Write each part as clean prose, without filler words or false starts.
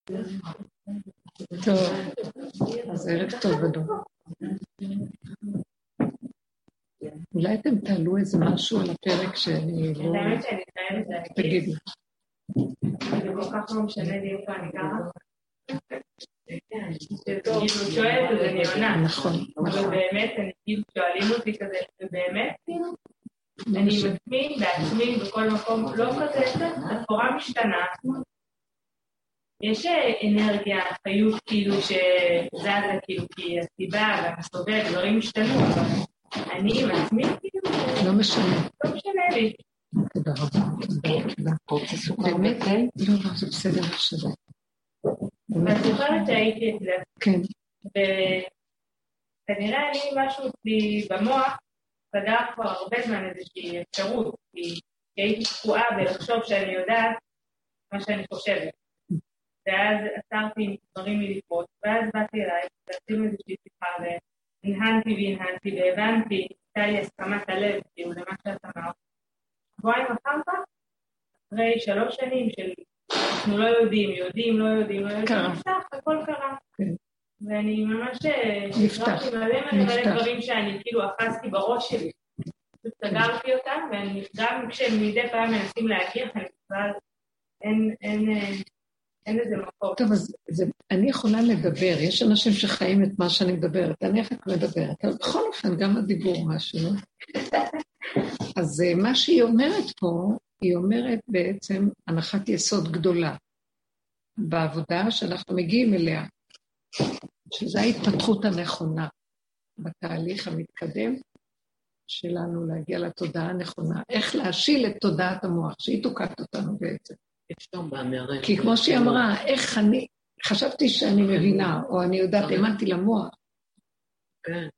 טוב, אז ערב טוב בדור. אולי אתם תעלו איזה משהו על הפרק שאני לא... האמת שאני חייבת להגיד. תגידי. זה כל כך לא משנה לי איפה אני גרה. כאילו שואלת אז אני עונה. נכון. ובאמת, כאילו שואלים אותי כזה, ובאמת, אני מצמין בעצמי בכל מקום, לא כזה, התורה משתנה. יש אנרגיה, חיות כאילו שזזה, כאילו כי הסיבה והסובב, דברים משתנו, אבל אני עם עצמי כאילו... לא משנה. לא משנה לי. תודה רבה. באמת, לא, זה בסדר שזה. ואת זוכרת שהייתי את זה. כן. וכנראה אני משהו אצלי במוח, סגר כבר הרבה זמן איזושהי אפשרות, כי הייתי תקועה בלחשוב שאני יודעת מה שאני חושבת. ואז עצרתי עם דברים מלפות, ואז באתי אליי, ועשינו איזושהי שיחה, והנהנתי והבנתי, הייתה לי הסכמת הלב, כאילו למה שאת אמרת. שבועיים אחר כך, אחרי 3 שנים של אנחנו לא יודעים, נפתח, הכל קרה. ואני ממש שחררתי מלא דברים שאני כאילו אחזתי בראש שלי. סגרתי אותם, ואני גם כשמדי פעם מנסים להגיע, אני בכלל אין איזה מקום. טוב, אז אני יכולה לדבר, יש אנשים שחיים את מה שאני מדברת, אני איך את מדברת, אבל בכל אופן גם הדיבור משהו. אז מה שהיא אומרת פה, היא אומרת בעצם הנחת יסוד גדולה, בעבודה שאנחנו מגיעים אליה, שזו ההתפתחות הנכונה, בתהליך המתקדם שלנו להגיע לתודעה הנכונה, איך להשיל את תודעת המוח, שהיא תוקעת אותנו בעצם. כי כמו שהיא אמרה, איך אני, חשבתי שאני מבינה, או אני יודעת, האמנתי למוח. כן.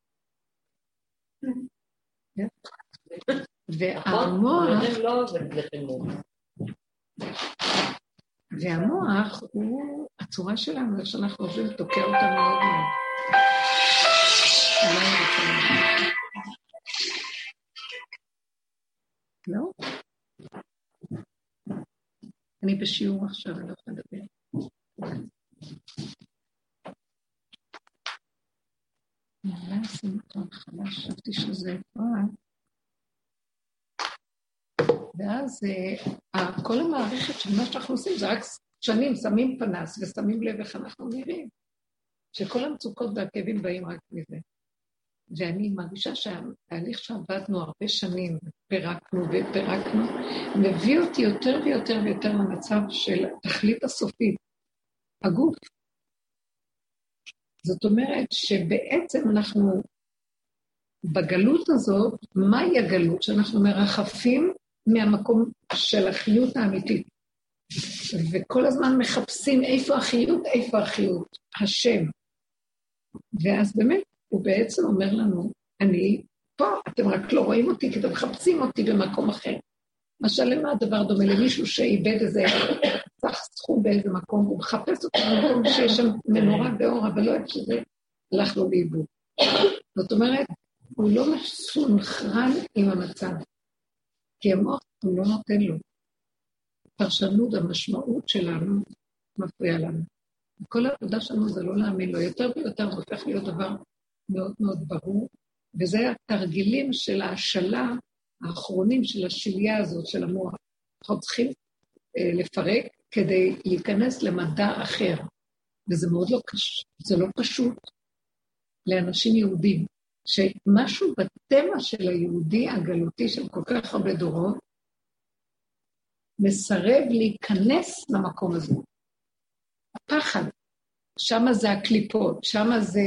והמוח הוא הצורה שלנו, איך שאנחנו עושים, תוקע אותנו מאוד מאוד. לא? אני בשיעור עכשיו, אני לא יכולה לדבר. נראה עשינו אותו חדש, חשבתי שזה פעם. ואז כל המערכת של מה שאנחנו עושים, זה רק שנים, שמים פנס ושמים לב איך אנחנו נראים. שכל המצוקות והכאבים באים רק מזה. ואני מרגישה שהתהליך שעבדנו הרבה שנים, פירקנו, מביא אותי יותר ויותר ויותר למצב של תכלית הסופית, הגוף. זאת אומרת שבעצם אנחנו בגלות הזאת, מהי הגלות? שאנחנו מרחפים מהמקום של החיות האמיתית. וכל הזמן מחפשים איפה החיות, השם. ואז באמת, הוא בעצם אומר לנו, אני פה, אתם רק לא רואים אותי, כי אתם מחפשים אותי במקום אחר. משל למה הדבר דומה למישהו שאיבד איזה צח סכום באיזה מקום, הוא מחפש אותו במקום שיש שם מנורה באור, אבל לא איך שזה הלך לו לאיבוד. זאת אומרת, הוא לא מסונכרן עם המצב, כי המוח הוא לא נותן לו. פרשנות המשמעות שלנו מפריע לנו. כל העבודה שלנו זה לא להאמין לו, יותר ויותר זה הופך להיות דבר מאוד מאוד ברור, וזה התרגילים של ההשלה האחרונים של השליה הזאת של המוח. אנחנו צריכים לפרק כדי להיכנס למדע אחר, וזה מאוד לא קשה, זה לא פשוט לאנשים יהודים, שמשהו בטבע של היהודי הגלותי של כל כך הרבה דורות, מסרב להיכנס למקום הזה. הפחד, שמה זה הקליפות, שמה זה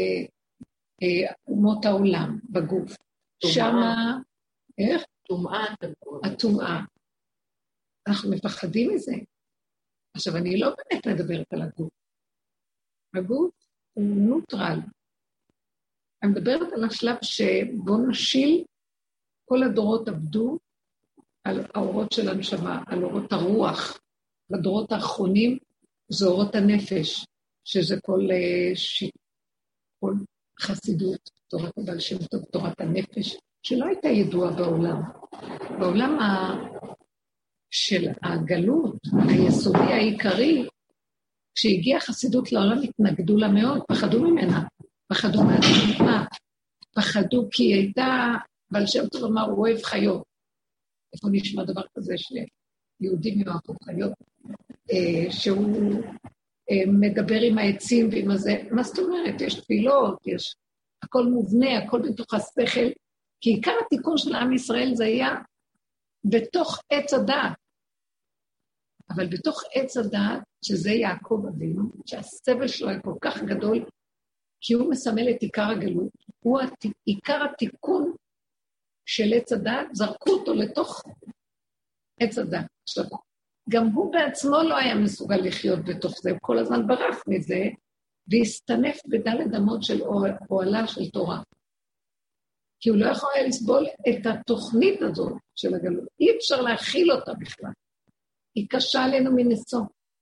אומות העולם בגוף. שמה, איך? התומעה. אנחנו מפחדים מזה. עכשיו, אני לא באמת מדברת על הגוף. הגוף הוא נוטרל. אני מדברת על השלב שבו נשיל, כל הדורות עבדו על האורות של הנשמה, על אורות הרוח. בדורות האחרונים זה אורות הנפש, שזה כל חסידות, תורת הבעל שם טוב, תורת הנפש, שלא הייתה ידועה בעולם. בעולם של הגלות, היסודי העיקרי, כשהגיעה חסידות לעולם התנגדו לה מאוד, פחדו ממנה, פחדו מהתנועה, פחדו כי היא הייתה, בעל שם טוב אמר, הוא אוהב חיות. איפה נשמע דבר כזה שיהודים יאהבו חיות, שהוא מדבר עם העצים ועם הזה, מה זאת אומרת? יש תפילות, יש הכל מובנה, הכל בתוך השכל, כי עיקר התיקון של עם ישראל זה היה בתוך עץ הדעת, אבל בתוך עץ הדעת, שזה יעקב אבינו, שהסבל שלו היה כל כך גדול, כי הוא מסמל את עיקר הגלות, הוא עיקר התיקון של עץ הדעת, זרקו אותו לתוך עץ הדעת. עכשיו, גם הוא בעצמו לא היה מסוגל לחיות בתוך זה, הוא כל הזמן ברח מזה, והסתנף בדלת אמות של אוהלה של תורה. כי הוא לא יכול היה לסבול את התוכנית הזאת של הגלות, אי אפשר להכיל אותה בכלל. היא קשה עלינו מנסוע.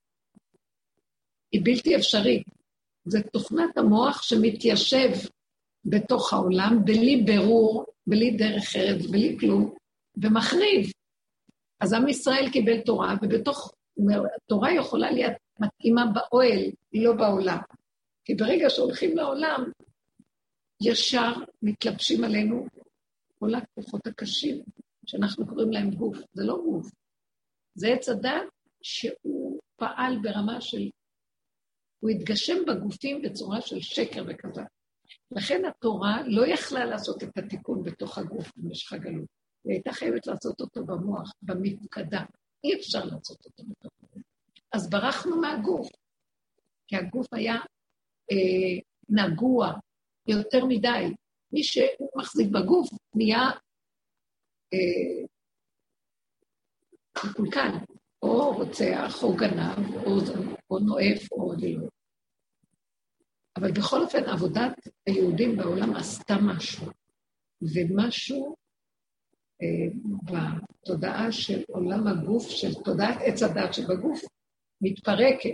היא בלתי אפשרית. זה תוכנת המוח שמתיישב בתוך העולם, בלי ברור, בלי דרך ארץ, בלי כלום, ומחריב. אז עם ישראל קיבל תורה, ובתוך, התורה יכולה להיות מתאימה באוהל, היא לא בעולם. כי ברגע שהולכים לעולם, ישר מתלבשים עלינו כל הכוחות הקשים, שאנחנו קוראים להם גוף. זה לא גוף. זה עץ הדת שהוא פעל ברמה של, הוא התגשם בגופים בצורה של שקר וכזה. לכן התורה לא יכלה לעשות את התיקון בתוך הגוף במשך הגלות. היא הייתה חייבת לעשות אותו במוח, במפקדה. אי אפשר לעשות אותו בתוך הגוף. אז ברחנו מהגוף, כי הגוף היה נגוע יותר מדי. מי שמחזיק בגוף נהיה מקולקל, או רוצח, או גנב, או נואף, או דילו. אבל בכל אופן, עבודת היהודים בעולם עשתה משהו, ומשהו בתודעה של עולם הגוף, של תודעת עץ הדת שבגוף, מתפרקת.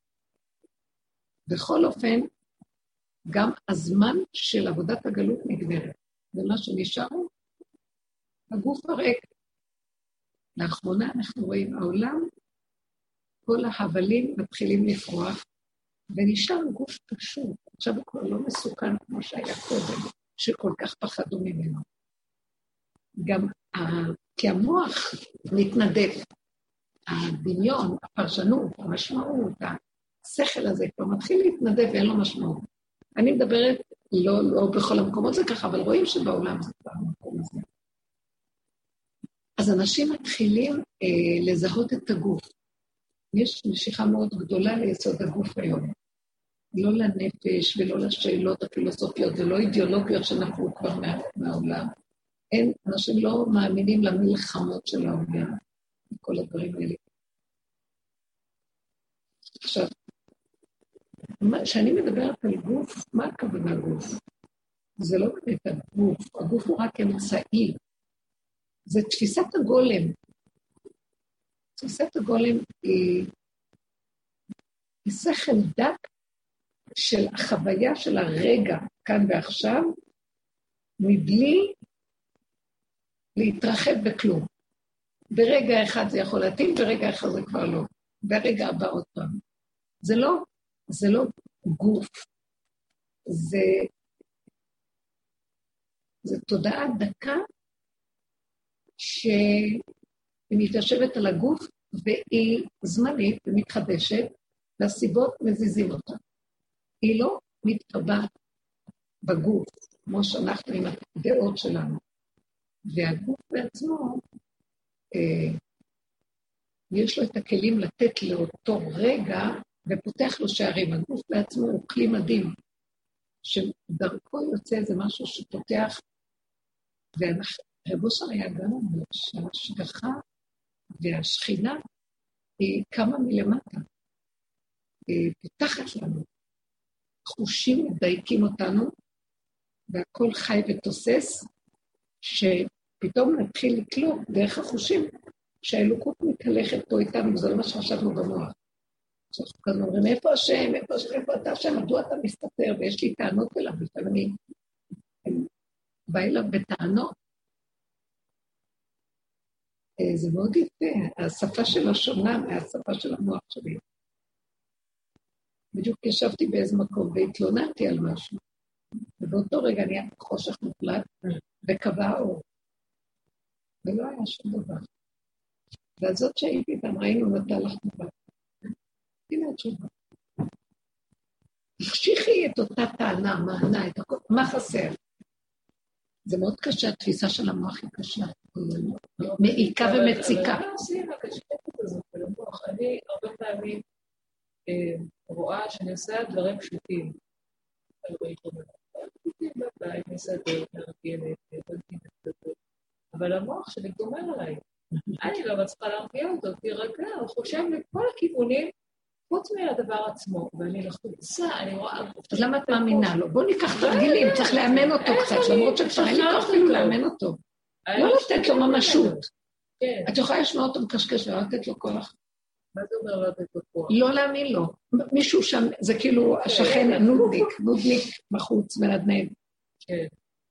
בכל אופן, גם הזמן של עבודת הגלות נגמרת. ומה שנשאר, הגוף הריק. לאחרונה אנחנו רואים העולם, כל ההבלים מתחילים לפרוח, ונשאר גוף פשוט. עכשיו הוא כבר לא מסוכן כמו שהיה קודם, שכל כך פחדו ממנו. גם כי המוח מתנדף, הדמיון, הפרשנות, המשמעות, השכל הזה כבר מתחיל להתנדף ואין לו משמעות. אני מדברת, לא בכל המקומות זה ככה, אבל רואים שבעולם זה כבר המקום הזה. אז אנשים מתחילים לזהות את הגוף. יש משיכה מאוד גדולה ליסוד הגוף היום. לא לנפש ולא לשאלות הפילוסופיות ולא אידיאולוגיות שנפלו כבר מהעולם. אנשים לא מאמינים למלחמות של העולם, וכל הדברים האלה. עכשיו, כשאני מדברת על גוף, מה הכוונה גוף? זה לא באמת הגוף, הגוף הוא רק אמצעי. זה תפיסת הגולם. תפיסת הגולם היא שכל דק של החוויה של הרגע כאן ועכשיו, מבלי להתרחב בכלום. ברגע אחד זה יכול להתאים, ברגע אחד זה כבר לא. ברגע הבא עוד פעם. זה לא גוף. זה תודעה דקה שהיא מתיישבת על הגוף, והיא זמנית ומתחדשת, והסיבות מזיזים אותה. היא לא מתקבעת בגוף, כמו שאנחנו עם הדעות שלנו. והגוף בעצמו, יש לו את הכלים לתת לאותו רגע, ופותח לו שערים. הגוף בעצמו הוא כלי מדהים, שדרכו יוצא איזה משהו שפותח, רב אושר היה גם אומר שההשגחה והשכינה היא קמה מלמטה. היא פותחת לנו. חושים מדייקים אותנו, והכל חי ותוסס, שפתאום נתחיל לקלוט דרך החושים, שהאלוקות מתהלכת פה איתנו, וזה לא מה שחשבנו במוח. עכשיו כזה אומרים, איפה השם, איפה אתה השם, מדוע אתה מסתתר, ויש לי טענות אליו, לפעמים אני בא אליו בטענות. זה מאוד יפה, השפה שלו שונה מהשפה של המוח שלי. בדיוק ישבתי באיזה מקום והתלוננתי על משהו. ובאותו רגע נהיה חושך מוחלט וקבע אור. ולא היה שום דבר. והזאת שהייתי איתם ראינו נתן לך דבר. הנה התשובה. תחשיכי את אותה טענה, מענה, את הכל, מה חסר? זה מאוד קשה, התפיסה של המוח היא קשה. מעיקה ומציקה. אבל מה עושים הקשקשת הזאת של המוח? אני הרבה פעמים רואה שאני עושה דברים פשוטים. בבית, מסדר, מארגנת, אבל המוח שלי גומר עליי. אני לא מצליחה להרגיע אותו, תירגע, הוא חושב לכל הכיוונים, חוץ מהדבר עצמו, ואני לחוצה, אני רואה... אז למה את מאמינה לו? בוא ניקח תרגילים, צריך לאמן אותו קצת, למרות שכבר אין לי כוח אפילו לאמן אותו. לא לתת לו ממשות. את יכולה לשמוע אותו מקשקש, לא לתת לו כוח. מה זה אומר לא לתת לו כוח? לא להאמין לו. מישהו שם, זה כאילו השכן הנודניק בחוץ, מנדנד. כן.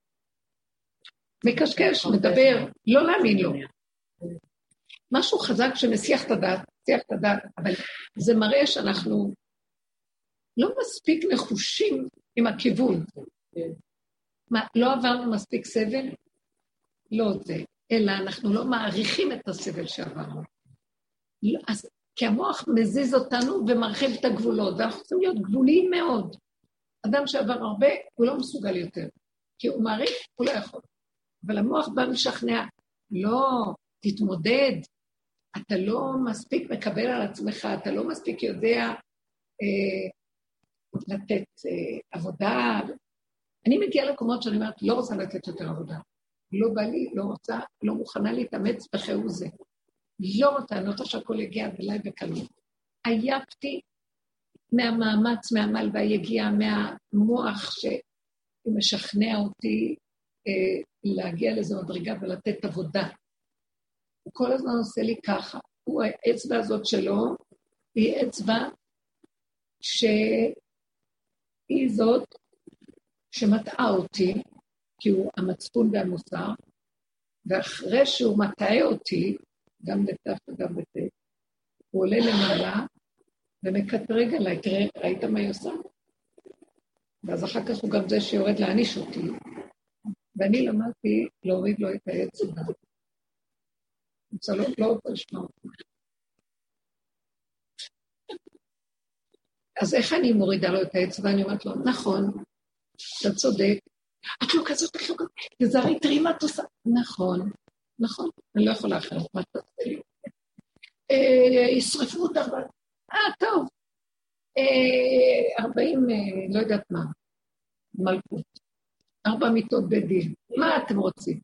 מקשקש, מדבר, לא להאמין לו. משהו חזק שמסיח את הדעת, אבל זה מראה שאנחנו לא מספיק נחושים עם הכיוון. מה, לא עברנו מספיק סבל? לא זה, אלא אנחנו לא מעריכים את הסבל שעברנו. אז, כי המוח מזיז אותנו ומרחיב את הגבולות, ואנחנו צריכים להיות גבוליים מאוד. אדם שעבר הרבה, הוא לא מסוגל יותר, כי הוא מעריך, הוא לא יכול. אבל המוח בא משכנע, לא, תתמודד, אתה לא מספיק מקבל על עצמך, אתה לא מספיק יודע לתת עבודה. אני מגיעה למקומות שאני אומרת, לא רוצה לתת יותר עבודה. לא בא לי, לא רוצה, לא מוכנה להתאמץ בחיהו זה. לא רוצה, אני רוצה שהכל יגיע בלי בקלות. עייפתי מהמאמץ, מהמל והיגיעה, מהמוח שמשכנע אותי להגיע לאיזו מדרגה ולתת עבודה. הוא כל הזמן עושה לי ככה. האצבע הזאת שלו היא אצבע שהיא זאת שמטעה אותי, כי הוא המצפון והמוסר, ואחרי שהוא מטעה אותי, גם לתף וגם לתף, הוא עולה למעלה ומקטרג עליי, תראה, ראית מה היא עושה? ואז אחר כך הוא גם זה שיורד להעניש אותי, ואני למדתי להוריד לו את האצבע. לא רוצה לשמוע אותי. אז איך אני מורידה לו את האצבע? אני אומרת לו, נכון, אתה צודק, את לא כזאת, תזרי, תראי מה את עושה. נכון, אני לא יכולה אחרת, מה אתה עושה לי? ישרפו אותה, טוב, 40, לא יודעת מה, מלכות, 4 מיטות בית דין, מה אתם רוצים?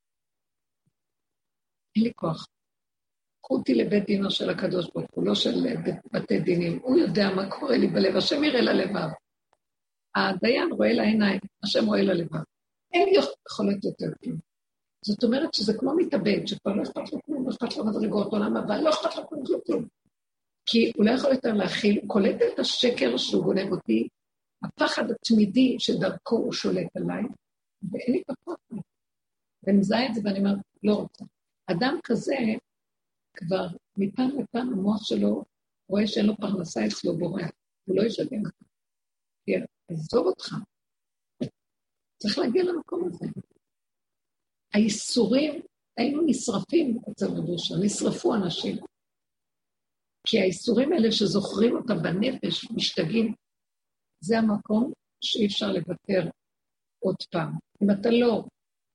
אין לי כוח. קחו אותי לבית דינו של הקדוש ברוך הוא, לא של בתי דינים. הוא יודע מה קורה לי בלב, השם יראה ללבב. הדיין רואה לעיניים, השם רואה ללבב. אין לי יכולת יותר כלום. זאת אומרת שזה כמו מתאבד, שכבר לא אכפת לו כלום, לא אכפת לו מדרגות עולם הבא, לא אכפת לו כלום. כי הוא לא יכול יותר להכיל, הוא קולט את השקר שהוא גונב אותי, הפחד התמידי שדרכו הוא שולט עליי, ואין לי פחות. ומזהה את זה ואני אומר, לא רוצה. אדם כזה, כבר מפעם לפעם המוח שלו רואה שאין לו פרנסה אצלו בורח, הוא לא ישגע. יעזוב אותך. צריך להגיע למקום הזה. האיסורים, היינו נשרפים אצל רבושה, נשרפו אנשים. כי האיסורים האלה שזוכרים אותם בנפש, משתגעים, זה המקום שאי אפשר לוותר עוד פעם. אם אתה לא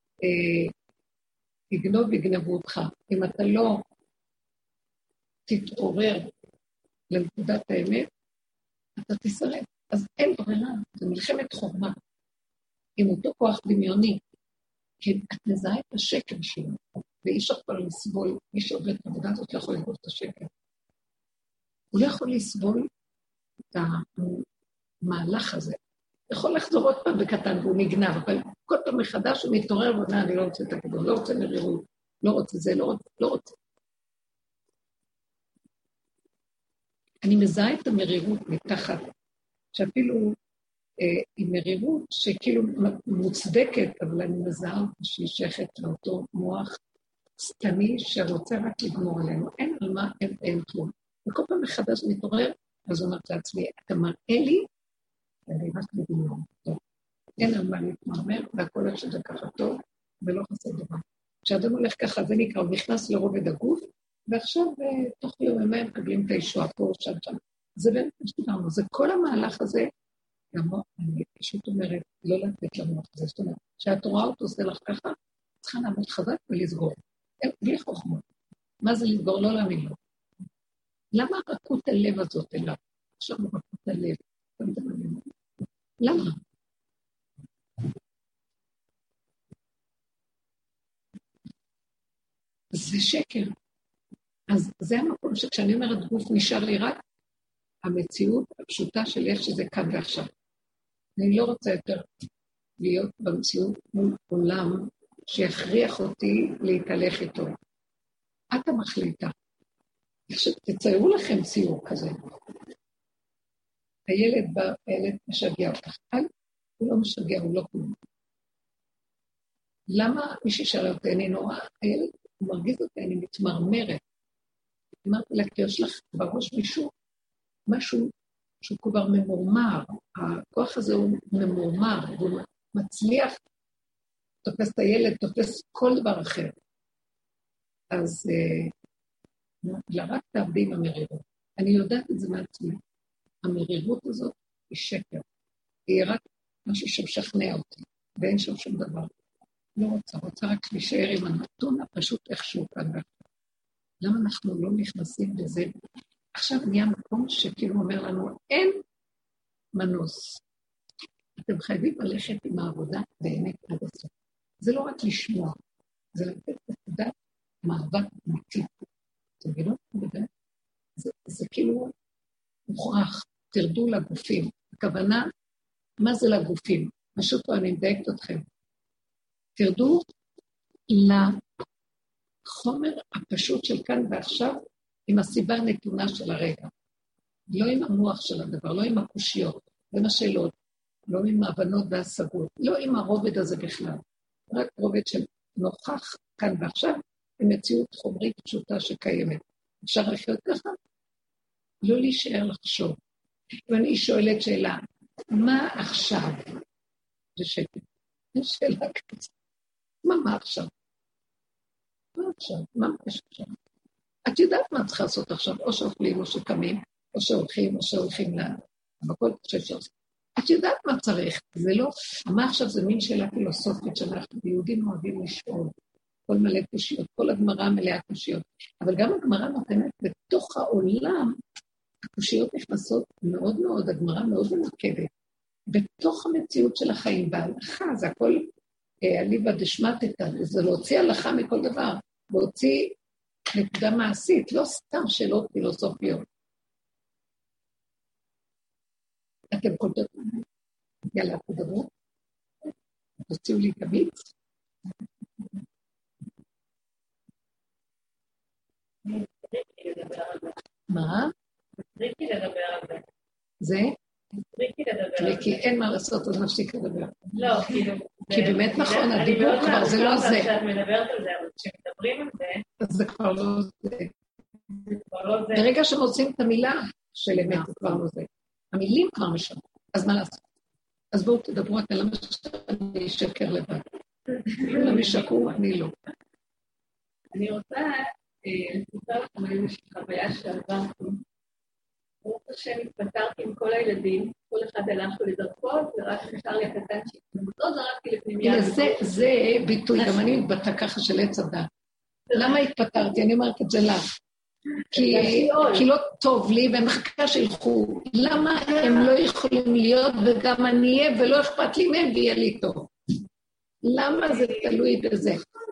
יגנבו אותך, אם אתה לא תתעורר לנקודת האמת, אתה תשרף. אז אין ברירה, זה מלחמת חורמה. עם אותו כוח דמיוני, כי את מזהה את השקר שלו, ואי אפשר כבר לסבול, מי שעובד בעבודה הזאת לא יכול לסבול את השקר. הוא לא יכול לסבול את המהלך הזה. יכול לחזור עוד פעם בקטן, והוא נגנב, אבל כל פעם מחדש הוא מתעורר, ואומר, אני לא רוצה את הכדור, לא רוצה מרירות, לא רוצה זה, לא רוצה. אני מזהה את המרירות מתחת, שאפילו היא מרירות שכאילו מוצדקת, אבל אני מזהה שהיא שייכת לאותו מוח סתמי שרוצה רק לגמור עלינו. אין על מה, אין כלום. וכל פעם מחדש מתעורר, אז אומרת לעצמי, אתה מראה לי, אני רק מדמיון, טוב. אין על מה להתמרמר, והכל איך שזה ככה טוב, ולא חסר דבר. כשאדם הולך ככה, זה נקרא, הוא נכנס לרובד הגוף, ועכשיו תוך יום הם מקבלים את הישועה פה, שם. זה באמת מה שדיברנו, זה כל המהלך הזה, גם אני פשוט אומרת, לא לתת למוח הזה, זאת אומרת, כשאת רואה אותו, זה לך ככה, צריכה לעמוד חזק ולסגור. בלי חוכמות. מה זה לסגור? לא להאמין לו. למה רכות הלב הזאת אליו? עכשיו רכות הלב. למה? זה שקר. אז זה המקום שכשאני אומרת גוף נשאר לי רק המציאות הפשוטה של איך שזה כאן ועכשיו. אני לא רוצה יותר להיות במציאות מול עולם שיכריח אותי להתהלך איתו. את המחליטה. תציירו לכם ציור כזה. הילד בא, הילד משגע אותך. הוא לא משגע, הוא לא כלום. למה מישהי שאלה אותי, אני נורא, הילד הוא מרגיז אותי, אני מתמרמרת. אמרתי לה, כי יש לך בראש משהו שהוא כבר ממורמר. הכוח הזה הוא ממורמר, והוא מצליח, תופס את הילד, תופס כל דבר אחר. אז רק תעבדי עם המרירות. אני יודעת את זה מעצמי. המרירות הזאת היא שקר. היא רק משהו שמשכנע אותי, ואין שם שום דבר. לא רוצה רק להישאר עם הנתון הפשוט איכשהו כאן. למה אנחנו לא נכנסים לזה? עכשיו נהיה מקום שכאילו אומר לנו, אין מנוס. אתם חייבים ללכת עם העבודה באמת עד הסוף. זה לא רק לשמוע, זה לתת נקודת מאבק אמיתי. אתם מבינים? זה כאילו מוכרח, תרדו לגופים. הכוונה, מה זה לגופים? משהו פה אני מדייקת אתכם. תרדו לחומר הפשוט של כאן ועכשיו, עם הסיבה הנתונה של הרגע. לא עם המוח של הדבר, לא עם הקושיות, עם השאלות, לא עם ההבנות וההשגות, לא עם הרובד הזה בכלל. רק רובד של נוכח כאן ועכשיו, עם מציאות חומרית פשוטה שקיימת. אפשר לחיות ככה? לא להישאר לחשוב. ואני שואלת שאלה, מה עכשיו? זה שקט. יש שאלה כזאת. מה עכשיו? מה עכשיו? מה יש עכשיו? את יודעת מה צריכה לעשות עכשיו? או שאוכלים, או שקמים, או שהולכים, או שהולכים למקום שעושים. את יודעת מה צריך? זה לא, מה עכשיו זה מין שאלה פילוסופית שאנחנו יהודים אוהבים לשאול. כל מלא קושיות, כל הגמרא מלאה קושיות. אבל גם הגמרא נותנת בתוך העולם, הקושיות נכנסות מאוד מאוד, הגמרא מאוד ממקדת. בתוך המציאות של החיים, בהלכה, זה הכל אליבא דשמטתא, זה להוציא הלכה מכל דבר, להוציא נקודה מעשית, לא סתם שאלות פילוסופיות. אתם קולטות? יאללה, תדברו. תוציאו לי תמיץ. מה? טריקי לדבר על זה. זה? טריקי לדבר על זה. כי אין מה לעשות, אז נפסיק לדבר. לא, כאילו... כי באמת נכון, הדיבור כבר זה לא זה. כשאת מדברת על זה, אבל כשמדברים על זה... אז זה כבר לא זה. זה כבר לא זה. ברגע שמוצאים את המילה של אמת, זה כבר לא זה. המילים כבר משנות. אז מה לעשות? אז בואו תדברו, אתה למה שאני אשקר לבד. אם הם ישקרו, אני לא. אני רוצה לספר לכם על איזושהי חוויה שעברתי. ברוך השם, התפטרתי עם כל הילדים, כל אחד הלך לדרכו, ורק נשאר לי הקטן לא זרקתי לפנימיה. זה ביטוי, גם אני מתבטא ככה של עץ הדת. למה התפטרתי? אני אומרת את זה לך. כי לא טוב לי, והם מחכה שילכו. למה הם לא יכולים להיות, וגם אני אהיה, ולא אכפת לי מהם, ויהיה לי טוב. למה זה תלוי בזה?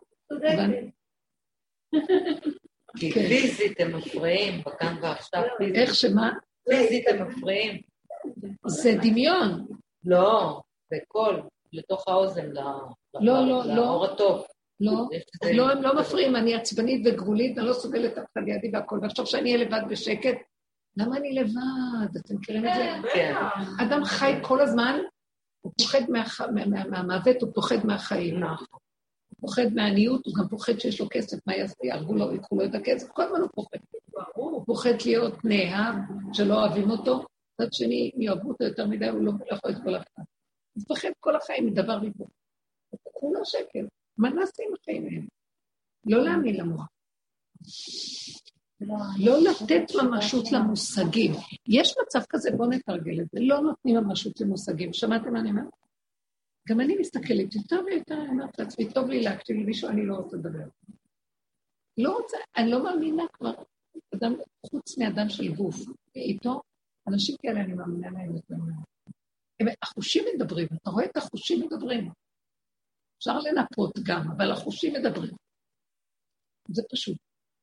כי פיזית הם מפריעים, בכאן ועכשיו פיזית. איך שמה? פיזית הם מפריעים. זה דמיון. לא, בקול, לתוך האוזן, לאור הטוב. לא, הם לא מפריעים, אני עצבנית וגבולית, אני לא סוגלת אף אחד לידי והכל, ועכשיו שאני אהיה לבד בשקט, למה אני לבד? אתם מכירים את זה? כן. אדם חי כל הזמן, הוא פוחד מהמוות, הוא פוחד מהחיים. הוא פוחד מהעניות, הוא גם פוחד שיש לו כסף, מה יעשו? יהרגו לו, יקחו לו את הכסף, כל הזמן הוא פוחד. פוחד להיות נאהב, שלא אוהבים אותו, מצד שני, אם יאהבו אותו יותר מדי, הוא לא יכול את כל החיים. הוא מפחד כל החיים מדבר מפה. הוא כולו שקל. מה נעשה עם החיים האלה? לא להאמין למוח. לא לתת ממשות למושגים. יש מצב כזה, בוא נתרגל את זה. לא נותנים ממשות למושגים. שמעתם מה אני אומרת? גם אני מסתכלת יותר ויותר, אני אומרת לעצמי, טוב לי להקשיב למישהו, אני לא רוצה לדבר. לא רוצה, אני לא מאמינה כבר, אדם, חוץ מאדם של גוף, ואיתו, אנשים כאלה אני מאמינה להם יותר מהם. החושים מדברים, אתה רואה את החושים מדברים. אפשר לנפות גם, אבל החושים מדברים. זה פשוט.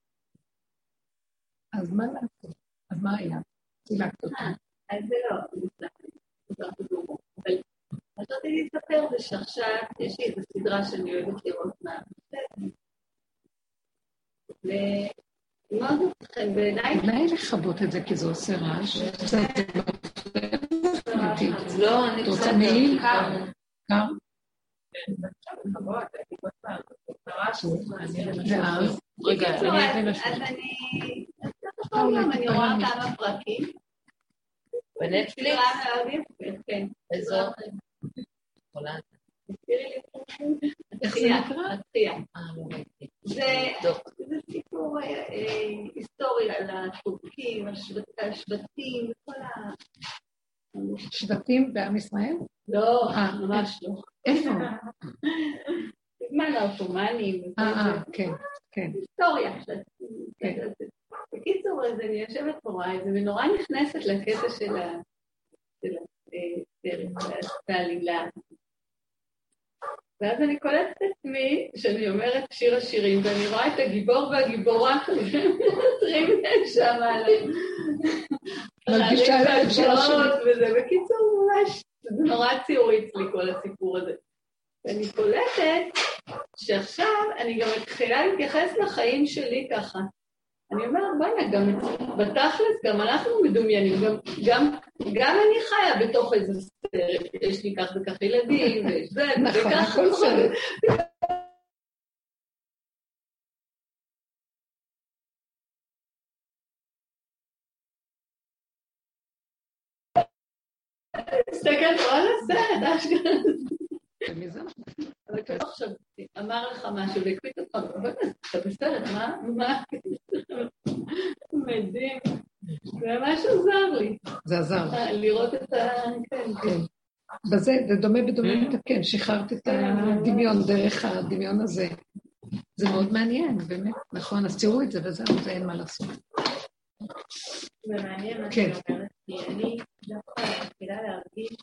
אז מה לעשות? אז מה היה? צילקת אותה. אז זה לא, אבל מה שרציתי לספר זה שעכשיו יש לי איזו סדרה שאני אוהבת לראות ומאוד מוצחן בעיניי. אולי לכבות את זה כי זה עושה רעש. לא, אני רוצה מעיל? קר? ואז? רגע, אז אני רואה כמה פרקים. בנטפליקס? כן. איזו? איך זה נקרא? התחייה. זה סיפור היסטורי על הטורקים, על השבטים, כל ה... שבטים בעם ישראל? לא, ממש לא. איפה? בזמן העות'מאנים. כן, כן. היסטוריה. בקיצור, אז אני יושבת פה, ונורא נכנסת לקטע של הסרט והעלילה. ואז אני קולטת את עצמי, שאני אומרת שיר השירים, ואני רואה את הגיבור והגיבורה, ומנטרים שם עליהם. מרגישה עליהם שיר השירים. בקיצור, ממש, זה נורא ציורי אצלי כל הסיפור הזה. ואני קולטת שעכשיו אני גם מתחילה להתייחס לחיים שלי ככה. אני אומרת, בואי, גם בתכלס, גם אנחנו מדומיינים, גם אני חיה בתוך איזה סרט, יש לי כך וכך ילדים, ויש זה, נכון, הכל סרט. תסתכל פה על הסרט, אשכרה. ומי זה? אבל כבר עכשיו אמר לך משהו, והקפיץ אותך, אתה בסרט, מה? מדהים. זה ממש עזר לי. זה עזר. לראות את ה... כן. בזה, זה דומה בדומה מתקן, שחררת את הדמיון דרך הדמיון הזה. זה מאוד מעניין, באמת. נכון, אז תראו את זה, וזהו, זה אין מה לעשות. זה מעניין מה שאני אומרת, כי אני דווקא מתחילה להרגיש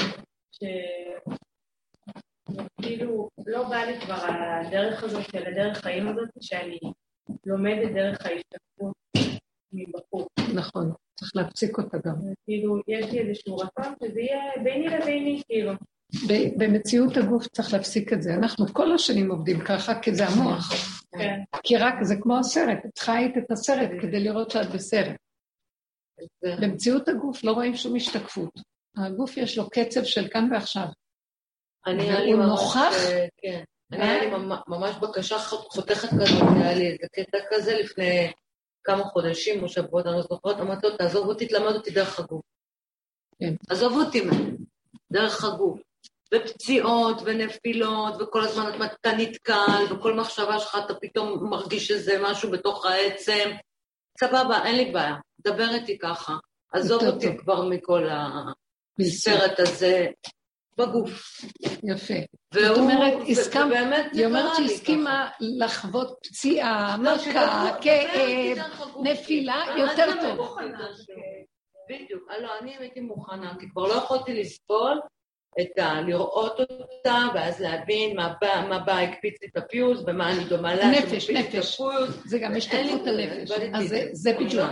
כאילו לא בא לי כבר הדרך הזאת של הדרך חיים הזאת שאני לומדת דרך ההשתתפות מבחור. נכון, צריך להפסיק אותה גם. כאילו יש לי איזשהו רצון שזה יהיה ביני לביני כאילו. במציאות הגוף צריך להפסיק את זה. אנחנו כל השנים עובדים ככה כי זה המוח. כן. כי רק זה כמו הסרט, את חיית את הסרט כדי לראות שאת בסרט. במציאות הגוף לא רואים שום השתקפות. הגוף יש לו קצב של כאן ועכשיו. אני נוכח? כן. היה לי ממש בקשה חותכת כזאת, היה לי איזה קטע כזה לפני כמה חודשים או שבועות, אני לא זוכרת, אמרתי לו, תעזוב אותי, תלמד אותי דרך הגוף. עזוב אותי דרך הגוף. ופציעות ונפילות, וכל הזמן אתה נתקל, וכל מחשבה שלך אתה פתאום מרגיש שזה משהו בתוך העצם. סבבה, אין לי בעיה, דבר איתי ככה. עזוב אותי כבר מכל הסרט הזה. בגוף. יפה. זאת אומרת, היא אומרת שהסכימה לחוות פציעה, מכה, כאב, נפילה, יותר טוב. בדיוק, אני הייתי מוכנה, כי כבר לא יכולתי לסבול לראות אותה, ואז להבין מה בא הקפיץ לי את הפיוז, ומה אני דומה לה, נפש, נפש. זה גם השתתפות הנפש. אז זה בדיוק.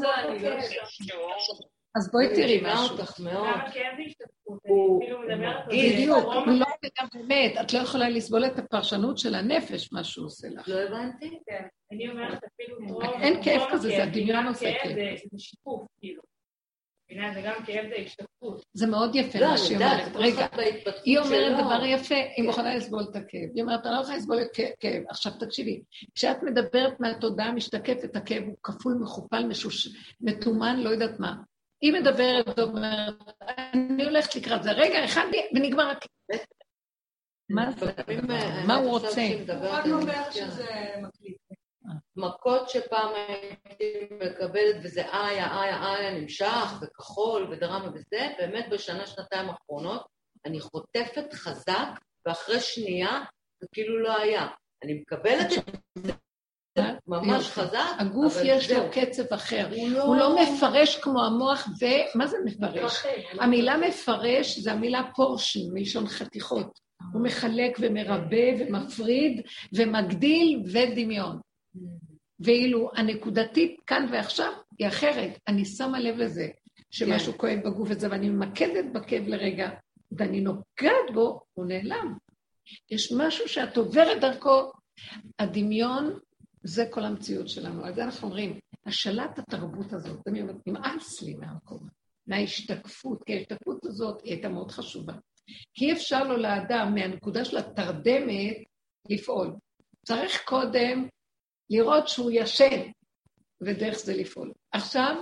אז בואי תראי משהו. כמה כאב השתתפות, כאילו מדברת. בדיוק, לא וגם באמת, את לא יכולה לסבול את הפרשנות של הנפש, מה שהוא עושה לך. לא הבנתי? כן, אני אומרת אפילו... אין כאב כזה, זה הדמיון עושה כאב. זה שיפוף, כאילו. מבינה, זה גם כאב זה השתתפות. זה מאוד יפה מה שהיא אומרת. רגע, היא אומרת דבר יפה, היא מוכנה לסבול את הכאב. היא אומרת, אני לא יכולה לסבול את הכאב. עכשיו תקשיבי, כשאת מדברת מהתודעה משתקפת, הכאב הוא כפול, מכופל, מתומן, לא יודעת מה. היא מדברת ואומרת, אני הולכת לקראת זה, רגע, אחד ונגמר הכאב. מה זה? מה הוא רוצה? הוא רק אומר שזה מקליט. מכות שפעם הייתי מקבלת, וזה איה נמשך, וכחול, ודרמה וזה, באמת בשנה, שנתיים האחרונות, אני חוטפת חזק, ואחרי שנייה, זה כאילו לא היה. אני מקבלת את זה ממש חזק, הגוף יש לו קצב אחר. הוא לא מפרש כמו המוח, ומה זה מפרש? המילה מפרש זה המילה פורשן, מלשון חתיכות. הוא מחלק ומרבה ומפריד ומגדיל ודמיון. ואילו הנקודתית כאן ועכשיו היא אחרת. אני שמה לב לזה שמשהו כואב בגוף הזה, ואני ממקדת בכאב לרגע, ואני נוגעת בו, הוא נעלם. יש משהו שאת עוברת דרכו, הדמיון, זה כל המציאות שלנו. אז אנחנו אומרים, השלט התרבות הזאת, אני אומרת, נמאס לי מהמקום, מההשתקפות, כי ההשתקפות הזאת היא הייתה מאוד חשובה. כי אפשר לו לאדם מהנקודה של התרדמת לפעול. צריך קודם לראות שהוא ישן, ודרך זה לפעול. עכשיו,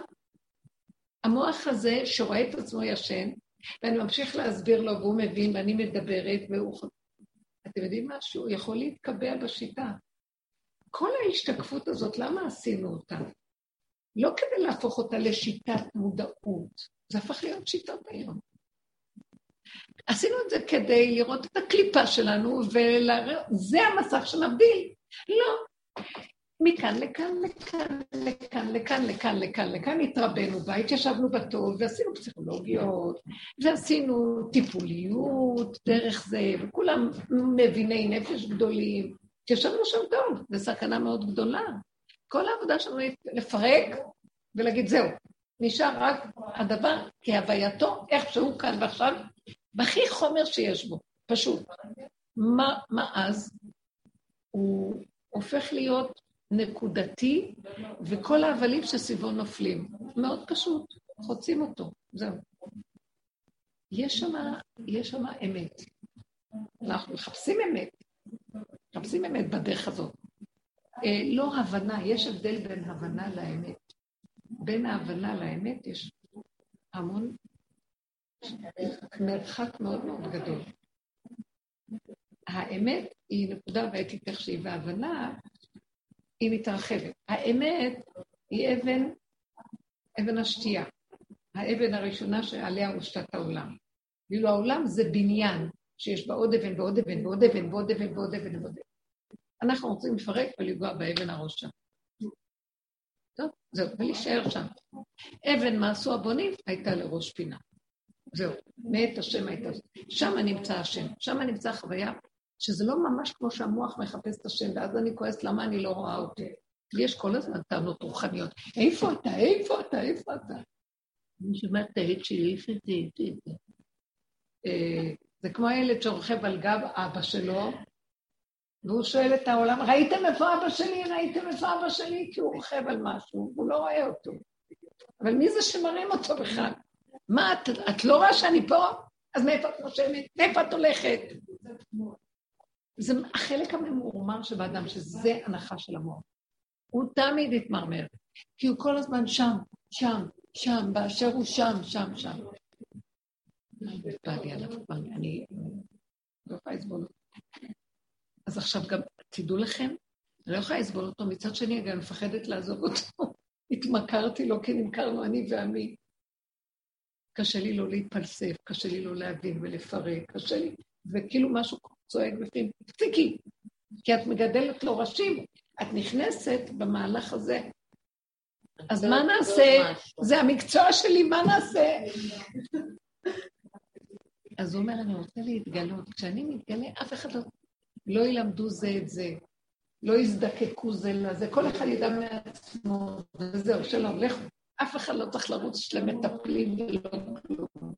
המוח הזה שרואה את עצמו ישן, ואני ממשיך להסביר לו, והוא מבין, ואני מדברת, אתם יודעים משהו? הוא יכול להתקבע בשיטה. כל ההשתקפות הזאת, למה עשינו אותה? לא כדי להפוך אותה לשיטת מודעות, זה הפך להיות שיטות היום. עשינו את זה כדי לראות את הקליפה שלנו, וזה המסך שמבדיל. לא. מכאן לכאן, לכאן, לכאן, לכאן, לכאן, לכאן, לכאן, התרבנו בה, התיישבנו בטוב, ועשינו פסיכולוגיות, ועשינו טיפוליות דרך זה, וכולם מביני נפש גדולים, התיישבנו שם טוב, זו סכנה מאוד גדולה. כל העבודה שלנו היא לפרק ולהגיד זהו, נשאר רק הדבר כהווייתו, איך שהוא כאן ועכשיו, בכי חומר שיש בו, פשוט. מה אז? הוא הופך להיות נקודתי, וכל ההבלים שסביבו נופלים. מאוד פשוט, חוצים אותו, זהו. יש שם אמת. אנחנו מחפשים אמת בדרך הזאת. לא הבנה, יש הבדל בין הבנה לאמת. בין ההבנה לאמת יש המון מרחק מאוד מאוד גדול. האמת היא נקודה בעתית איך שהיא, וההבנה היא מתרחבת. האמת היא אבן השתייה, האבן הראשונה שעליה הושתת העולם. ואילו העולם זה בניין שיש בה עוד אבן ועוד אבן ועוד אבן ועוד אבן ועוד אבן ועוד אבן. אנחנו רוצים לפרק ולגוע באבן הראשה. טוב, זהו, ולהישאר שם. אבן מעשו הבונים הייתה לראש פינה. זהו, מאת השם הייתה. שם נמצא השם, שם נמצא חוויה, שזה לא ממש כמו שהמוח מחפש את השם, ואז אני כועסת למה אני לא רואה אותי. יש כל הזמן טענות רוחניות. איפה אתה? איפה אתה? איפה אתה? אני שומעת את העד שלי, איפה זה? זה כמו הילד שרוכב על גב אבא שלו, והוא שואל את העולם, ראיתם איפה אבא שלי? ראיתם איפה אבא שלי? כי הוא רוכב על משהו, הוא לא רואה אותו. אבל מי זה שמרים אותו בכלל? מה, את לא רואה שאני פה? אז מאיפה את נושמת? מאיפה את הולכת? זה החלק הממורמר שבאדם, שזה הנחה של המוח. הוא תמיד התמרמר, כי הוא כל הזמן שם, באשר הוא שם. אני לא יכולה לסבול אותו. אז עכשיו גם, תדעו לכם, אני לא יכולה לסבול אותו, מצד שני, אני גם מפחדת לעזוב אותו. התמכרתי לו, כי נמכרנו אני ועמי. קשה לי לא להתפלסף, קשה לי לא להבין ולפרק, קשה לי, וכאילו משהו צועק בפנים, תפסיקי, כי את מגדלת לו ראשים, את נכנסת במהלך הזה. אז מה נעשה? זה המקצוע שלי, מה נעשה? אז הוא אומר, אני רוצה להתגלות. כשאני מתגלה, אף אחד לא ילמדו זה את זה, לא יזדקקו זה לזה, כל אחד ידע מעצמו, וזהו, שלום, לכו. אף אחד לא צריך לרוץ שלמטפלים ולא כלום.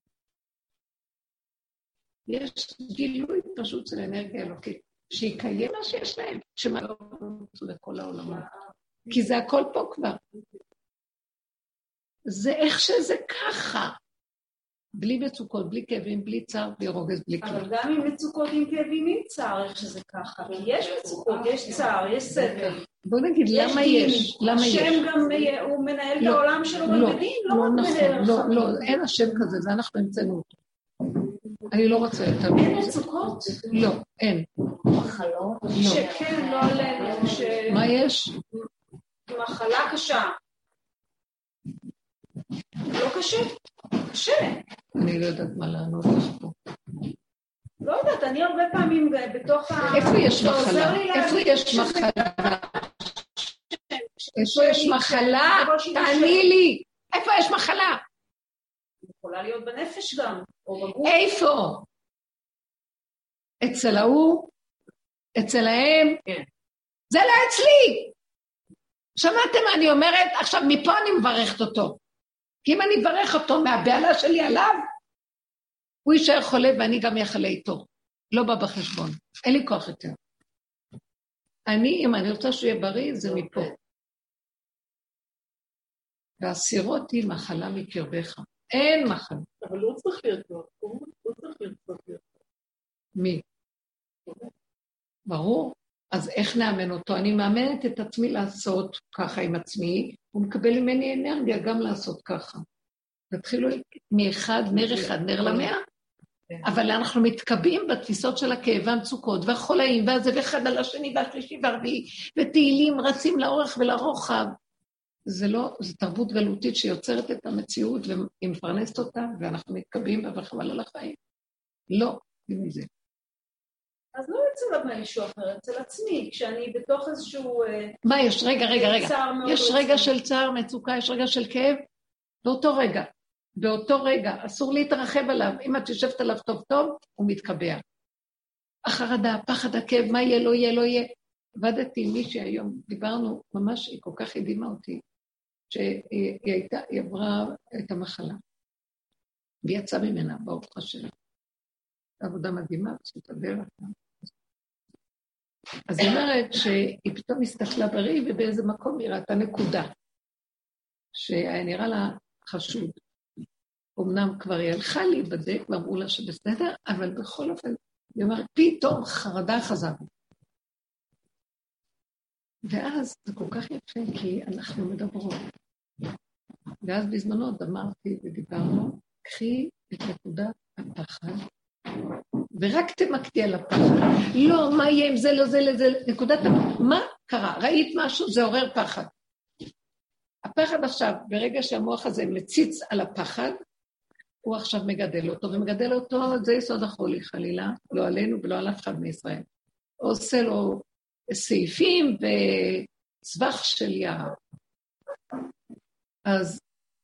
יש גילוי פשוט של אנרגיה אלוקית, שיקיים מה שיש להם, שמעלות לכל העולמות. כי זה הכל פה כבר. זה איך שזה ככה. בלי מצוקות, בלי כאבים, בלי צער, בלי רוגז, בלי כלום. אבל גם עם מצוקות, עם כאבים, עם צער, איך שזה ככה. יש מצוקות, יש צער, יש סבל. בוא נגיד, למה יש? השם גם, הוא מנהל את העולם שלו בדין, לא נכון, לא, אין השם כזה, זה אנחנו המצאנו אותו. אני לא רוצה יותר. אין מצוקות? לא, אין. מחלות? שכן, לא עלינו. מה יש? מחלה קשה. לא קשה? קשה. אני לא יודעת מה לענות לך פה. לא יודעת, אני הרבה פעמים בתוך איפה יש מחלה? איפה יש מחלה? איפה יש מחלה? תעני לי. איפה יש מחלה? יכולה להיות בנפש גם, או בגוף. איפה? אצל ההוא? אצל ההם? כן. זה לא אצלי. שמעתם מה אני אומרת? עכשיו מפה אני מברכת אותו. כי אם אני מברך אותו מהבעלה שלי עליו, הוא יישאר חולה ואני גם יחלה איתו. לא בא בחשבון. אין לי כוח יותר. אם אני רוצה שהוא יהיה בריא, זה מפה. והסירות היא מחלה מקרבך. אין מחלה. אבל לא צריך להיות טוב. לא צריך להיות טוב. מי? ברור. אז איך נאמן אותו? אני מאמנת את עצמי לעשות ככה עם עצמי, הוא מקבל ממני אנרגיה גם לעשות ככה. תתחילו מאחד, נר אחד, נר למאה. אבל אנחנו מתקבעים בתפיסות של הכאב והמצוקות והחולאים והזה ואחד על השני והשלישי והרביעי ותהילים רצים לאורך ולרוחב. זה לא, זו תרבות גלותית שיוצרת את המציאות והיא מפרנסת אותה ואנחנו מתקבעים בה וחבל על החיים. לא, עם זה. אז לא אצל מישהו אחר, אצל עצמי, כשאני בתוך איזשהו... מה יש? רגע. יש רגע של צער, מצוקה, יש רגע של כאב? באותו רגע, אסור להתרחב עליו. אם את יושבת עליו טוב, הוא מתקבע. החרדה, פחד, הכאב, מה יהיה, לא יהיה. עבדתי עם מישהי היום, דיברנו, ממש, היא כל כך הדהימה אותי, שהיא עברה את המחלה. והיא יצאה ממנה, ברוך השם. עבודה מדהימה, פשוט הדרך. אז היא אומרת שהיא פתאום הסתכלה בראי, ובאיזה מקום היא ראתה נקודה, שהיה נראה לה חשוד. אמנם כבר היא הלכה להיבדק, ואמרו לה שבסדר, אבל בכל אופן, היא אומרת, פתאום חרדה חזרה. ואז זה כל כך יפה, כי אנחנו מדברות. ואז בזמנו אמרתי ודיברנו, קחי את נקודת הפחד, ורק תמקדי על הפחד. לא, מה יהיה עם זה, לא זה, לזה, נקודת הפחד. מה קרה? ראית משהו? זה עורר פחד. הפחד עכשיו, ברגע שהמוח הזה מציץ על הפחד, הוא עכשיו מגדל אותו, ומגדל אותו, זה יסוד החולי חלילה, לא עלינו ולא על אף אחד מישראל. עושה לו סעיפים וצווח של יער. אז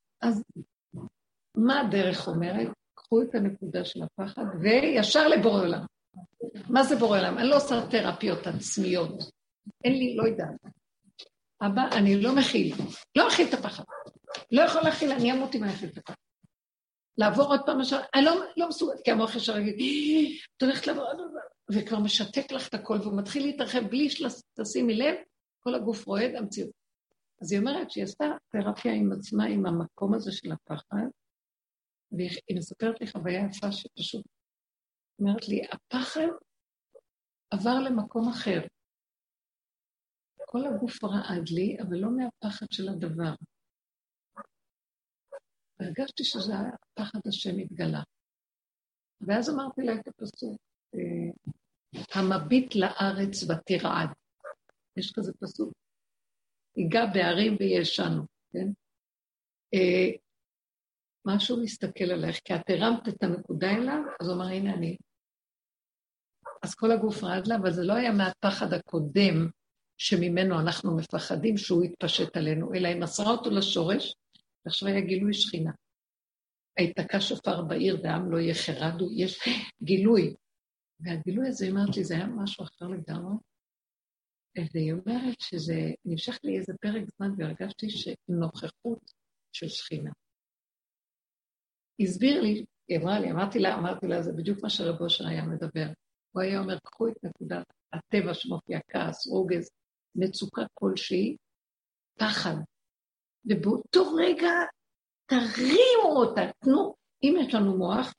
מה הדרך אומרת? קחו את הנקודה של הפחד, וישר לבורא עולם. מה זה בורא עולם? אני לא עושה תרפיות עצמיות. אין לי, לא יודעת. אבא, אני לא מכיל את הפחד. לא יכול להכיל, אני אמות אם אני אכיל את הפחד. לעבור עוד פעם השאר, אני לא מסוגלת, כי המוח ישר יגיד, את הולכת לעבור, וכבר משתק לך את הכל, והוא מתחיל להתרחב בלי שתשימי לב, כל הגוף רועד, המציאות. אז היא אומרת שהיא עשתה תרפיה עם עצמה, עם המקום הזה של הפחד, והיא מספרת לי חוויה יפה שפשוט אומרת לי, הפחד עבר למקום אחר. כל הגוף רעד לי, אבל לא מהפחד של הדבר. והרגשתי שזה הפחד השם התגלה. ואז אמרתי לה את הפסוק, המביט לארץ ותרעד. יש כזה פסוק. היגע בהרים וישנו, כן? משהו מסתכל עליך, כי את הרמת את הנקודה אליו, אז הוא אמר, הנה אני. אז כל הגוף רעד לה, אבל זה לא היה מהפחד הקודם, שממנו אנחנו מפחדים שהוא יתפשט עלינו, אלא היא מסרה אותו לשורש, ועכשיו היה גילוי שכינה. היתקע שופר בעיר והעם לא יהיה חרדו, יש גילוי. והגילוי הזה, אמרת לי, זה היה משהו אחר לגמרי. והיא אומרת שזה נמשך לי איזה פרק זמן, והרגשתי שנוכחות של שכינה. הסביר לי, היא אמרה לי, אמרתי לה, זה בדיוק מה שרב אושר היה מדבר. הוא היה אומר, קחו את נקודת הטבע שמופיע, כעס, רוגז, מצוקה כלשהי, פחד. ובאותו רגע תרימו אותה, תנו. אם יש לנו מוח,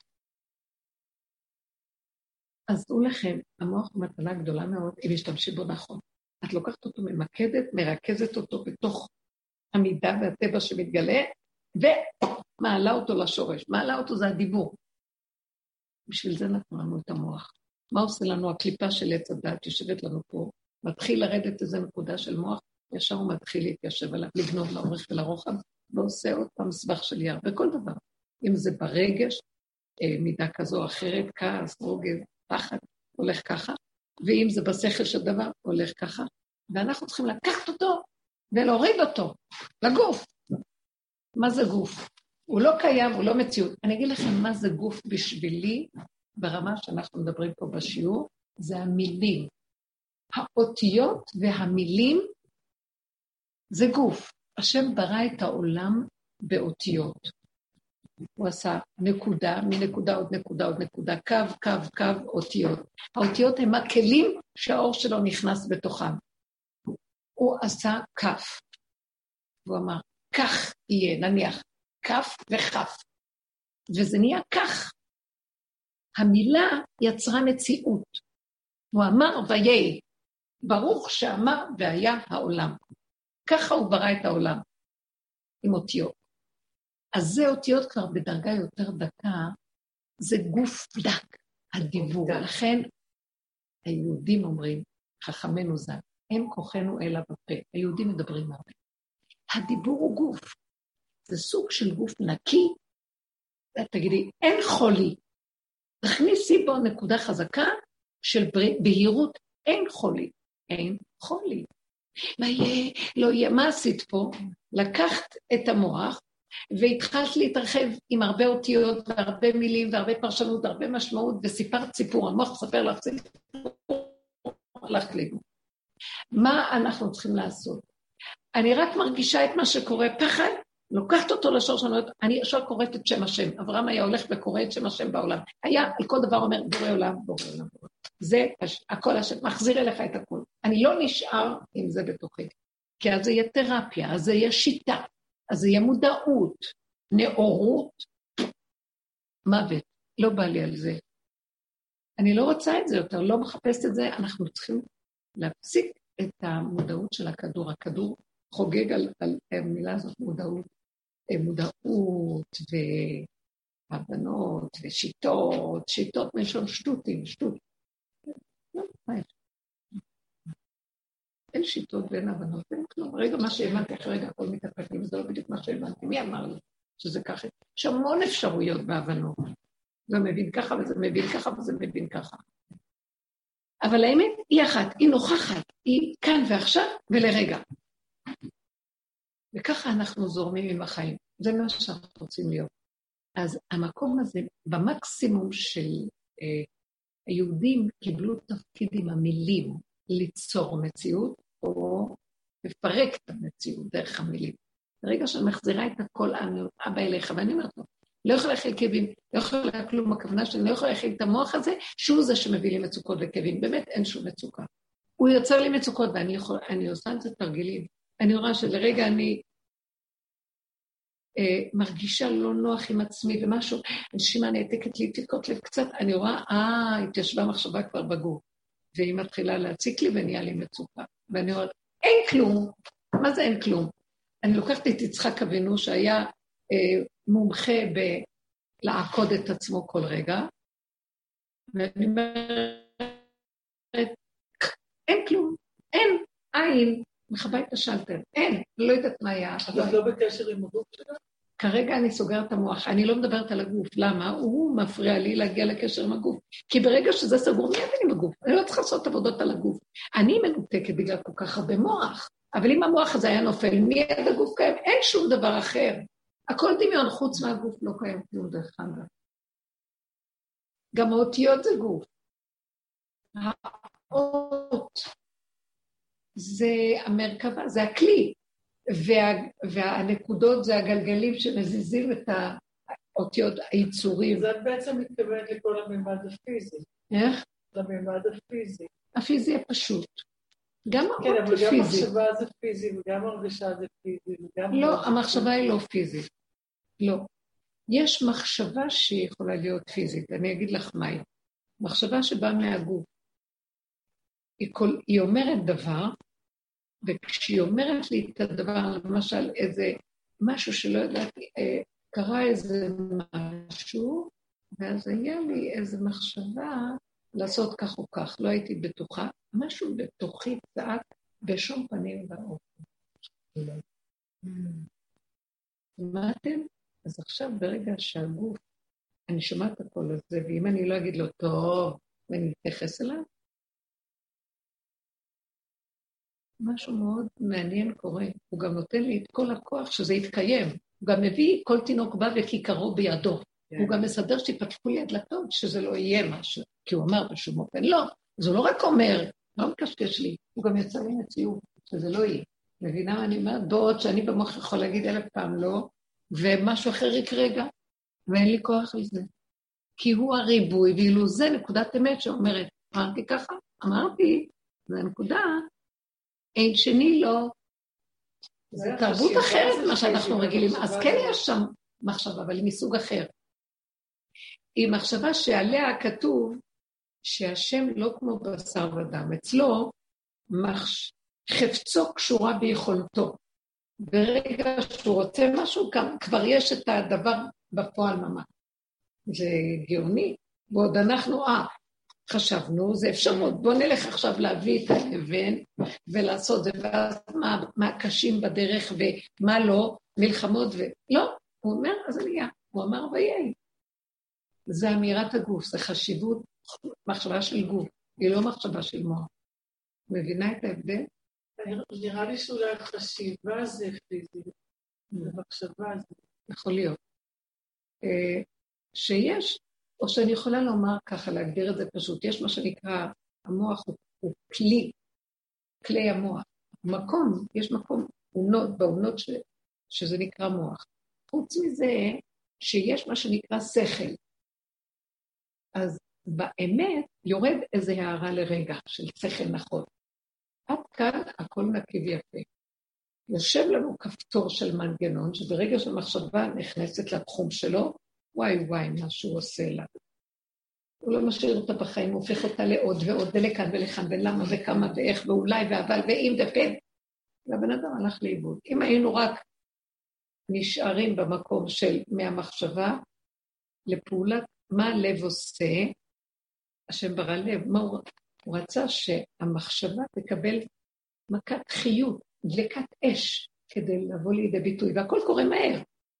אז דעו לכם, המוח הוא מתנה גדולה מאוד, אם משתמשים בו נכון. את לוקחת אותו, ממקדת, מרכזת אותו בתוך המידה והטבע שמתגלה, ומעלה אותו לשורש. מעלה אותו זה הדיבור. בשביל זה נתנו לנו את המוח. מה עושה לנו? הקליפה של עץ הדת יושבת לנו פה, מתחיל לרדת איזו נקודה של מוח, ישר הוא מתחיל להתיישב עליו, לגנוב לאורך ולרוחב, ועושה עוד פעם סבך של יער, בכל דבר. אם זה ברגש, מידה כזו או אחרת, כעס, רוגז, פחד, הולך ככה, ואם זה בשכל של דבר, הולך ככה, ואנחנו צריכים לקחת אותו ולהוריד אותו לגוף. מה זה גוף? הוא לא קיים, הוא לא מציאות. אני אגיד לכם מה זה גוף בשבילי, ברמה שאנחנו מדברים פה בשיעור, זה המילים. האותיות והמילים זה גוף. השם ברא את העולם באותיות. הוא עשה נקודה, מנקודה עוד נקודה עוד נקודה, קו, קו, קו, אותיות. האותיות הם הכלים שהאור שלו נכנס בתוכם. הוא עשה כף. הוא אמר, כך יהיה, נניח, כף וכף. וזה נהיה כך. המילה יצרה מציאות. הוא אמר ויהי, ברוך שאמר והיה העולם. ככה הוא ברא את העולם, עם אותיות. אז זה אותיות כבר בדרגה יותר דקה, זה גוף דק, הדיבור. לכן היהודים אומרים, חכמנו ז"ל, אין כוחנו אלא בפה. היהודים מדברים הרבה. הדיבור הוא גוף. זה סוג של גוף נקי. תגידי, אין חולי. תכניסי בו נקודה חזקה של בהירות, אין חולי. אין חולי. מה יהיה? לא יהיה. מה עשית פה? לקחת את המוח, והתחלת להתרחב עם הרבה אותיות, והרבה מילים, והרבה פרשנות, והרבה משמעות, וסיפרת סיפור. המוח מספר לך סיפור, הלכת לי. מה אנחנו צריכים לעשות? אני רק מרגישה את מה שקורה, פחד, לוקחת אותו לשור שלנו, אני ישר קוראת את שם השם. אברהם היה הולך וקורא את שם השם בעולם. היה, על כל דבר אומר, בורא עולם, בורא עולם. זה הכל השם, מחזיר אליך את הכל. אני לא נשאר עם זה בתוכי. כי אז זה יהיה תרפיה, אז זה יהיה שיטה, אז זה יהיה מודעות, נאורות, מוות. לא בא לי על זה. אני לא רוצה את זה יותר, לא מחפשת את זה, אנחנו צריכים להפסיק את המודעות של הכדור. הכדור חוגג על המילה הזאת מודעות, מודעות והבנות ושיטות, שיטות משום שטותים, שטות. אין שיטות ואין הבנות, אין כלום. רגע, מה שהבנתי אחרי רגע, הכל מתהפך לי, וזה לא בדיוק מה שהבנתי. מי אמר לי שזה ככה? יש המון אפשרויות בהבנות. זה מבין ככה וזה מבין ככה וזה מבין ככה. אבל האמת היא אחת, היא נוכחת, היא כאן ועכשיו ולרגע. וככה אנחנו זורמים עם החיים. זה מה שאנחנו רוצים להיות. אז המקום הזה, במקסימום של היהודים קיבלו תפקיד עם המילים ליצור מציאות, או לפרק את המציאות דרך המילים. ברגע שאני מחזירה את הכל אבא אליך, ואני אומרת לו, לא יכול להכיל כאבים, לא יכול להכיל כלום, הכוונה שאני לא יכול להכיל את המוח הזה, שהוא זה שמביא לי מצוקות וכאבים. באמת אין שום מצוקה. הוא יוצר לי מצוקות, ואני עושה את זה תרגילים. אני רואה שלרגע אני מרגישה לא נוח עם עצמי ומשהו, הנשימה נעתקת לי, תיקות לב קצת, אני רואה, התיישבה מחשבה כבר בגוף, והיא מתחילה להציק לי ונהיה לי מצוקה. ואני אומרת, אין כלום. מה זה אין כלום? אני לוקחת את יצחק אבינו שהיה מומחה בלעקוד את עצמו כל רגע, ואני אומרת, אין כלום, אין, אין, מחבא את השלטר, אין, לא יודעת מה היה. אבל לא בקשר עם הגוף שלך? כרגע אני סוגרת את המוח, אני לא מדברת על הגוף, למה? הוא מפריע לי להגיע לקשר עם הגוף, כי ברגע שזה סגור, מי יבין עם הגוף? אני לא צריכה לעשות עבודות על הגוף. אני מנותקת בגלל כל כך הרבה מוח, אבל אם המוח הזה היה נופל, מי יד הגוף קיים? אין שום דבר אחר. הכל דמיון, חוץ מהגוף לא קיים כלום דרך אגב. גם האותיות זה גוף. האות זה המרכבה, זה הכלי, והנקודות זה הגלגלים שמזיזים את האותיות היצורים. אז את בעצם מתכוונת לכל הממד הפיזי. איך? לממד הפיזי. הפיזי הפשוט. גם האות כן, אבל פיזי. גם מחשבה זה פיזי, וגם הרגשה זה פיזי, וגם... לא, המחשבה היא לא פיזית. לא. יש מחשבה שהיא יכולה להיות פיזית, אני אגיד לך מהי. מחשבה שבאה מהגוף. היא אומרת דבר, וכשהיא אומרת לי את הדבר, למשל איזה משהו שלא ידעתי, קרה איזה משהו, ואז היה לי איזו מחשבה לעשות כך או כך, לא הייתי בטוחה, משהו בתוכי צעק בשום פנים ואופן. שמעתם? אז עכשיו ברגע שהגוף, אני שומעת את הכל הזה, ואם אני לא אגיד לו טוב, ואני אתייחס אליו, משהו מאוד מעניין קורה. הוא גם נותן לי את כל הכוח שזה יתקיים. הוא גם מביא כל תינוק בא וכיכרו בידו. הוא גם מסדר שיפתחו לי הדלתות שזה לא יהיה משהו. כי הוא אמר בשום אופן לא. אז הוא לא רק אומר, לא מקשקש לי, הוא גם יצא לי מציאות שזה לא יהיה. מבינה מה אני אומרת? בעוד שאני במוח יכול להגיד 1000 פעם לא, ומשהו אחר יקרה גם, ואין לי כוח לזה. כי הוא הריבוי, ואילו זה נקודת אמת שאומרת, אמרתי ככה, אמרתי, זה הנקודה, אין שני לא. זה תרבות אחרת מה שאנחנו רגילים. אז כן יש שם מחשבה, אבל היא מסוג אחר. היא מחשבה שעליה כתוב שהשם לא כמו בשר ודם. אצלו חפצו קשורה ביכולתו. ברגע שהוא רוצה משהו, כבר יש את הדבר בפועל ממש. זה גאוני. ועוד אנחנו, חשבנו, זה אפשרות, בוא נלך עכשיו להביא את האבן ולעשות זה, ואז מה הקשים בדרך ומה לא, מלחמות לא, הוא אומר, אז אני אהיה, הוא אמר ויהי. זה אמירת הגוף, זה חשיבות, מחשבה של גוף, היא לא מחשבה של מוח. מבינה את ההבדל? נראה לי שאולי החשיבה זה פיזי, המחשבה זה. יכול להיות. שיש, או שאני יכולה לומר ככה, להגדיר את זה פשוט, יש מה שנקרא, המוח הוא כלי המוח. מקום, יש מקום, בעונות שזה נקרא מוח. חוץ מזה, שיש מה שנקרא שכל. אז באמת יורד איזו הערה לרגע של שכל נכון. עד כאן הכל נקי ויפה. יושב לנו כפתור של מנגנון, שברגע שהמחשבה נכנסת לתחום שלו, וואי, מה שהוא עושה לה. הוא לא משאיר אותה בחיים, הוא הופך אותה לעוד ועוד, ולכאן ולכאן, ולמה וכמה ואיך, ואולי ואבל, ואם דפן. והבן אדם הלך לאיבוד. אם היינו רק נשארים במקום של מהמחשבה, לפעולת מה הלב עושה, השם ברא לב, מה הוא רצה שהמחשבה תקבל מכת חיות, דלקת אש, כדי לבוא לידי ביטוי, והכל קורה מהר.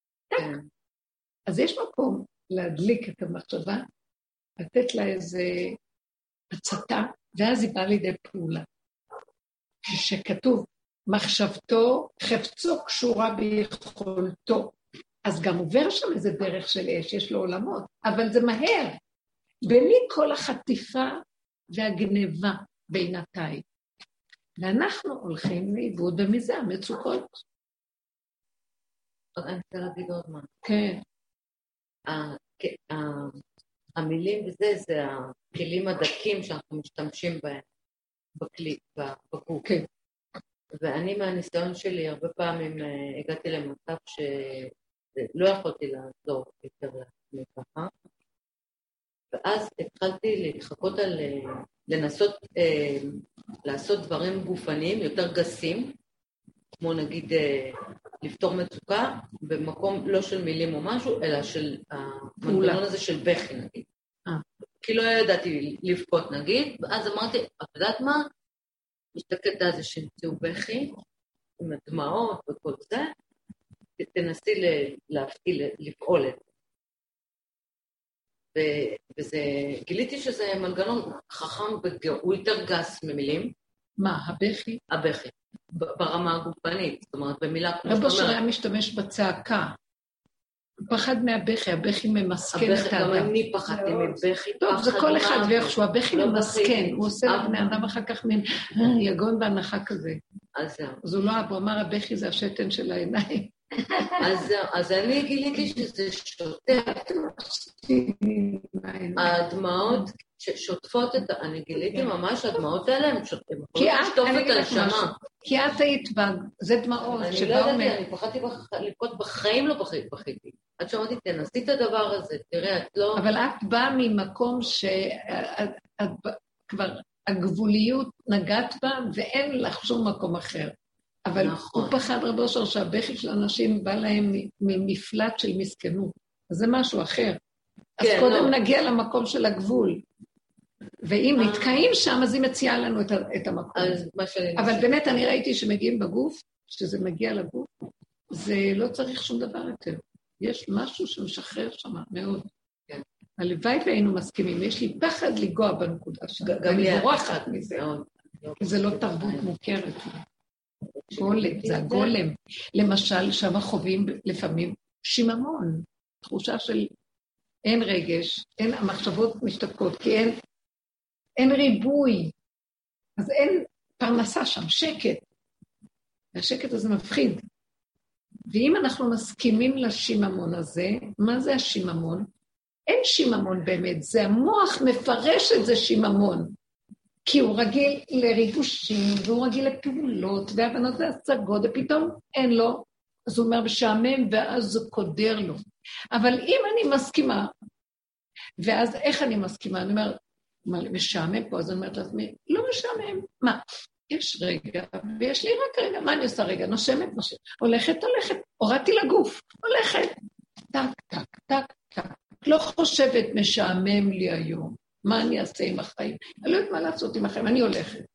אז יש מקום להדליק את המחשבה, לתת לה איזו הצתה, ואז היא באה לידי פעולה. שכתוב, מחשבתו, חפצו קשורה ביכולתו. אז גם עובר שם איזה דרך של אש, יש לו עולמות, אבל זה מהר. בלי כל החטיפה והגניבה בינתיים. ואנחנו הולכים לאיבוד במזה, המצוקות. אני רוצה להגיד עוד מה. כן. המילים וזה, זה הכלים הדקים שאנחנו משתמשים בהם בגוף. כן. ואני מהניסיון שלי, הרבה פעמים הגעתי למצב שלא יכולתי לעזור יותר לעצמי ככה. ואז התחלתי להתחקות על לנסות לעשות דברים גופניים יותר גסים, כמו נגיד לפתור מצוקה במקום לא של מילים או משהו, אלא של המנגנון הזה של בכי נגיד. כי לא ידעתי לבכות נגיד, ואז אמרתי, את יודעת מה? משתקת הזה שהמציאו בכי, עם הדמעות וכל זה, תנסי לפעול את זה. וזה, גיליתי שזה מנגנון חכם, הוא יותר גס ממילים. מה, הבכי? הבכי, ברמה הגופנית, זאת אומרת, במילה כמו רבו שהיה משתמש בצעקה, הוא פחד מהבכי, הבכי ממסכן את האדם. גם אני פחדתי מבכי. טוב, זה כל אחד ואיכשהו, הבכי ממסכן, הוא עושה לבני אדם אחר כך מין יגון בהנחה כזה. אז הוא לא אבו, אמר הבכי זה השתן של העיניים. אז אני גיליתי שזה שוטף. הדמעות ששוטפות את... אני גיליתי ממש, הדמעות האלה הן יכולות לשטוף את הנשמה. כי את היית בה, זה דמעות שבאו... אני לא ידעתי, אני פחדתי לבכות, בחיים לא בכיתי. את שמעתי, תנסי את הדבר הזה, תראה, את לא... אבל את באה ממקום שאת כבר הגבוליות נגעת בה, ואין לך שום מקום אחר. אבל הוא פחד רב אושר שהבכי של אנשים בא להם ממפלט של מסכנות. אז זה משהו אחר. אז קודם נגיע למקום של הגבול. ואם נתקעים שם, אז היא מציעה לנו את המקום. אבל באמת אני ראיתי שמגיעים בגוף, שזה מגיע לגוף, זה לא צריך שום דבר יותר. יש משהו שמשחרר שם מאוד. הלוואי והיינו מסכימים. יש לי פחד לגוע בנקודה שם. ואני בורחת מזה. כי זה לא תרבות מוכרת. גולם, זה הגולם. למשל, שם חווים לפעמים שיממון. תחושה של אין רגש, אין, המחשבות משתתקות, כי אין ריבוי. אז אין פרנסה שם, שקט. והשקט הזה מפחיד. ואם אנחנו מסכימים לשיממון הזה, מה זה השיממון? אין שיממון באמת, זה המוח מפרש את זה שיממון. כי הוא רגיל לריגושים, והוא רגיל לפעולות, והבנות והצגות, ופתאום אין לו, אז הוא אומר משעמם, ואז זה קודר לו. אבל אם אני מסכימה, ואז איך אני מסכימה? אני אומר, משעמם פה, אז אני אומרת לעצמי, לא משעמם, מה? יש רגע, ויש לי רק רגע, מה אני עושה רגע? נושמת, הולכת, הורדתי לגוף, הולכת, טק, טק, טק, טק, לא חושבת משעמם לי היום, מה אני אעשה עם החיים? אני לא יודעת מה לעשות עם החיים, אני הולכת.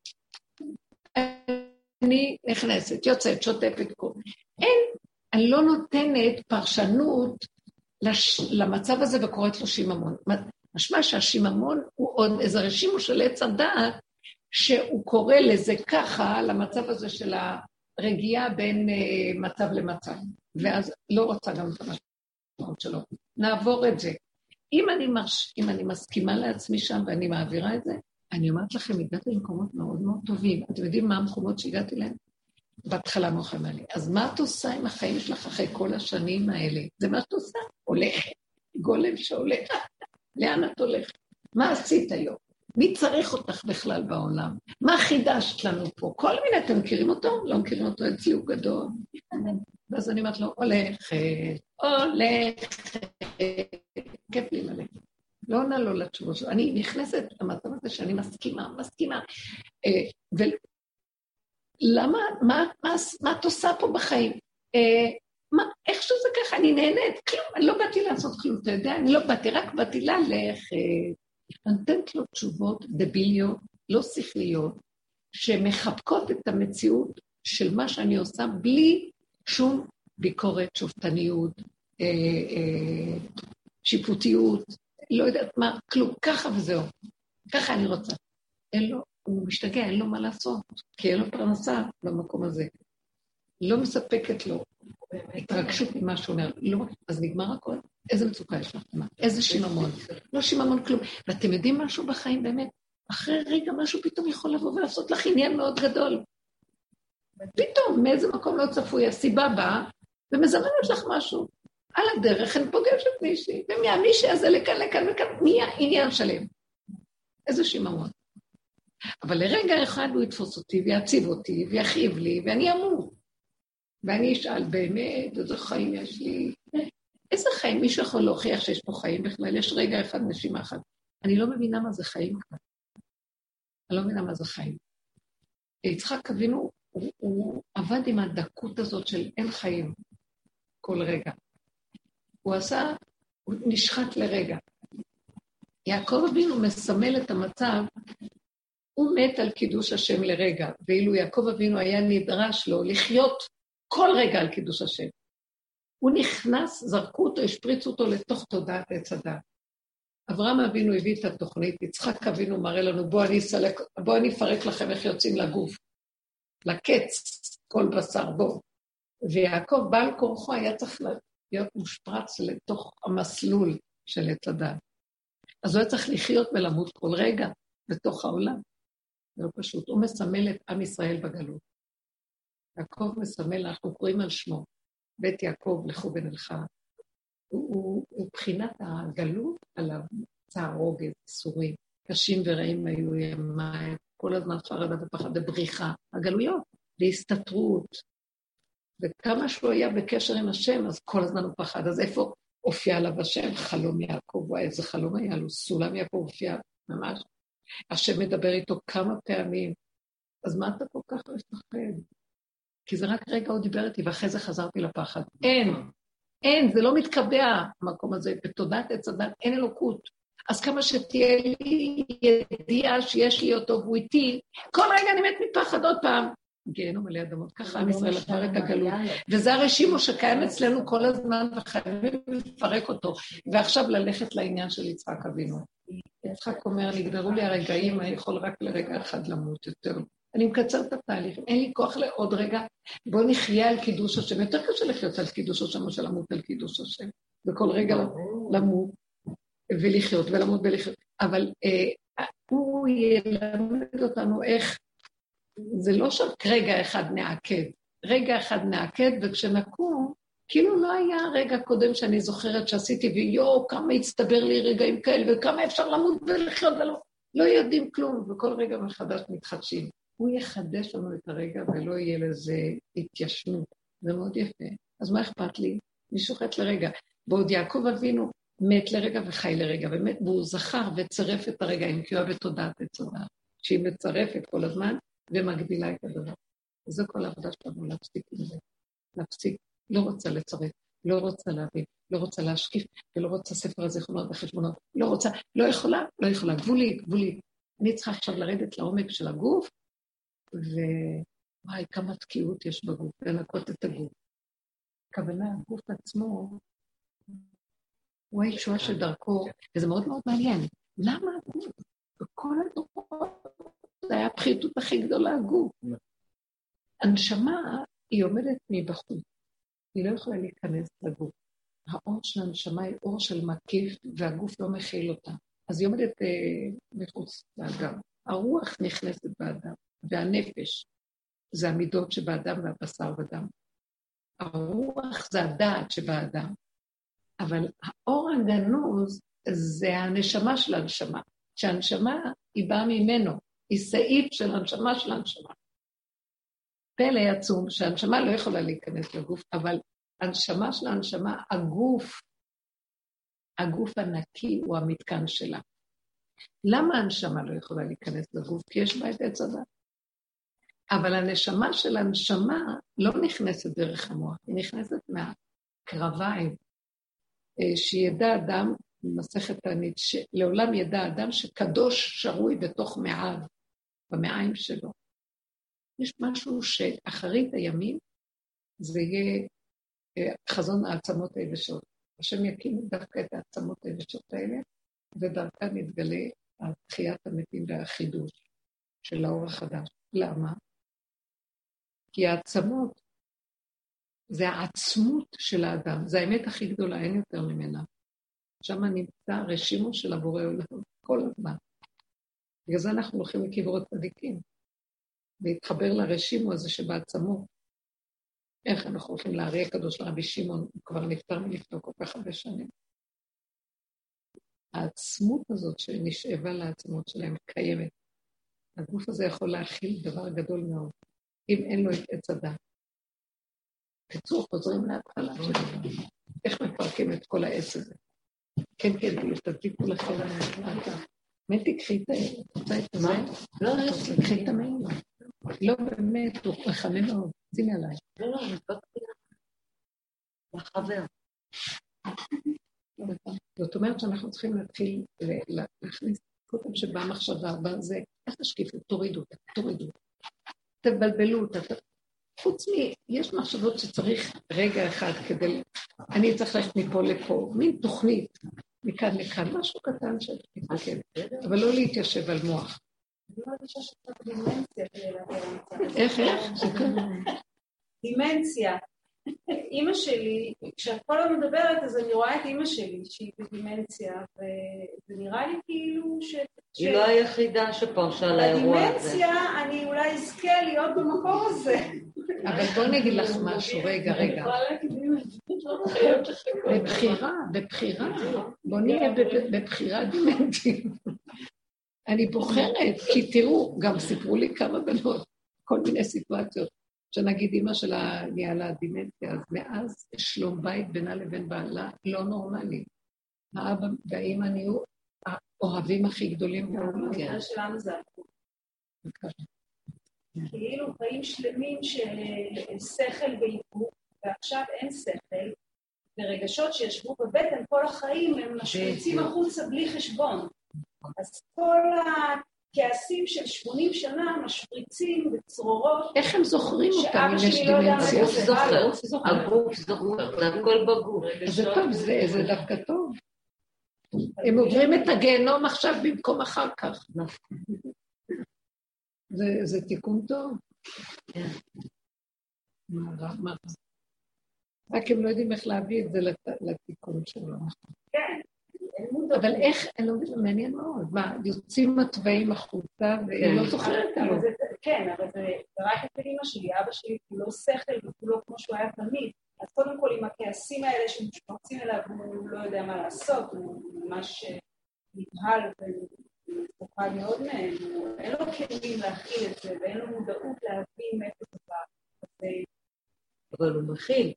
אני נכנסת, יוצאת, שוטפת כל. אני לא נותנת פרשנות למצב הזה וקוראת לו שיממון. משמע שהשיממון הוא עוד איזה רשימו של עץ הדעת, שהוא קורא לזה ככה, למצב הזה של הרגיעה בין מצב למצב. ואז לא רוצה גם את המשמעות שלו. נעבור את זה. אם אני מסכימה לעצמי שם ואני מעבירה את זה, אני אומרת לכם, הגעתי למקומות מאוד מאוד טובים. אתם יודעים מה המקומות שהגעתי להם? בהתחלה מוכם עלי. אז מה את עושה עם החיים שלך אחרי כל השנים האלה? זה מה שאת עושה? הולכת. גולם שהולך. לאן את הולכת? מה עשית היום? מי צריך אותך בכלל בעולם? מה חידשת לנו פה? כל מיני, אתם מכירים אותו? לא מכירים אותו, אצלי הוא גדול. ואז אני אומרת לו, הולכת. כיף לי מלא. לא עונה לו לתשובות שלו. אני נכנסת למצב הזה שאני מסכימה. ולמה, מה את עושה פה בחיים? איך שזה ככה? אני נהנית. כלום, אני לא באתי לעשות כלום, אתה יודע? אני לא באתי, רק באתי ללכת. נותנת לו תשובות דביליות, לא שכליות, שמחבקות את המציאות של מה שאני עושה, בלי שום ביקורת, שופטניות, שיפוטיות, לא יודעת מה, כלום, ככה וזהו. ככה אני רוצה. הוא משתגע, אין לו מה לעשות, כי אין לו פרנסה במקום הזה. לא מספקת לו התרגשות ממה שהוא אומר. לא, אז נגמר הכל. איזה מצוקה יש לך? איזה שיממון? לא שיממון כלום. ואתם יודעים משהו בחיים באמת? אחרי רגע משהו פתאום יכול לבוא ולעשות לך עניין מאוד גדול. פתאום, מאיזה מקום לא צפוי, הסיבה באה, ומזמנת לך משהו. על הדרך אני פוגשת מישהי, ומהמישהי הזה לכאן, מי העניין שלם? איזה שיממון. אבל לרגע אחד הוא יתפוס אותי, ויציב אותי, ויכאיב לי, ואני אמור. ואני אשאל באמת, איזה חיים יש לי? איזה חיים? מישהו יכול להוכיח שיש פה חיים בכלל? יש רגע אחד, נשימה אחת. אני לא מבינה מה זה חיים כבר. אני לא מבינה מה זה חיים. יצחק אבינו, הוא עבד עם הדקות הזאת של אין חיים כל רגע. הוא נשחט לרגע. יעקב אבינו מסמל את המצב, הוא מת על קידוש השם לרגע, ואילו יעקב אבינו היה נדרש לו לחיות כל רגע על קידוש השם. הוא נכנס, זרקו אותו, השפריצו אותו לתוך תודעת עץ הדעת. אברהם אבינו הביא את התוכנית, יצחק אבינו מראה לנו, בוא אני אפרק לכם איך יוצאים לגוף, לקץ, כל בשר, בוא. ויעקב בעל כורחו היה צריך להיות מושפרץ לתוך המסלול של עץ הדעת. אז הוא היה צריך לחיות ולמות כל רגע בתוך העולם. זה לא פשוט, הוא מסמל את עם ישראל בגלות. יעקב מסמל, אנחנו קוראים על שמו, בית יעקב לכו ונלכה, הוא בחינת הגלות עליו, צער רוגז, סורים, קשים ורעים היו ימיים, כל הזמן חרדה ופחד ובריחה, הגלויות, להסתתרות, וכמה שהוא היה בקשר עם השם, אז כל הזמן הוא פחד, אז איפה הופיע עליו השם, חלום יעקב, וואי, איזה חלום היה לו, סולם יעקב הופיע ממש. השם מדבר איתו כמה פעמים, אז מה אתה כל כך מפחד? כי זה רק רגע הוא דיבר איתי, ואחרי זה חזרתי לפחד. אין, זה לא מתקבע, המקום הזה, בתודעת עץ הדת, אין אלוקות. אז כמה שתהיה לי ידיעה שיש לי אותו והוא איתי, כל רגע אני מת מפחד עוד פעם. גיהנום עלי אדמות, ככה עם ישראל עבר את הגלות. וזה הרשימו שקיים אצלנו כל הזמן, וחייבים לפרק אותו. ועכשיו ללכת לעניין של יצחק אבינו. יצחק אומר, נגדרו לי הרגעים, אני יכול רק לרגע אחד למות יותר. אני מקצר את התהליך, אין לי כוח לעוד רגע, בוא נחיה על קידוש השם. יותר קשה לחיות על קידוש השם, או שלמות על קידוש השם. וכל רגע למות ולחיות, ולמות ולחיות. אבל הוא ילמד אותנו איך, זה לא שרגע אחד נעקד, רגע אחד נעקד, וכשנקום, כאילו לא היה רגע קודם שאני זוכרת שעשיתי, ויו, כמה הצטבר לי רגעים כאלה, וכמה אפשר למות ולחיות, לא יודעים כלום, וכל רגע מחדש מתחדשים. הוא יחדש לנו את הרגע, ולא יהיה לזה התיישנות. זה מאוד יפה. אז מה אכפת לי? מישהו חט לרגע. בעוד יעקב אבינו מת לרגע וחי לרגע, באמת, והוא זכר וצרף את הרגע, עם קיוע בתודעת הצודה, שהיא מצרפת כל הזמן, ומגדילה את הדבר. וזו כל העבודה שלנו, להפסיק עם זה. להפסיק, לא רוצה לצרף, לא רוצה להבין, לא רוצה להשקיף, ולא רוצה ספר הזיכרונות וחשבונות, לא רוצה, לא יכולה, גבולי. אני צריכה עכשיו לרדת לעומק של הגוף, וואי, כמה תקיעות יש בגוף, לנקות את הגוף. הכוונה, הגוף עצמו, הוא הישועה של דרכו, וזה מאוד מאוד מעניין. למה הגוף? בכל הדורות, זה היה הפחיתות הכי גדולה, הגוף. הנשמה, היא עומדת מבחוץ. היא לא יכולה להיכנס לגוף. האור של הנשמה היא אור של מקיף, והגוף לא מכיל אותה. אז היא עומדת מחוץ לאדם. הרוח נכנסת באדם, והנפש זה המידות שבאדם והבשר בדם. הרוח זה הדעת שבאדם. אבל האור הגנוז זה הנשמה של הנשמה. שהנשמה היא באה ממנו, היא סעיף של הנשמה של הנשמה. פלא עצום שהנשמה לא יכולה להיכנס לגוף, אבל הנשמה של הנשמה, הגוף הנקי הוא המתקן שלה. למה הנשמה לא יכולה להיכנס לגוף? כי יש בה את עץ הדת. אבל הנשמה של הנשמה לא נכנסת דרך המוח, היא נכנסת מהקרביים, שידע אדם, במסכת תענית, שלעולם ידע אדם שקדוש שרוי בתוך מעיו, במעיים שלו. יש משהו שאחרית הימים, זה יהיה חזון העצמות היבשות. השם יקים דווקא את העצמות היבשות האלה, ודרכם יתגלה תחיית המתים והחידוש של האור החדש. למה? כי העצמות זה העצמות של האדם, זה האמת הכי גדולה, אין יותר ממנה. שם נמצא רשימו של הבורא עולם כל הזמן. בגלל זה אנחנו הולכים לקברות צדיקים, להתחבר לרשימו הזה שבעצמות. איך אנחנו הולכים להרי הקדוש לרבי שמעון, הוא כבר נפטר מלפני כל כך הרבה שנים. העצמות הזאת שנשאבה לעצמות שלהם קיימת. הגוף הזה יכול להכיל דבר גדול מאוד, אם אין לו את עץ הדת. בקיצור, חוזרים להתחלה שלנו. איך מפרקים את כל העץ הזה? כן, תדליקו לכם. מתי, קחי את העץ. רוצה את המים? לא, קחי את המים. לא, באמת, הוא מחמם מאוד. שימי עליי. לא, נדבקתי לחבר. זאת אומרת שאנחנו צריכים להתחיל להכניס כל פעם שבאה מחשבה, בזה, איך תשקיפו? תורידו אותה. תבלבלו אותה. חוץ יש מחשבות שצריך רגע אחד כדי, אני צריך ללכת מפה לפה, מין תוכנית, מכאן לכאן, משהו קטן שתתמקד, אבל לא להתיישב על מוח. איך? דימנציה. אמא שלי, כשאת כל הזמן מדברת, אז אני רואה את אמא שלי, שהיא בדימנציה, וזה נראה לי כאילו היא לא היחידה שפרשה לאירוע הזה. בדימנציה אני אולי אזכה להיות במקום הזה. אבל בוא נגיד לך משהו, רגע. בבחירה, בוא נהיה בבחירה דימנטית. אני בוחרת, כי תראו, גם סיפרו לי כמה בנות, כל מיני סיטואציות. שנגיד אמא שלה נהיה לה דימנציה, אז מאז שלום בית בינה לבין בעלה לא נורמלי. האבא והאמא נהיו האוהבים הכי גדולים בעולם. המקרה שלנו זה הכול. כאילו חיים שלמים של שכל ואיפוק, ועכשיו אין שכל, ורגשות שישבו בבטן כל החיים הם משפריצים החוצה בלי חשבון. אז כל הכעסים של 80 שנה משפריצים בצרורות. איך הם זוכרים אותם אם יש דימנציה? הגוף זוכר, זה הכל בגוף. זה טוב, זה דווקא טוב. הם עוברים את הגיהנום עכשיו במקום אחר כך. זה תיקון טוב. מה? רק הם לא יודעים איך להביא את זה לתיקון שלו. כן. אבל איך, אני לא יודעת, מעניין מאוד. מה, יוצאים הטבעים החוצה והיא לא זוכרת עליו. כן, אבל זה רק את אמא שלי, אבא שלי כולו שכל וכולו כמו שהוא היה תמיד. אז קודם כל עם הכעסים האלה שמשפרצים אליו, הוא לא יודע מה לעשות, הוא ממש נבהל ופוחד מאוד מהם, אין לו כלים להכיל את זה, ואין לו מודעות להבין מאיפה זה בא. אבל הוא מכיל.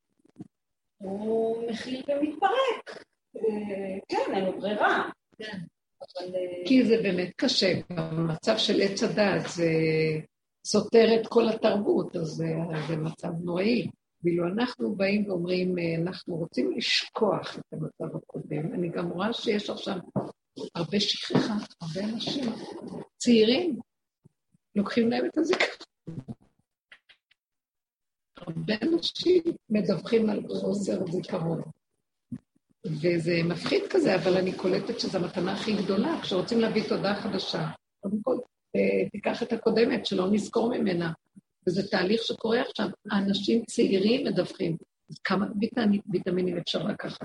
הוא מכיל ומתפרק. כן, אין לו ברירה. כן. כי זה באמת קשה, במצב של עץ הדעת, זה סותר את כל התרבות, אז זה מצב נוראי. ואילו אנחנו באים ואומרים, אנחנו רוצים לשכוח את המצב הקודם. אני גם רואה שיש עכשיו הרבה שכחה, הרבה אנשים צעירים, לוקחים להם את הזיכרון. הרבה אנשים מדווחים על חוסר זיכרון. וזה מפחיד כזה, אבל אני קולטת שזו המתנה הכי גדולה, כשרוצים להביא תודעה חדשה. קודם כל, תיקח את הקודמת, שלא נזכור ממנה. וזה תהליך שקורה עכשיו, האנשים צעירים מדווחים. אז כמה ויטמינים אפשר לקחת?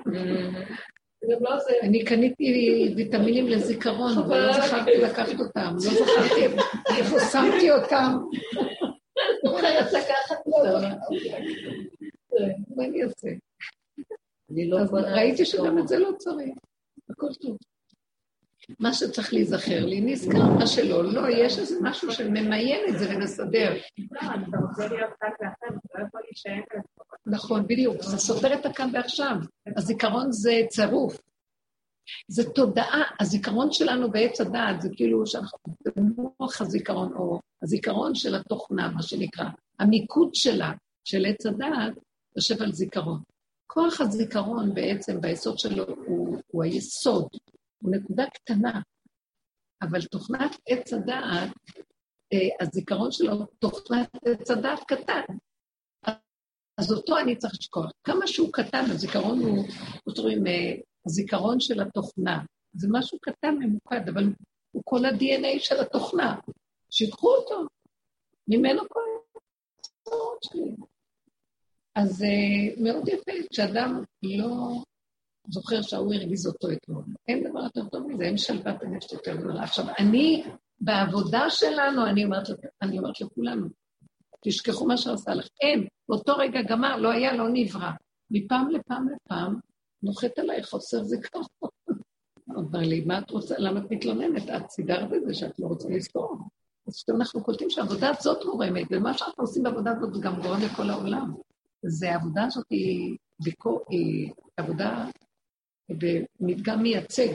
אני קניתי ויטמינים לזיכרון, אבל לא זכרתי לקחת אותם, לא זכרתי איפה שמתי אותם. זוכרת לקחת אותם. מה אני אעשה? אז ראיתי שגם את זה לא צריך, הכל טוב. מה שצריך להיזכר לי, נזכר מה שלא, לא, יש איזה משהו שממיין את זה ונסדר. אתה רוצה להיות כאן ואחר, אתה לא יכול להישאר על זה. נכון, בדיוק, זה סותר את הכאן ועכשיו. הזיכרון זה צירוף. זה תודעה, הזיכרון שלנו בעץ הדעת, זה כאילו מוח הזיכרון, או הזיכרון של התוכנה, מה שנקרא. המיקוד שלה, של עץ הדעת, יושב על זיכרון. כוח הזיכרון בעצם, ביסוד שלו, הוא היסוד. הוא נקודה קטנה, אבל תוכנת עץ הדעת, הזיכרון שלו, תוכנת עץ הדעת קטן. אז אותו אני צריך לשכוח. כמה שהוא קטן, הזיכרון הוא, הזיכרון של התוכנה. זה משהו קטן ממוקד, אבל הוא כל ה-DNA של התוכנה. שיקחו אותו, ממנו כל הזיכרון שלי. אז מאוד יפה, כשאדם לא זוכר שההוא הרגיז אותו אתמול. אין דבר יותר טוב מזה, אין שלוות הנפש יותר גדולה. עכשיו, אני, בעבודה שלנו, אני אומרת לכולנו, תשכחו מה שעשה לך. אין, באותו רגע גמר, לא היה, לא נברא. מפעם לפעם, נוחת עליי חוסר זיכרון. אומר לי, מה את רוצה, למה את מתלוננת? את סידרת את זה שאת לא רוצה לזכור. אז כשאתם אנחנו קולטים שהעבודה הזאת גורמת, ומה שאנחנו עושים בעבודה הזאת, זה גם גורם לכל העולם. אז העבודה הזאת היא עבודה במדגם מייצג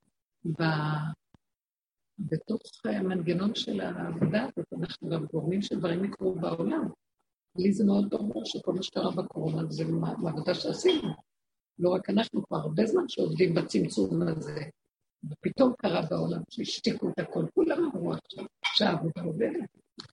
בתוך המנגנון של העבודה הזאת, אנחנו גם גורמים שדברים יקרו בעולם. לי זה מאוד ברור שכל מה שקרה בקורונה זה מעבודה שעשינו. לא רק אנחנו, כבר הרבה זמן שעובדים בצמצום הזה, ופתאום קרה בעולם שהשתיקו את הכל, כולם אמרו עכשיו שהעבודה עובדת.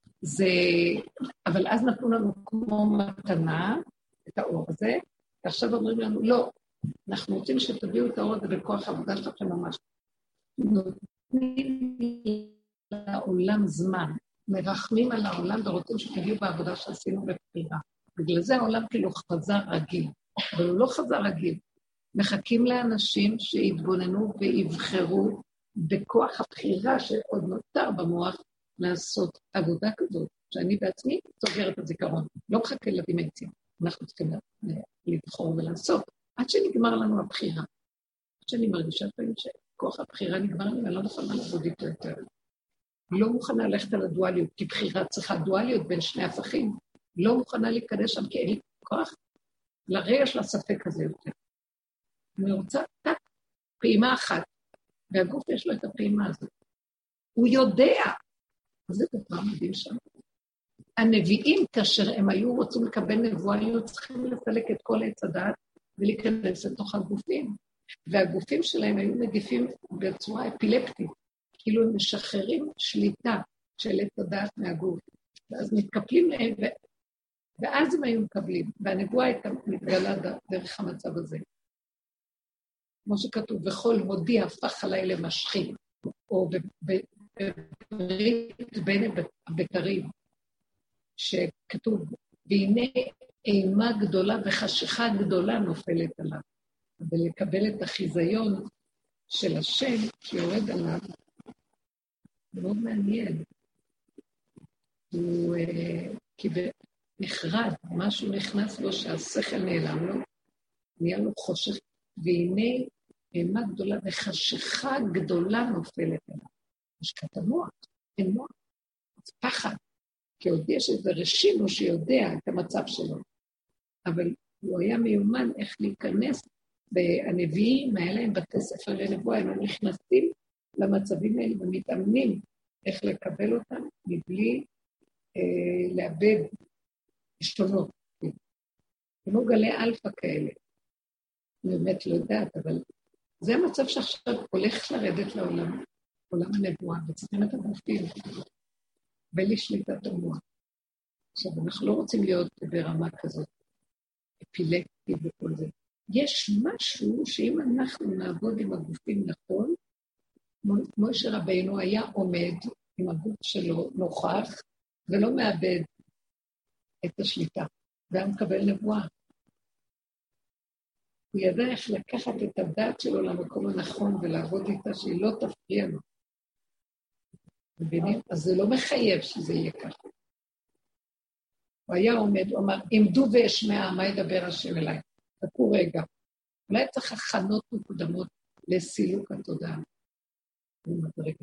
אבל אז נתנו לנו כמו מתנה את האור הזה, ועכשיו אומרים לנו, לא, אנחנו רוצים שתביאו את האור הזה בכוח העבודה שלכם ממש. נותנים לעולם זמן, מרחמים על העולם ורוצים שתביאו בעבודה שעשינו בבחירה. בגלל זה העולם כאילו חזר רגיל, אבל הוא לא חזר רגיל. מחכים לאנשים שיתבוננו ויבחרו בכוח הבחירה שעוד נותר במוח לעשות עבודה כזאת, שאני בעצמי סוגרת את הזיכרון, לא מחכה לדימנציה. אנחנו צריכים לבחור ולעשות, עד שנגמר לנו הבחירה. עד שאני מרגישה פעמים שכוח הבחירה נגמר לי, ואני לא נכון מה לעבוד איתו יותר. לא מוכנה ללכת על הדואליות, כי בחירה צריכה דואליות בין שני הפכים. לא מוכנה להיכנס שם, כי אין לי כוח לרגע של הספק הזה יותר. אני רוצה פעימה אחת, והגוף יש לו את הפעימה הזאת. הוא יודע, זה דבר מדהים שם. הנביאים, כאשר הם היו רוצים לקבל נבואה, היו צריכים לפלק את כל עץ הדעת ולהיכנס לתוך הגופים. והגופים שלהם היו מגיפים בצורה אפילפטית, כאילו הם משחררים שליטה של עץ הדעת מהגוף. ואז מתקפלים להם, ואז הם היו מקבלים. והנבואה הייתה מתגלה דרך המצב הזה. כמו שכתוב, וכל הודי הפך עליי למשחית, או בברית בין הבקרים, שכתוב, והנה אימה גדולה וחשיכה גדולה נופלת עליו. ולקבל את החיזיון של השם שיורד עליו, מאוד מעניין. הוא נחרד, משהו נכנס לו שהשכל נעלם לו, נהיה לו חושך, והנה אימה גדולה וחשיכה גדולה נופלת עליו. משקת המוח, אין מוח, זה פחד, כי עוד יש איזה רשימו שיודע את המצב שלו, אבל הוא היה מיומן איך להיכנס, והנביאים היה להם בתי ספר לנבואה, הם נכנסים למצבים האלה ומתאמנים איך לקבל אותם מבלי לאבד שתונות. כמו גלי אלפא כאלה. אני באמת לא יודעת, אבל זה המצב שעכשיו הולך לרדת לעולם, עולם הנבואה, וצריכים את הגופים, בלי שליטת המוח. עכשיו, אנחנו לא רוצים להיות ברמה כזאת, אפילקטית וכל זה. יש משהו שאם אנחנו נעבוד עם הגופים נכון, משה רבינו היה עומד עם הגוף שלו נוכח, ולא מאבד את השליטה, והיה מקבל נבואה. הוא ידע איך לקחת את הדעת שלו למקום הנכון, ולעבוד איתה שהיא לא תפריע לו. מבינים? אז זה לא מחייב שזה יהיה ככה. הוא היה עומד, הוא אמר, עמדו ואשמע, מה ידבר השם אליי? תקעו רגע. אולי צריך הכנות מקודמות לסילוק התודעה. זה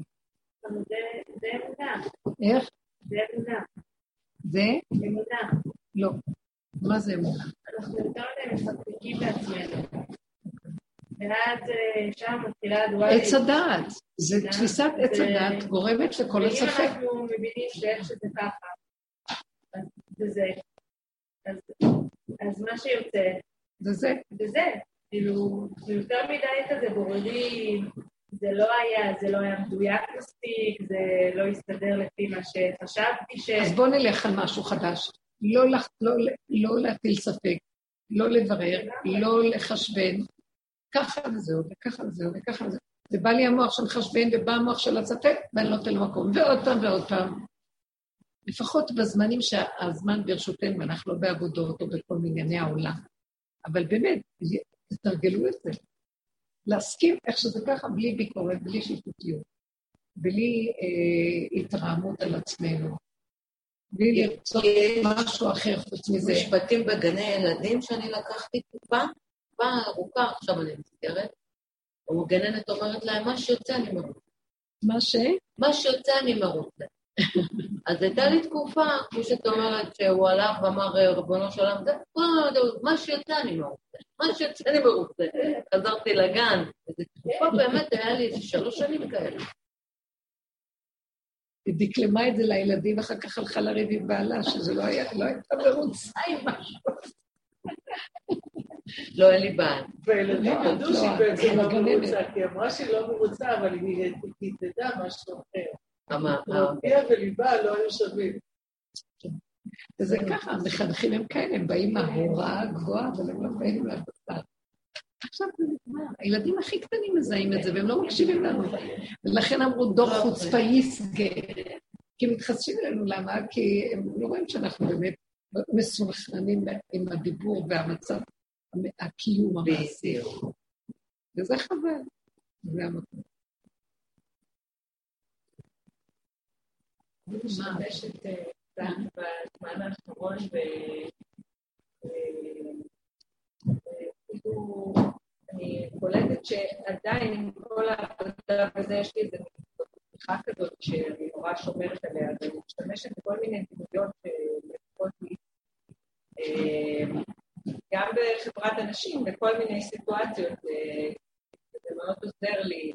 אמונה. איך? זה אמונה. זה? אמונה. לא. מה זה אמונה? אנחנו יותר מפקפקים בעצמנו. ואז שם מתחילה הדואליות. עץ הדעת. זה תפיסת עץ הדעת גורמת לכל הספק. ואם אנחנו מבינים שאיך שזה ככה, אז מה שיוצא, זה. כאילו, יותר מדי כזה בוררים, זה לא היה מדויק מספיק, זה לא הסתדר לפי מה שחשבתי אז בוא נלך על משהו חדש. לא להטיל ספק, לא לברר, לא לחשבן, ככה וזהו, וככה וזהו, וככה וזהו. זה בא לי המוח של חשבן, ובא המוח של הספק, ואני לא נותן למקום, ועוד פעם ועוד פעם. לפחות בזמנים שהזמן ברשותנו, אנחנו לא בעבודות או בכל ענייני העולם. אבל באמת, תתרגלו את זה. להסכים איך שזה ככה, בלי ביקורת, בלי שיפוטיות, בלי התרעמות על עצמנו, בלי לרצות משהו אחר חוץ מזה. משפטים בגני ילדים שאני לקחתי פעם ארוכה, עכשיו אני מזכרת, הגננת אומרת להם, מה שיוצא אני מרוצה. מה שיוצא אני מרוצה. אז הייתה לי תקופה, כמו שאת אומרת, שהוא הלך ואמר רבונו של עולם, מה שיוצא אני מרוצה. מה שיוצא אני מרוצה. חזרתי לגן, וזו תקופה באמת היה לי 3 שנים כאלה. היא דקלמה את זה לילדים, ואחר כך הלכה לריב עם בעלה, שזה לא הייתה מרוצה עם משהו. לא, אין לי בעיה. והילדים ידעו שהיא בעצם לא מרוצה, כי אמרה שהיא לא מרוצה, אבל היא תדע משהו אחר. רופיה וליבה לא היו שווים. וזה ככה, המחנכים הם כאלה, הם באים מההוראה הגבוהה, אבל הם לא באים מהבצד. עכשיו זה נגמר, הילדים הכי קטנים מזהים את זה, והם לא מקשיבים לנו. ולכן אמרו דוח חוצפה יסגה, כי הם מתחשבים אלינו, למה? כי הם לא רואים שאנחנו באמת מסונכרנים עם הדיבור והמצב, הקיום המעשי. וזה חבל, זה המקום. אני משתמשת בזמן האחרון וכאילו אני קולטת שעדיין עם כל העבודה וזה יש לי איזו פתיחה כזאת שאני התורה שומרת עליה, ומשתמשת בכל מיני דמויות לפחות לי, גם בחברת אנשים, בכל מיני סיטואציות, זה מאוד עוזר לי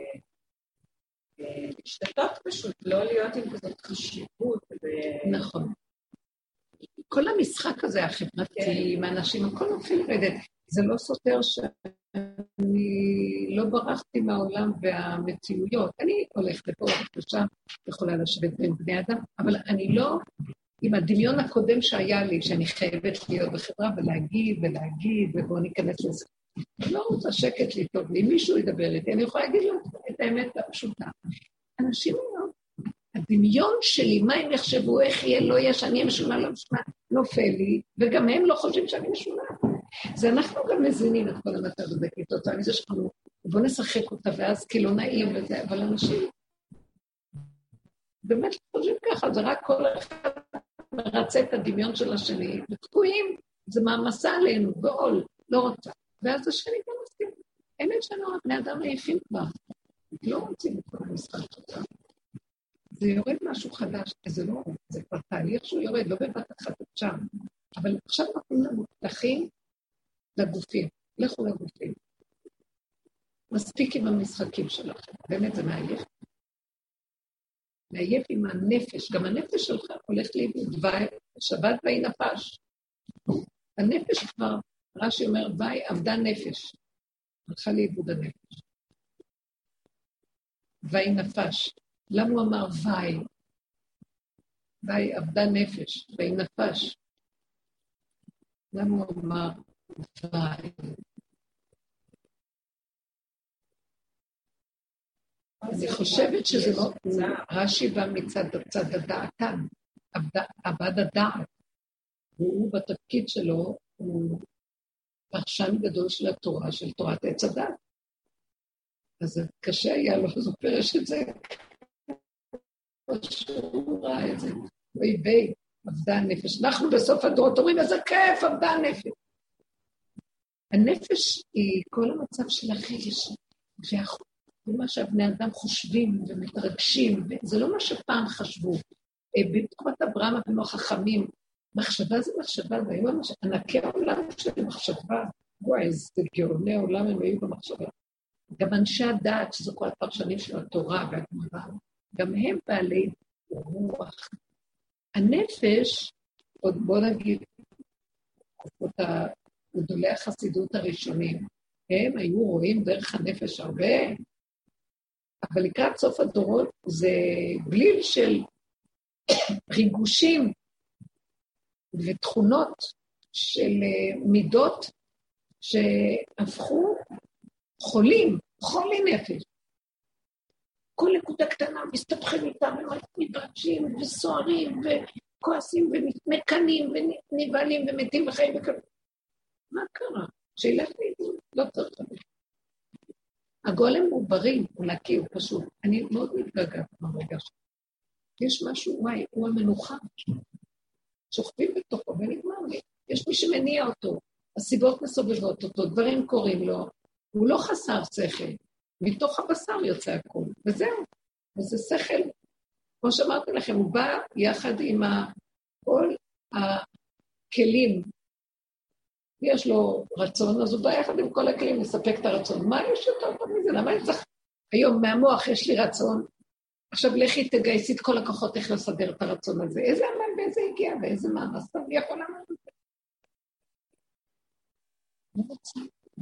להשתתות פשוט, לא להיות עם כזאת חשיבות. נכון. כל המשחק הזה, החברתי, עם האנשים, הכל נופל לרדת. זה לא סותר שאני לא ברחתי מהעולם והמציאויות. אני הולכת לפה, ושם, יכולה לשבת בין בני אדם, אבל אני לא, עם הדמיון הקודם שהיה לי, שאני חייבת להיות בחברה ולהגיד, ובואו ניכנס לזה. אני לא רוצה שקט לי טוב, אם מישהו ידבר איתי, אני יכולה להגיד לו את האמת הפשוטה. אנשים לא, הדמיון שלי, מה הם יחשבו, איך יהיה, לא יהיה, שאני אהיה משונה, לא משונה, נופל לי, וגם הם לא חושבים שאני משונה. זה אנחנו גם מזינים את כל המצב הזה, כתוצאה מזה שאנחנו, בוא נשחק אותה, ואז כאילו נעים לזה, אבל אנשים באמת חושבים ככה, זה רק כל אחד מרצה את הדמיון של השני, ותקועים, זה מעמסה עלינו, בעול, לא רוצה. ואז השני גם מסכים. האמת שלנו, בני אדם עייפים כבר, לא רוצים את כל המשחק שלנו. זה יורד משהו חדש, זה לא, זה כבר תהליך שהוא יורד, לא בבת אחת שם. אבל עכשיו אנחנו מותחים לגופים, לכו לגופים. מספיק עם המשחקים שלכם, באמת זה מעייף. מעייף עם הנפש, גם הנפש שלך הולך לאיבוד, שבת ואי נפש. הנפש כבר, רש"י אומר, ואי עבדה נפש. הלכה לאיבוד הנפש. ואי נפש. למה הוא אמר ואי? ואי עבדה נפש, ואי נפש. למה הוא אמר ואי? אני חושבת שזה לא, רש"י בא מצד הדעתן, עבד הדעת, והוא בתפקיד שלו, הוא פרשן גדול של התורה, של תורת עץ הדעת. אז קשה היה לו, אז הוא פירש את זה, הוא ראה את זה, אוי בי, עבדה הנפש. אנחנו בסוף הדורות אומרים, איזה כיף, עבדה הנפש. הנפש היא כל המצב של הרגש, ומה שהבני אדם חושבים ומתרגשים, זה לא מה שפעם חשבו. בתקופת אברהם אבינו החכמים, מחשבה זה מחשבה, והיו ענקי העולם של מחשבה, וואי, איזה גאוני העולם הם היו במחשבה. גם אנשי הדעת, שזו כל הפרשנים של התורה והגמרא, גם הם בעלי רוח. הנפש, עוד בוא נגיד, גדולי החסידות הראשונים, הם היו רואים דרך הנפש הרבה, אבל לקראת סוף הדורות זה בליל של ריגושים ותכונות של מידות שהפכו חולים, חולי נפש. כל נקודה קטנה מסתבכים איתם, הם מתרגשים וסוערים וכועסים ומקנים ונבעלים ומתים וחיים וכאלה. מה קרה? שילך לי, לא צריך לזה. הגולם הוא בריא, הוא נקי, הוא פשוט. אני מאוד מתגעגעת ברגע שלו. יש משהו, וואי, הוא המנוחה. שוכבים בתוכו ונגמר לי. יש מי שמניע אותו, הסיבות מסובבות אותו, דברים קוראים לו. הוא לא חסר שכל. מתוך הבשר יוצא הכל. וזהו. וזה שכל. כמו שאמרתי לכם, הוא בא יחד עם כל הכלים. יש לו רצון, אז הוא בא יחד עם כל הכלים, מספק את הרצון. מה יש יותר טוב מזה? למה אני צריך? היום מהמוח יש לי רצון, עכשיו לכי תגייסי את כל הכוחות איך לסדר את הרצון הזה. איזה עמל ואיזה הגיע ואיזה מאמץ, טוב, אני יכול לעמוד את זה. לא רוצה,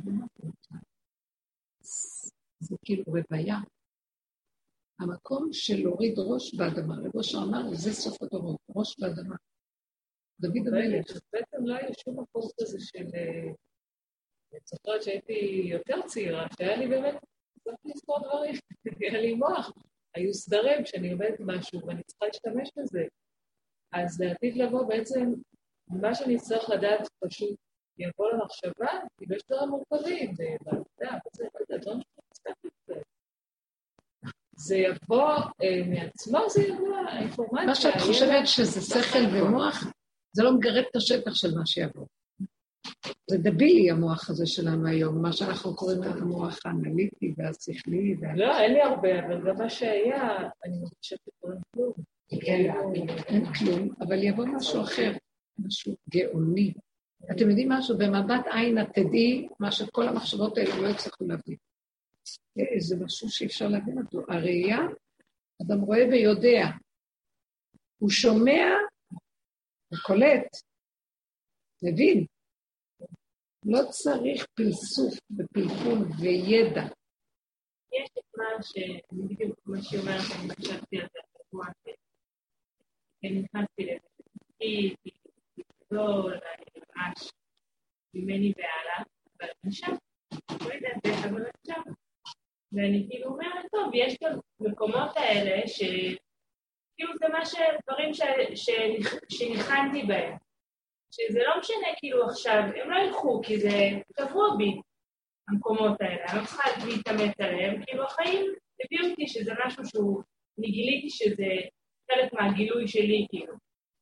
זה כאילו רוויה. המקום של להוריד ראש באדמה, ראש אמר, זה סוף הדורות, ראש באדמה. דוד המלך. בעצם לא היה שום מקום כזה של... אני זוכרת שהייתי יותר צעירה, שהיה לי באמת, צריך לזכור דברים, היה לי מוח. היו סדרים שאני עובדת משהו ואני צריכה להשתמש בזה. אז לעתיד לבוא בעצם, מה שאני צריך לדעת פשוט יבוא למחשבה, כי יש דברים מורכבים, בעבודה, וזה, דברים שאני צריכה לזה. זה יבוא מעצמו, זה יבוא, האינפורמציה... מה שאת חושבת שזה שכל ומוח, זה לא מגרד את השטח של מה שיבוא. זה דבילי המוח הזה שלנו היום, מה שאנחנו קוראים המוח האנליטי והשכלי. לא, אין לי הרבה, אבל גם מה שהיה, אני חושבת שאין כלום. אין כלום, אבל יבוא משהו אחר, משהו גאוני. אתם יודעים משהו? במבט עין את תדעי מה שכל המחשבות האלה לא יצטרכו להבין. זה משהו שאי אפשר להבין אותו. הראייה, אדם רואה ויודע. הוא שומע, הוא קולט, מבין. לא צריך פלסוף ופלפול וידע. יש את שאני בדיוק כמו שהיא אומרת, אני חשבתי על זה, אני נכנסתי לבית, גדול, אני ממש ממני והלאה, אבל אני שם, לא יודעת איך, אבל אני שם. ואני כאילו אומרת, טוב, יש גם מקומות האלה שכאילו זה מה שדברים שניחנתי בהם. שזה לא משנה כאילו עכשיו, הם לא ילכו, כי זה קבוע בי, המקומות האלה. אני לא צריכה להתאמץ עליהם, כאילו החיים הביאו אותי שזה משהו שהוא, אני גיליתי שזה חלק מהגילוי שלי, כאילו.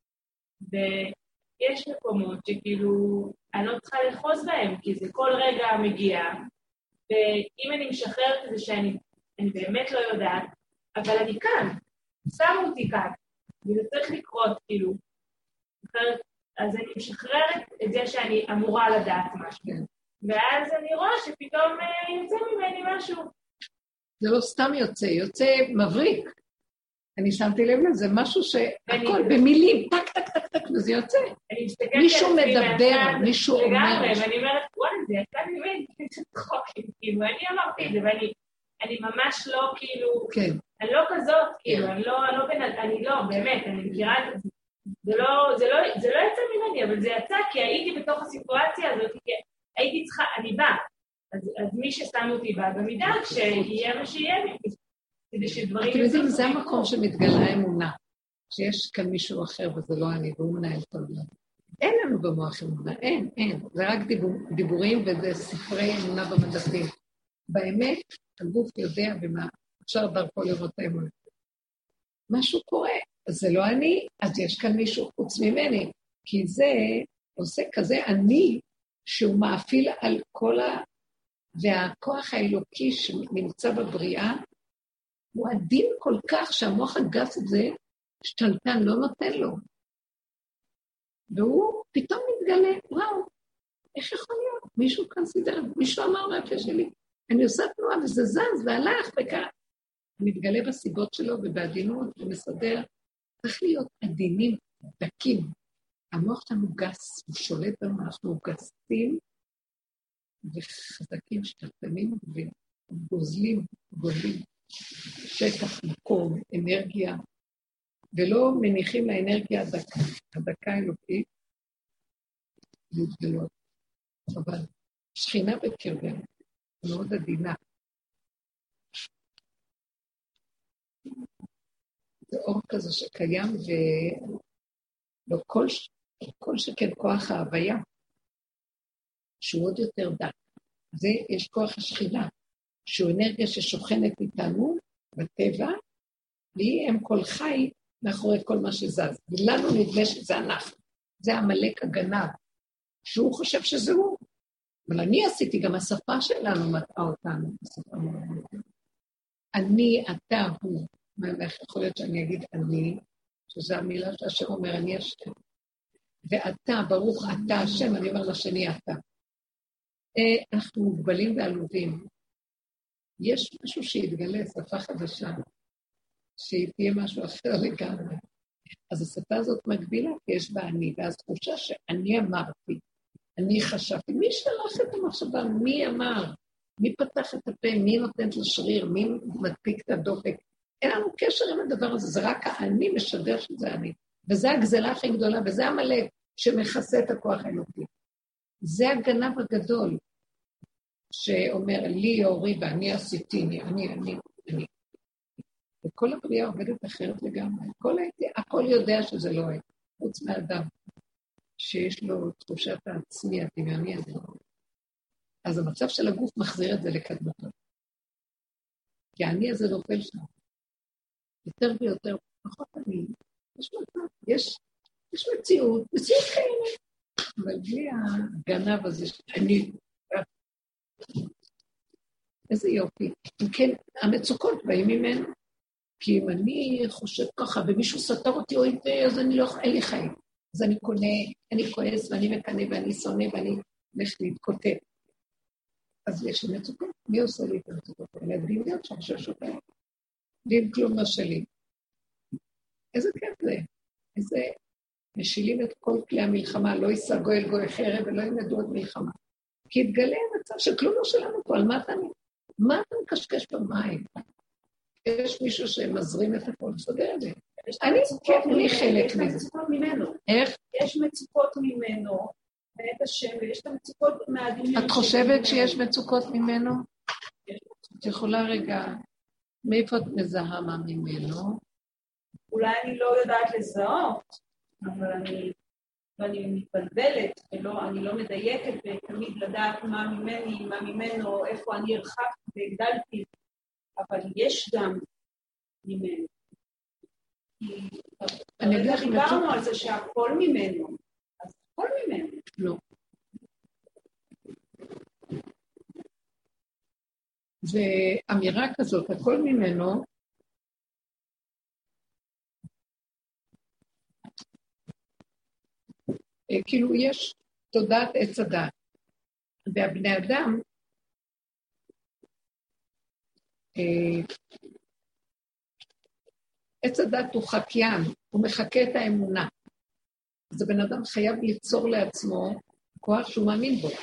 ויש מקומות שכאילו, אני לא צריכה לחוז בהם, כי זה כל רגע מגיע, ואם אני משחררת את זה שאני באמת לא יודעת, אבל אני כאן, שמו אותי כאן, וזה צריך לקרות, כאילו. אז אני משחררת את זה שאני אמורה לדעת משהו. ואז אני רואה שפתאום יוצא ממני משהו. זה לא סתם יוצא, יוצא מבריק. אני שמתי לב לזה, משהו שהכל במילים, טק, טק, טק, טק, וזה יוצא. מישהו מדבר, מישהו אומר. לגמרי, ואני אומרת, וואי, זה יצא ממני, זה צחוקים, כאילו, אני אמרתי את זה, ואני ממש לא, כאילו, אני לא כזאת, כאילו, אני לא, באמת, אני מכירה את זה. זה לא יצא ממני, אבל זה יצא כי הייתי בתוך הסיטואציה הזאת, כי הייתי צריכה, אני באה. אז מי ששם אותי בא במידה, כשיהיה מה שיהיה, כדי שדברים... אתם יודעים, זה המקום שמתגלה אמונה, שיש כאן מישהו אחר וזה לא אני, והוא מנהל את העולם. אין לנו במוח אמונה, אין. זה רק דיבורים וזה ספרי אמונה במדפים. באמת, הגוף יודע במה אפשר דרכו לראות האמונה. משהו קורה. אז זה לא אני, אז יש כאן מישהו חוץ ממני, כי זה עושה כזה אני, שהוא מאפיל על כל והכוח האלוקי שנמצא בבריאה, הוא עדין כל כך שהמוח הגס הזה, שתלטן לא נותן לו. והוא פתאום מתגלה, וואו, איך יכול להיות? מישהו כאן סידר, מישהו אמר מהפה שלי, אני עושה תנועה וזה זז והלך וכך. הוא מתגלה בסיבות שלו ובעדינות ומסדר, צריך להיות עדינים, דקים. המוח שלנו גס, הוא שולט בנו, אנחנו גסים וחזקים, שתלטנים וגוזלים, שטח, מקום, אנרגיה, ולא מניחים לאנרגיה הדקה האלוקית להתגלות. אבל שכינה בקרבנו, מאוד עדינה. זה אור כזה שקיים, ולא כל שכן כוח ההוויה, שהוא עוד יותר דק. זה יש כוח השכינה, שהוא אנרגיה ששוכנת איתנו בטבע, והיא הם כל חי מאחורי כל מה שזז. ולנו נדמה שזה אנחנו. זה המלאק הגנב, שהוא חושב שזה הוא. אבל אני עשיתי, גם השפה שלנו מטעה אותנו. אני, אתה, הוא. איך יכול להיות שאני אגיד אני, שזו המילה שהשם אומר, אני השם. ואתה, ברוך אתה השם, אני אומר לשני אתה. אנחנו מוגבלים ועלובים. יש משהו שיתגלה, שפה חדשה, שהיא תהיה משהו אחר לגמרי. אז השפה הזאת מגבילה, כי יש בה אני, ואז תחושה שאני אמרתי, אני חשבתי, מי שלח את המחשבה, מי אמר, מי פתח את הפה, מי נותנת לשריר, מי מדפיק את הדופק, אין לנו קשר עם הדבר הזה, זה רק אני משדר שזה אני. וזה הגזלה הכי גדולה, וזה המלאק שמכסה את הכוח האלוקי. זה הגנב הגדול, שאומר לי אורי ואני עשיתי, אני. וכל הבריאה עובדת אחרת לגמרי. הכל יודע שזה לא היה, חוץ מאדם, שיש לו תחושת העצמי, הדמיוני הזה. אז המצב של הגוף מחזיר את זה לקדמתו. כי אני הזה נופל שם. יותר ויותר, פחות אני. יש מצב, יש מציאות קיימת. אבל בלי הגנב הזה, איזה יופי. אם כן, המצוקות באים ממנו. כי אם אני חושב ככה, ומישהו סתר אותי או איתי, אז אני לא, אין לי חיים. אז אני קונה, אני כועס, ואני מקנה, ואני שונא, ואני הולך להתקוטט. אז יש לי מצוקות. מי עושה לי את המצוקות? אני אדגים להיות שם ששוטה. ואם כלום מה שלי. איזה כיף זה. איזה משילים את כל כלי המלחמה, לא יישא גוי אל גוי חרב, ולא ילמדו עוד מלחמה. כי התגלה המצב שכלום לא שלנו פה, על מה אתה מקשקש במים? יש מישהו שמזרים את הכל, סוגר את זה. אני חלק מזה. יש מצוקות ממנו. איך? יש מצוקות ממנו, מאת השם, ויש את המצוקות מהדמיון. את חושבת שיש מצוקות ממנו? את יכולה רגע, מאיפה את מזהה מה ממנו? אולי אני לא יודעת לזהות, אבל אני מתבלבלת, אני לא מדייקת ותמיד לדעת מה ממני, מה ממנו, איפה אני הרחקתי והגדלתי, אבל יש גם ממנו. אני דיברנו על זה שהכל ממנו, אז הכל ממנו. לא. ואמירה כזאת, הכל ממנו, כאילו יש תודעת עץ הדת, והבני אדם, עץ הדת הוא חקיין, הוא מחכה את האמונה. אז הבן אדם חייב ליצור לעצמו כוח שהוא מאמין בו.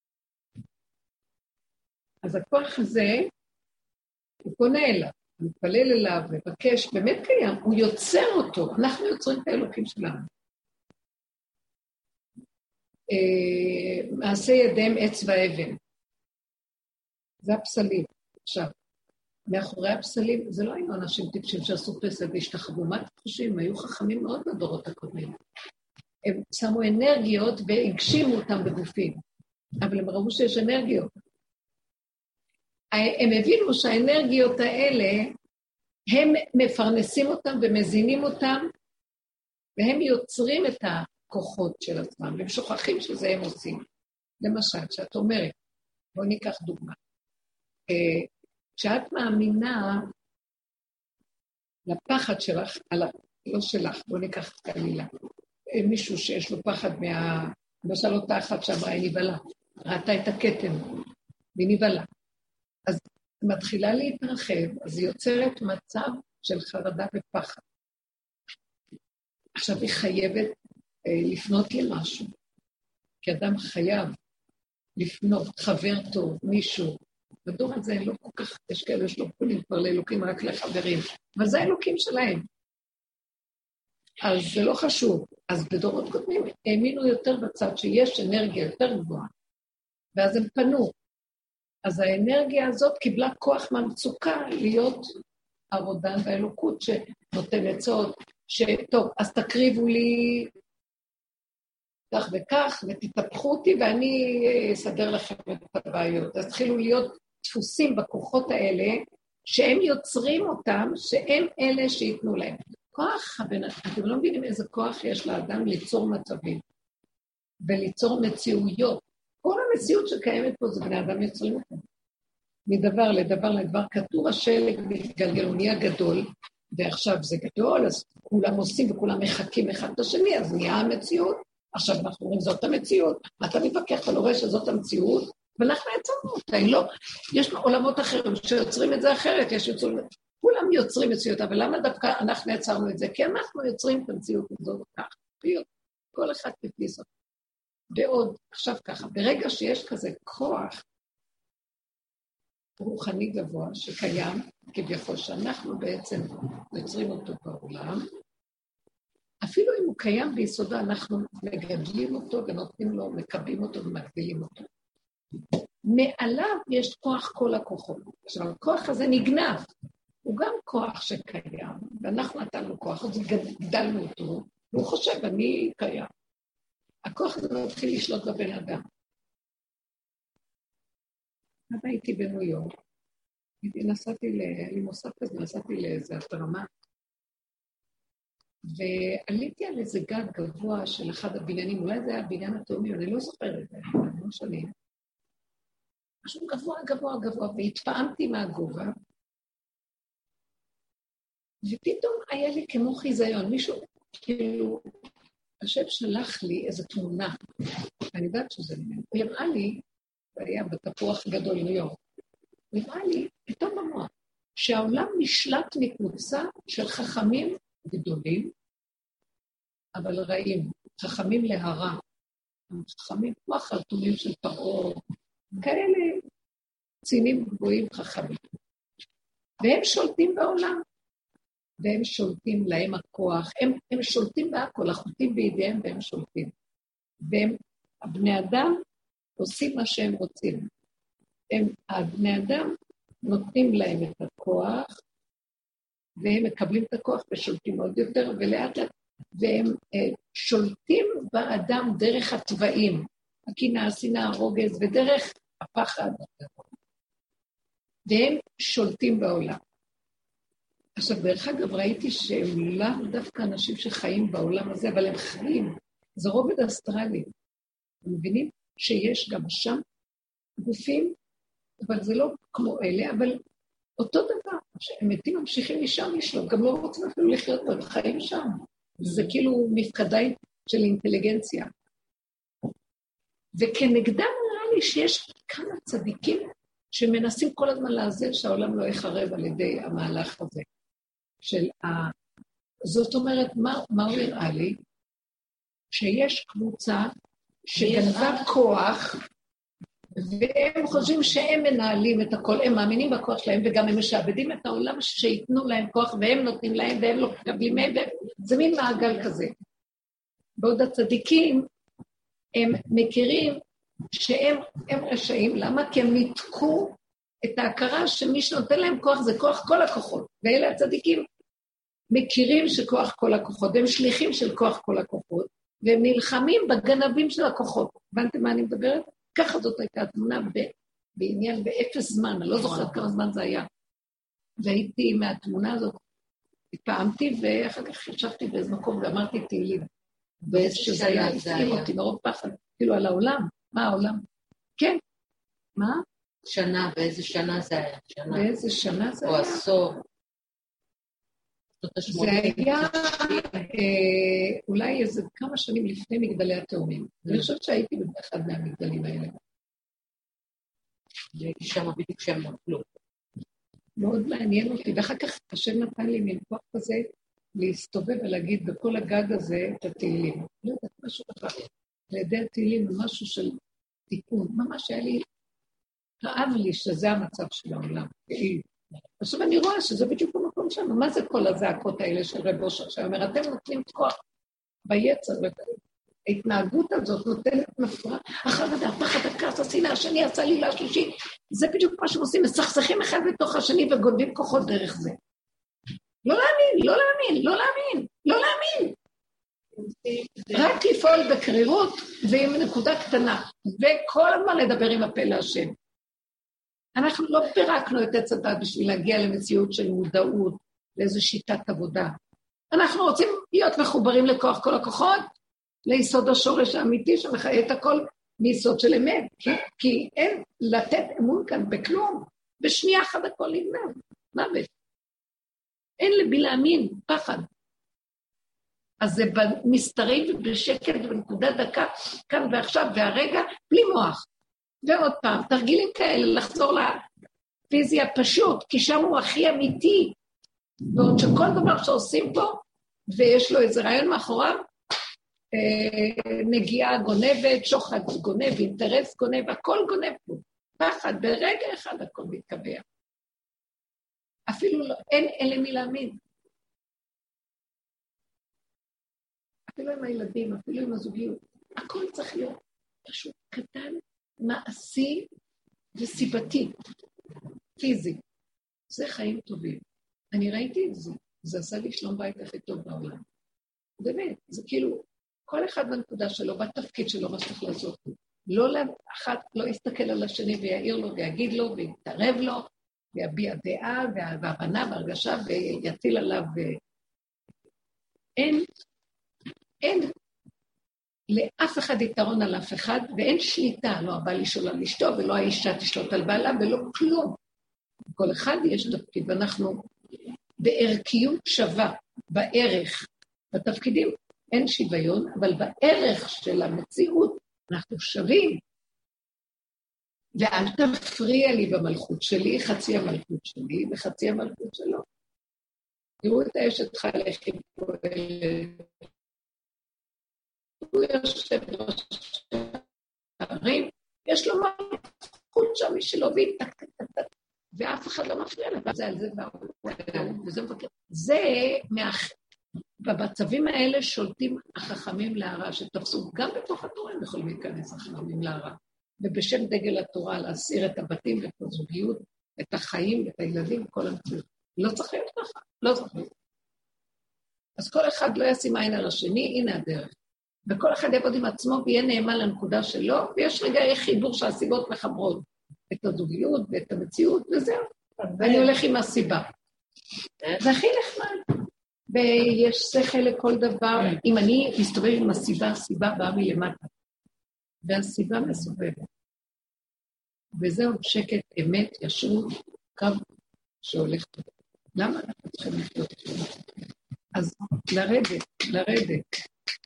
אז הכוח הזה, הוא פונה אליו, הוא מתפלל אליו, מבקש, באמת קיים, הוא יוצר אותו, אנחנו יוצרים את האלוקים שלנו. מעשה ידיהם עץ ואבן. זה הפסלים. עכשיו, מאחורי הפסלים, זה לא היו אנשים טיפשים שעשו פסל והשתחוו. מה אתם חושבים? הם היו חכמים מאוד בדורות הקודמים. הם שמו אנרגיות והגשימו אותם בגופים. אבל הם ראו שיש אנרגיות. הם הבינו שהאנרגיות האלה, הם מפרנסים אותם ומזינים אותם, והם יוצרים את הכוחות של עצמם, והם שוכחים שזה הם עושים. למשל, שאת אומרת, בואו ניקח דוגמה. כשאת מאמינה לפחד שלך, לא שלך, בואו ניקח את המילה, מישהו שיש לו פחד למשל אותה אחת שאמרה, היא נבלה, ראתה את הכתם, והיא נבלה. אז מתחילה להתרחב, אז היא יוצרת מצב של חרדה ופחד. עכשיו היא חייבת לפנות למשהו, כי אדם חייב לפנות, חבר טוב, מישהו. בדור הזה לא כל כך, יש כאלה שלא פונים כבר לאלוקים רק לחברים, אבל זה האלוקים שלהם. אז זה לא חשוב. אז בדורות קודמים האמינו יותר בצד שיש אנרגיה יותר גבוהה, ואז הם פנו. אז האנרגיה הזאת קיבלה כוח מהמצוקה להיות הרודן והאלוקות שנותן עצות, שטוב, אז תקריבו לי כך וכך, ותתפחו אותי ואני אסדר לכם את הבעיות. אז התחילו להיות דפוסים בכוחות האלה, שהם יוצרים אותם, שהם אלה שיתנו להם. כוח, אתם לא מבינים איזה כוח יש לאדם ליצור מצבים, וליצור מציאויות. כל המציאות שקיימת פה זה בני אדם יוצרים אותם. מדבר לדבר לדבר, כתוב השלג מתגלגל, הוא נהיה גדול, ועכשיו זה גדול, אז כולם עושים וכולם מחכים אחד את השני, אז נהיה המציאות. עכשיו אנחנו אומרים, זאת המציאות. אתה מתווכח, אתה לא רואה שזאת המציאות, ואנחנו יצרנו אותה, לא. יש עולמות אחרים שיוצרים את זה אחרת, כולם יוצרים מציאות, אבל למה דווקא אנחנו יצרנו את זה? כי אנחנו יוצרים את המציאות הזאת כך. כל אחד תפליס אותה. ועוד, עכשיו ככה, ברגע שיש כזה כוח רוחני גבוה שקיים, כביכול שאנחנו בעצם יוצרים אותו בעולם, אפילו אם הוא קיים ביסודו, אנחנו מגדלים אותו ונותנים לו, מקבלים אותו ומגדילים אותו. מעליו יש כוח כל הכוחות. עכשיו, הכוח הזה נגנב. הוא גם כוח שקיים, ואנחנו נתנו כוח, אז גדלנו אותו, והוא חושב, אני קיים. הכוח הזה מתחיל לשלוט בבן אדם. אז הייתי בניו יורק, נסעתי לאיזה התרמה, ועליתי על איזה גג גבוה של אחד הבניינים, אולי זה היה הבניין התאומי, אני לא זוכרת, לא שנים. משהו גבוה, גבוה, גבוה, והתפעמתי מהגובה, ופתאום היה לי כמו חיזיון, מישהו, כאילו, השם שלח לי איזו תמונה, אני יודעת שזה ממנו, הוא הראה לי, היה בתפוח גדול ניו יורק, הוא הראה לי, פתאום במוח, שהעולם נשלט מקבוצה של חכמים גדולים, אבל רעים, חכמים להרע, חכמים כמו החרטומים של פרעה, כאלה צינים גבוהים חכמים. והם שולטים בעולם, והם שולטים להם הכוח, הם שולטים בהכל, החוטים בידיהם והם שולטים. והם, הבני אדם, עושים מה שהם רוצים. הבני אדם נותנים להם את הכוח, והם מקבלים את הכוח ושולטים עוד יותר, ולאט לאט, והם שולטים באדם דרך הטבעים, הקנאה, השנאה, הרוגז, ודרך הפחד. והם שולטים בעולם. עכשיו, דרך אגב, ראיתי שהם לא דווקא אנשים שחיים בעולם הזה, אבל הם חיים. זה רובד אסטרלי. הם מבינים שיש גם שם גופים, אבל זה לא כמו אלה, אבל אותו דבר, שהם מתים ממשיכים משם לשלום, גם לא רוצים אפילו לחיות פה, הם חיים שם. זה כאילו מפקדי של אינטליגנציה. וכנגדם נראה לי שיש כמה צדיקים שמנסים כל הזמן לעזר שהעולם לא יחרב על ידי המהלך הזה. זאת אומרת, מה הוא הראה לי? שיש קבוצה שגנבה כוח, והם חושבים שהם מנהלים את הכל, הם מאמינים בכוח שלהם, וגם הם משעבדים את העולם שיתנו להם כוח, והם נותנים להם, והם לא מקבלים מהם, זה מין מעגל כזה. בעוד הצדיקים, הם מכירים שהם רשעים, למה? כי הם ניתקו את ההכרה שמי שנותן להם כוח זה כוח כל הכוחות, ואלה הצדיקים מכירים שכוח כל הכוחות, והם שליחים של כוח כל הכוחות, והם נלחמים בגנבים של הכוחות. הבנתם מה אני מדברת? ככה זאת הייתה התמונה בעניין באפס זמן, אני לא זוכרת כמה זמן זה היה. והייתי מהתמונה הזאת, התפעמתי, ואחר כך ישבתי באיזה מקום ואמרתי תהילים. שזה היה, הפעים אותי מרוב פחד, כאילו על העולם. מה העולם? כן. מה? שנה, באיזה שנה זה היה? באיזה שנה זה היה? או עשור. זה היה אולי איזה כמה שנים לפני מגדלי התאומים. אני חושבת שהייתי באחד מהמגדלים האלה. הייתי שם בדיוק שם נפלו. מאוד מעניין אותי, ואחר כך השם נתן לי מין כוח כזה להסתובב ולהגיד בכל הגג הזה את התהילים. לא יודעת, משהו אחר. לידי התהילים משהו של תיקון. ממש היה לי, כאב לי שזה המצב של העולם. עכשיו אני רואה שזה בדיוק במקום שלנו. מה זה כל הזעקות האלה של רב אושר? שאומר, אתם נותנים כוח ביצר, ההתנהגות הזאת נותנת מפרעה, החרדה, הפחד, הכעס, השנאה, השני, הצלילה, השלישי, זה בדיוק מה שהם עושים, מסכסכים אחד בתוך השני וגונבים כוחות דרך זה. לא להאמין, לא להאמין, לא להאמין, לא להאמין. רק לפעול בקרירות ועם נקודה קטנה, וכל הזמן לדבר עם הפה להשם. אנחנו לא פירקנו את עץ הדת בשביל להגיע למציאות של מודעות, לאיזו שיטת עבודה. אנחנו רוצים להיות מחוברים לכוח כל הכוחות, ליסוד השורש האמיתי שמחיה את הכל מיסוד של אמת, כי אין לתת אמון כאן בכלום, בשנייה אחת הכל נגנב, מוות. אין לבי להאמין, פחד. אז זה מסתרי ובשקט ובנקודה דקה, כאן ועכשיו והרגע, בלי מוח. ועוד פעם, תרגילים כאלה, לחזור לפיזיה פשוט, כי שם הוא הכי אמיתי. ועוד שכל דבר שעושים פה, ויש לו איזה רעיון מאחוריו, נגיעה גונבת, שוחד גונב, אינטרס גונב, הכל גונב פה. פחד, ברגע אחד הכל מתקבע. אפילו לא, אין למי להאמין. אפילו עם הילדים, אפילו עם הזוגיות. הכל צריך להיות פשוט קטן, מעשי וסיבתי, פיזי. זה חיים טובים. אני ראיתי את זה. זה עשה לי שלום בית הכי טוב בעולם. באמת, זה כאילו, כל אחד בנקודה שלו, בתפקיד שלו, מה שצריך לעשות. לא לאחד, לא יסתכל על השני ויעיר לו ויגיד לו ויתערב לו, ויביע דעה והבנה והרגשה ויטיל עליו אין לאף אחד יתרון על אף אחד, ואין שליטה, לא הבעל לשאול על אשתו, ולא האישה תשלוט על בעלה, ולא כלום. כל אחד יש תפקיד, ואנחנו בערכיות שווה, בערך, בתפקידים אין שוויון, אבל בערך של המציאות אנחנו שווים. ואל תפריע לי במלכות שלי, חצי המלכות שלי וחצי המלכות שלו. תראו את האשת חלכי פועלת. הוא יושב ראש הערים, יש לו מלכות שם משלו, ואף אחד לא מפריע לה, וזה על זה וזה מבקר. זה, במצבים האלה שולטים החכמים להרע, שתפסו גם בתוך התורה, הם יכולים להיכנס החכמים להרע. ובשם דגל התורה להסיר את הבתים ואת הזוגיות, את החיים, את הילדים, כל המציאות. לא צריך להיות ככה, לא צריך להיות. אז כל אחד לא ישים עין על השני, הנה הדרך. וכל אחד יעבוד עם עצמו ויהיה נאמן לנקודה שלו, ויש רגעי חיבור שהסיבות מחברות את הזוגיות ואת המציאות, וזהו. ואני הולך עם הסיבה. זה הכי נחמד. ויש שכל לכל דבר. אם אני מסתובב עם הסיבה, הסיבה באה מלמטה. והסיבה מסובבת. וזהו שקט, אמת, ישרות, קו שהולך. למה אנחנו צריכים לחיות? אז לרדת.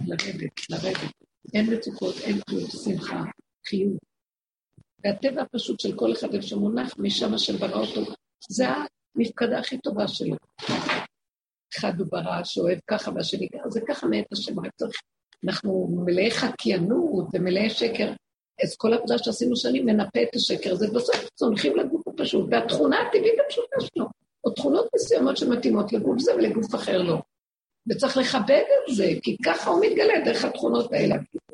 אין מצוקות, אין כלום, שמחה, חיות. והטבע הפשוט של כל אחד שמונח משם שברא אותו, זה המפקדה הכי טובה שלו. אחד הוא ברא שאוהב ככה והשני ככה, זה ככה מאת השם, רק צריך. אנחנו מלאי חקיינות ומלאי שקר, אז כל עבודה שעשינו שנים מנפה את השקר, זה בסוף צונחים לגוף הפשוט, והתכונה הטבעית הפשוטה שלו, או תכונות מסוימות שמתאימות לגוף זה ולגוף אחר לא. וצריך לכבד את זה, כי ככה הוא מתגלה דרך התכונות האלה.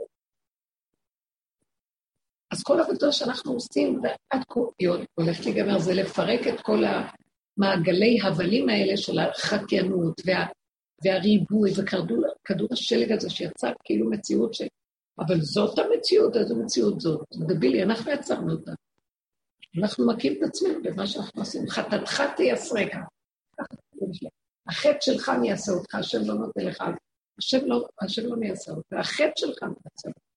אז כל עבודה שאנחנו עושים, ועד כה הולכת להיגמר, זה לפרק את כל המעגלי הבלים האלה של החקיינות והריבוי, וכדור השלג הזה שיצר כאילו מציאות של... אבל זאת המציאות, איזו מציאות זאת. דבילי, אנחנו יצרנו אותה. אנחנו מקים את עצמנו במה שאנחנו עושים. חטאתך תייסרק. החטא שלך אני אעשה אותך, השם לא נותן לך. השם לא מייסר אותך. החטא שלך מייסר אותך.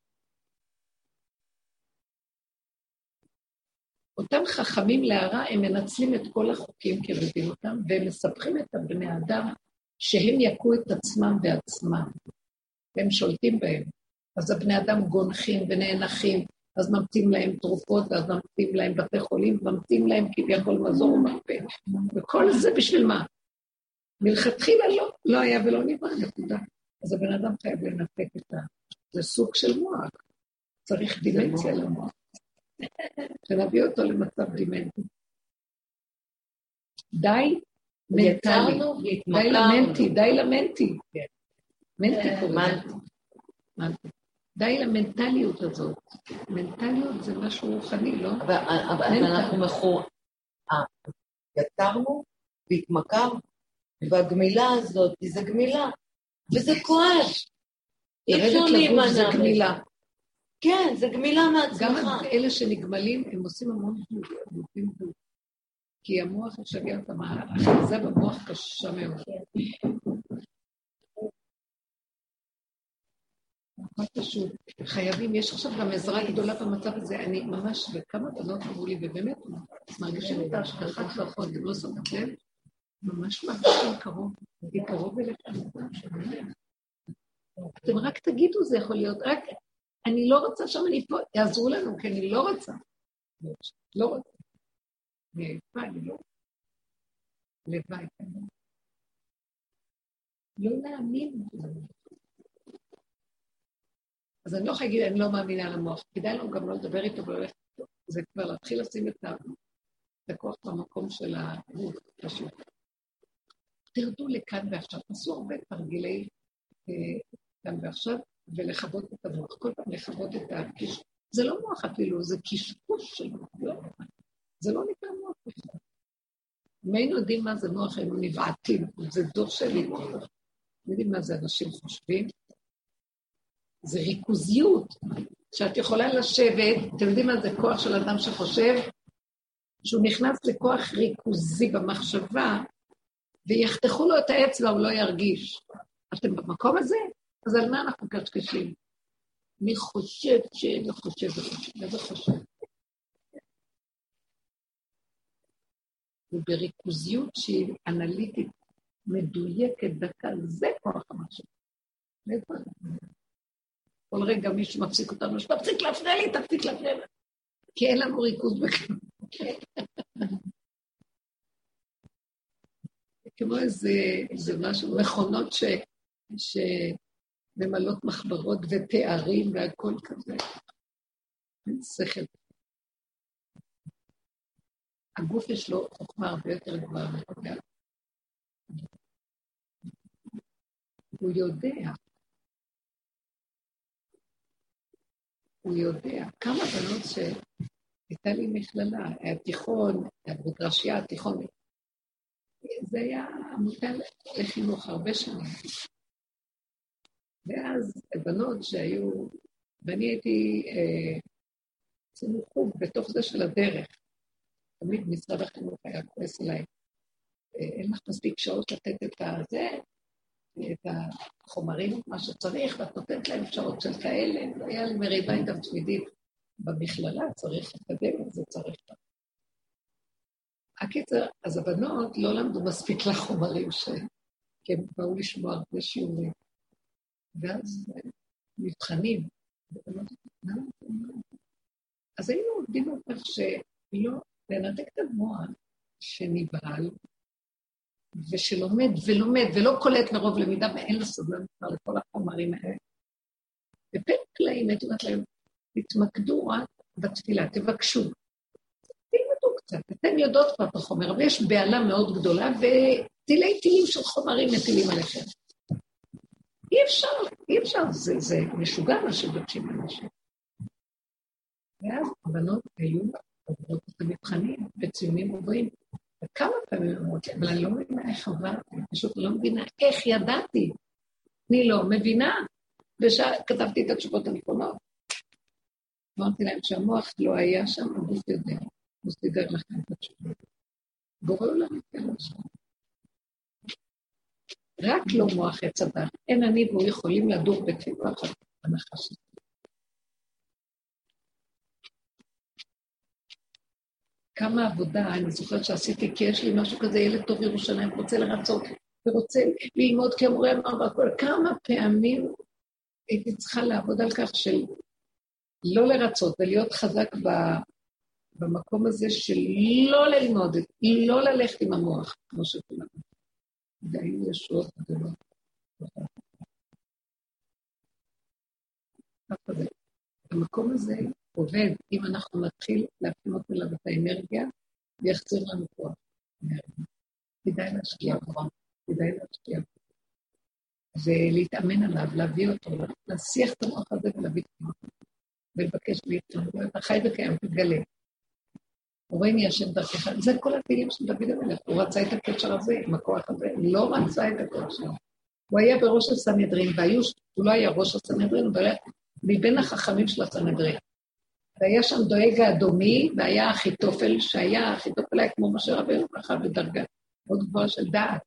אותם חכמים להרע, הם מנצלים את כל החוקים כרבים אותם, והם מספחים את הבני אדם שהם יקו את עצמם בעצמם. והם שולטים בהם. אז הבני אדם גונחים ונאנחים, אז ממתים להם תרופות, ואז ממתים להם בתי חולים, ממתים להם כביכול מזור ומרפא. וכל זה בשביל מה? מלכתחילה לא היה ולא נברא, נקודה. אז הבן אדם חייב לנפק את זה סוג של מוח. צריך דימנציה למוח. שנביא אותו למצב דימנטי. די מנטלי. די למנטי. מנטי קוראים. די למנטליות הזאת. מנטליות זה משהו רוחני, לא? אבל אנחנו יצרנו והתמכרנו, והגמילה הזאת, זה גמילה, וזה כואב. לרדת לגוף זה גמילה. כן, זה גמילה מעצמך. גם אלה שנגמלים, הם עושים המון גמילים. כי המוח משגע אותם, זה במוח קשה מאוד. מה פשוט, חייבים, יש עכשיו גם עזרה גדולה במצב הזה, אני ממש, וכמה בנות אמרו לי, ובאמת, מרגישים את ההשגחה כלכות, הם לא שמים לב, ממש מרגישים קרוב, היא קרוב אליכם. אתם רק תגידו, זה יכול להיות, רק, אני לא רוצה שם, אני פה, יעזרו לנו, כי אני לא רוצה. לא רוצה. אני לא. לוואי. לא להאמין. אז אני לא יכולה להגיד, אני לא מאמינה למוח. כדאי לנו גם לא לדבר איתו, זה כבר להתחיל לשים את הכוח במקום של הגוף, פשוט. תרדו לכאן ועכשיו, תעשו הרבה תרגילי כאן ועכשיו, ולחוות את המוח. כל פעם לחוות את הקיש. זה לא מוח אפילו, זה קישקוש של מוח. זה לא נקרא מוח בכלל. אם היינו יודעים מה זה מוח, היינו נבעתים. זה דור שלי. יודעים מה זה אנשים חושבים? זה ריכוזיות, שאת יכולה לשבת, אתם יודעים מה זה כוח של אדם שחושב, שהוא נכנס לכוח ריכוזי במחשבה, ויחתכו לו את האצבע, הוא לא ירגיש. אתם במקום הזה? אז על מה אנחנו קשקשים? מי חושב שאני חושב וחושב? מה זה חושב? ובריכוזיות שהיא אנליטית, מדויקת, דקה, זה כוח המשהו. כל רגע מישהו מפסיק אותנו, שתפסיק להפריע לי, תפסיק להפריע לי. כי אין לנו ריכוז בכלל. כמו איזה משהו, מכונות שממלאות מחברות ותארים והכל כזה. אין שכל. הגוף יש לו חוכמה הרבה יותר גבוהה מהגוף. הוא יודע. כמה בנות שהייתה לי מכללה, היה תיכון, היה בדרשייה, התיכון. זה היה עמותה לחינוך הרבה שנים. ואז בנות שהיו, ואני הייתי עשינו חוג בתוך זה של הדרך. תמיד משרד החינוך היה כועס אליי. אין לך מספיק שעות לתת את החומרים, מה שצריך, ואת נותנת להם שעות של כאלה. היה לי מריבה איתם תמידית במכללה, צריך לקדם את זה, צריך. הקיצר, אז הבנות לא למדו מספיק לחומרים כי הם באו לשמוע הרבה שיעורים. ואז מבחנים. אז היינו עובדים על כך שלא, לנתק את המוח שניבהל, ושלומד ולא קולט מרוב למידה, ואין לו סבלנות לכל החומרים האלה. בפרק כלאים, הייתי אומרת להם, תתמקדו רק בתפילה, תבקשו. תלמדו קצת, אתם יודעות כבר את החומר, אבל יש בעלה מאוד גדולה, וטילי טילים של חומרים מטילים עליכם. אי אפשר, זה משוגע מה שבקשים אנשים. ואז הבנות היו עוברות את המבחנים, בציונים עוברים, וכמה פעמים אמרות לי, אבל אני לא מבינה איך עברתי, פשוט לא מבינה איך ידעתי. אני לא מבינה, וכתבתי את התשובות הנכונות. אמרתי להם שהמוח לא היה שם, הגוף יודע, הוא סידר לכם את התשובות. בורא עולם יתן לשם. רק לא מוח עץ הדת, אין אני והוא יכולים לדור בתפילה אחת, הנחשת. כמה עבודה, אני זוכרת שעשיתי, כי יש לי משהו כזה, ילד טוב ירושלים, רוצה לרצות, ורוצה ללמוד כמורה אמר, כמה פעמים הייתי צריכה לעבוד על כך של לא לרצות, ולהיות חזק במקום הזה של לא ללמוד, לא ללכת עם המוח, כמו שכולם. והיו ישועות גדולות. המקום הזה עובד, אם אנחנו נתחיל להפנות אליו את האנרגיה, ויחזיר לנו כוח. כדאי להשקיע כבר, ולהתאמן עליו, להביא אותו, להסיח את המוח הזה ולהביא את המוח הזה, ולבקש להתאמן, אתה חי וקיים, תתגלה. הורני השם דרכך, זה כל התהילים של דוד המלך, הוא רצה את הקשר הזה, עם הכוח הזה, לא רצה את הקשר. הוא היה בראש הסנהדרין, הוא לא היה ראש הסנהדרין, הוא היה מבין החכמים של הסנהדרין. והיה שם דואג האדומי, והיה אחיתופל, שהיה אחיתופל היה כמו משה רבנו, ככה בדרגה מאוד גבוהה של דעת.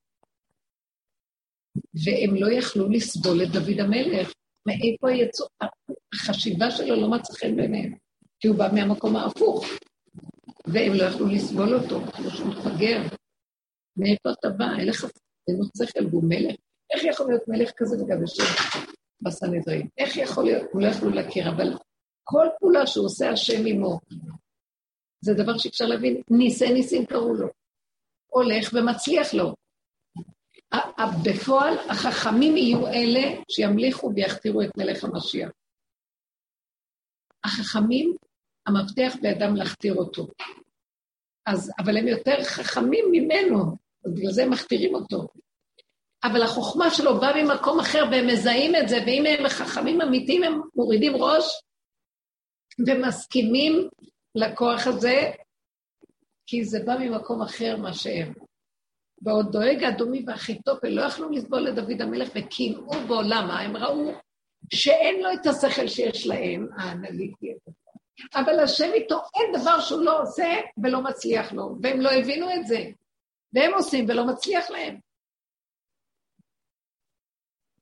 והם לא יכלו לסבול את דוד המלך, מאיפה יצאו, החשיבה שלו לא מצא חן ביניהם, כי הוא בא מהמקום ההפוך. והם לא יכלו לסבול אותו, כמו שהוא מפגר. מאיפה אתה בא? אין לך שכל, והוא מלך. איך יכול להיות מלך כזה וגם יושב בסנהדרין? איך יכול להיות? הוא לא יכלו להכיר, אבל כל פעולה שהוא עושה השם עמו, זה דבר שאפשר להבין, ניסים קראו לו. הולך ומצליח לו. בפועל, החכמים יהיו אלה שימליכו ויכתירו את מלך המשיח. החכמים, המפתח בידם להכתיר אותו. אבל הם יותר חכמים ממנו, בגלל זה הם מכתירים אותו. אבל החוכמה שלו באה ממקום אחר, והם מזהים את זה, ואם הם חכמים אמיתיים, הם מורידים ראש, ומסכימים לכוח הזה, כי זה בא ממקום אחר מה שהם. ועוד דואג האדומי והאחיתופל לא יכלו לסבול לדוד המלך, וקינאו בו, למה? הם ראו שאין לו את השכל שיש להם, האנליטי הזה. אבל השם איתו אין דבר שהוא לא עושה ולא מצליח לו, והם לא הבינו את זה, והם עושים ולא מצליח להם.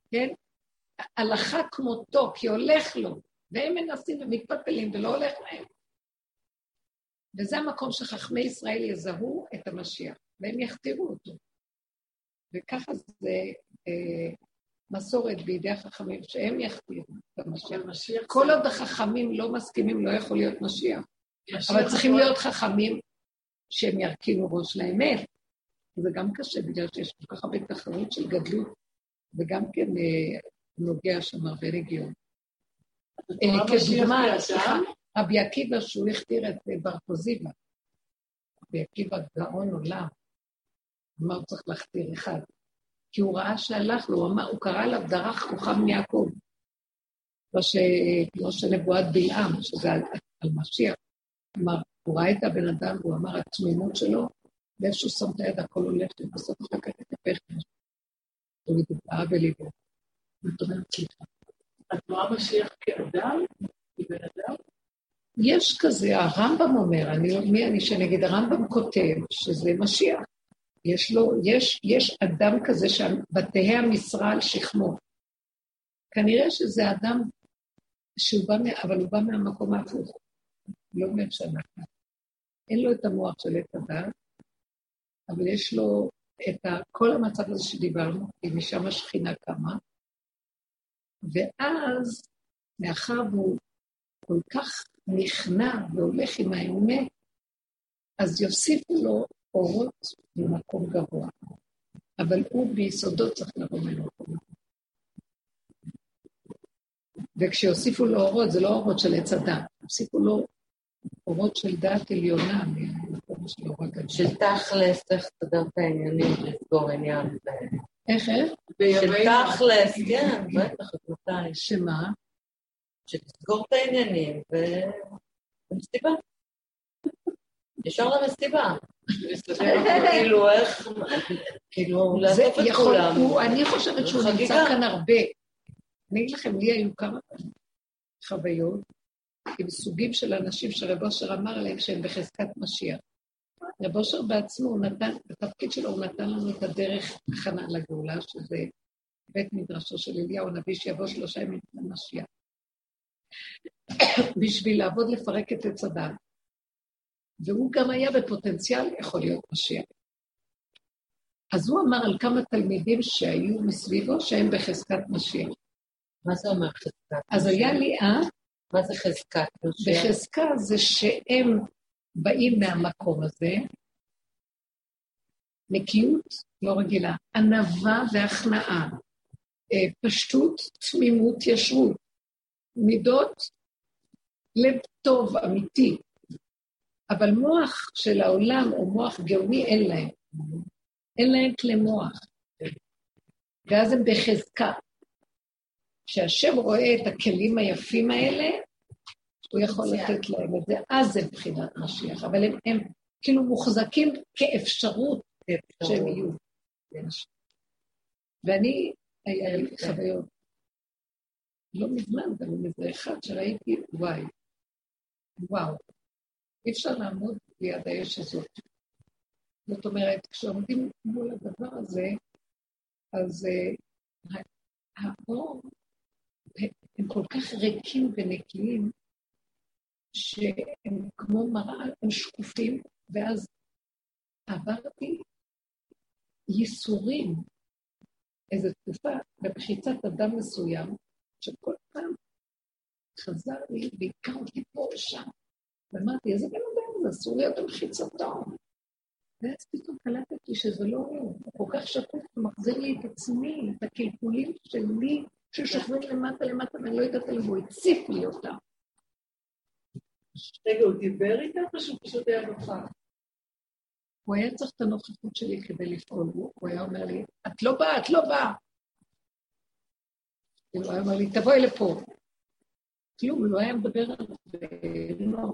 כן? הלכה כמותו, כי הולך לו, והם מנסים ומתפתלים ולא הולך להם. וזה המקום שחכמי ישראל יזהו את המשיח, והם יכתירו אותו. וככה זה מסורת בידי החכמים, שהם יכתירו את המשיח. כל עוד החכמים לא מסכימים, לא יכול להיות משיח. אבל צריכים להיות חכמים שהם ירכינו ראש לאמת. זה גם קשה, בגלל שיש כל כך הרבה תחרות של גדלות, וגם כן נוגע שם הרבה רגיון. כדוגמה, רבי עקיבא שהוא הכתיר את בר כוזיבא. רבי עקיבא גאון עולם. מה הוא צריך להכתיר אחד? כי הוא ראה שהלך לו, הוא קרא עליו דרך כוכב מיעקב. כמו שנבואת בלעם, שזה על משיח. כלומר, הוא ראה את הבן אדם, והוא אמר, התמימות שלו, ואיפשהו שם את היד, הכל הולך, ובסוף אחר כך התהפך. הוא מדובר בליבו. זאת אומרת, סליחה. את רואה משיח כאדם? כבן אדם? יש כזה, הרמב"ם אומר, אני שנגיד, הרמב"ם כותב שזה משיח. יש אדם כזה שבתהי המשרה על שכמו. כנראה שזה אדם שהוא בא, אבל הוא בא מהמקום ההפוך. לא אומר שאנחנו. אין לו את המוח של את הדעת, אבל יש לו את כל המצב הזה שדיברנו, כי משם השכינה קמה, ואז, מאחר והוא כל כך נכנע והולך עם האמת, אז יוסיפו לו אורות ממקום גבוה. אבל הוא ביסודות צריך לבוא ממקום גבוה. וכשיוסיפו לו אורות, זה לא אורות של עץ הדת, יוסיפו לו אורות של דעת עליונה, ממקום של אור הגדול. של תכלס, איך תסדר את העניינים, לסגור עניין. איך? של תכלס, כן, בטח, את מתי. שמה? שתסגור את העניינים, ומסיבה. ישר למסיבה. כאילו, איך, כאילו, לאסוף את כולם. אני חושבת שהוא נמצא כאן הרבה. אני אגיד לכם, לי היו כמה חוויות, עם סוגים של אנשים שרב אושר אמר עליהם שהם בחזקת משיח. רב אושר בעצמו, בתפקיד שלו הוא נתן לנו את הדרך הכנה לגאולה, שזה בית מדרשו של אליהו הנביא שיבוא 3 ימים למשיח. בשביל לעבוד לפרק את עץ הדת. והוא גם היה בפוטנציאל יכול להיות משיח. אז הוא אמר על כמה תלמידים שהיו מסביבו שהם בחזקת משיח. מה זה אומר חזקת? אז היה לי, מה זה חזקת? בחזקה זה שהם באים מהמקום הזה, נקיות לא רגילה, ענווה והכנעה, פשטות, תמימות, ישרות, מידות, לב טוב, אמיתי, אבל מוח של העולם או מוח גאוני אין להם. אין להם כלי מוח. ואז הם בחזקה. כשהשם רואה את הכלים היפים האלה, הוא יכול לתת להם את זה, אז זה מבחינת משיח. אבל הם כאילו מוחזקים כאפשרות שהם יהיו. ואני, היה לי חוויות. לא מזמן, אבל מזה אחד שראיתי, וואו. אי אפשר לעמוד ליד האש הזאת. זאת אומרת, כשעומדים מול הדבר הזה, אז האור, הם כל כך ריקים ונקיים, שהם כמו מראה, הם שקופים, ואז עברתי ייסורים, איזו תקופה, בבחיצת אדם מסוים, שכל פעם חזר לי, בעיקר אותי פה ושם, ואמרתי, איזה בן אדם, זה אסור להיות במחיצתו. ואז פתאום קלטתי שזה לא הוא, הוא כל כך שקוף, הוא מחזיר לי את עצמי, את הקלקולים שלי, ששוכבים למטה, ואני לא יודעת עליהם, הוא הציף לי אותם. רגע, הוא דיבר איתה, או שהוא פשוט היה נוכח? הוא היה צריך את הנוכחות שלי כדי לפעול, הוא היה אומר לי, את לא באה. הוא היה אומר לי, תבואי לפה. כלום, הוא לא היה מדבר על זה, לא.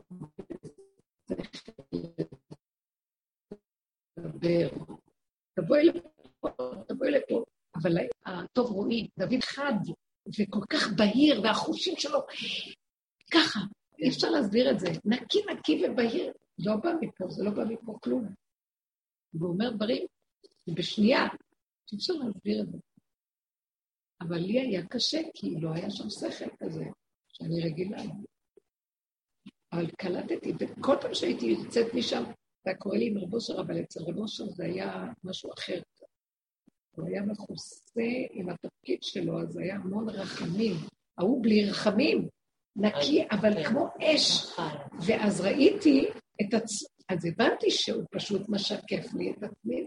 תבואי לפה. אבל הטוב רואי, דוד חד, וכל כך בהיר, והחושים שלו, ככה, אי אפשר להסביר את זה, נקי ובהיר, לא בא מפה, זה לא בא מפה כלום. והוא אומר דברים, בשנייה, אי אפשר להסביר את זה. אבל לי היה קשה, כי לא היה שם שכל כזה, שאני רגילה. אבל קלטתי, וכל פעם שהייתי יוצאת משם, והיה קורא לי עם רב אושר, אבל אצל רב אושר זה היה משהו אחר. הוא היה מכוסה עם התפקיד שלו, אז היה המון רחמים. ההוא בלי רחמים, נקי, אבל כמו אש. ואז ראיתי את אז הבנתי שהוא פשוט משקף לי את עצמי,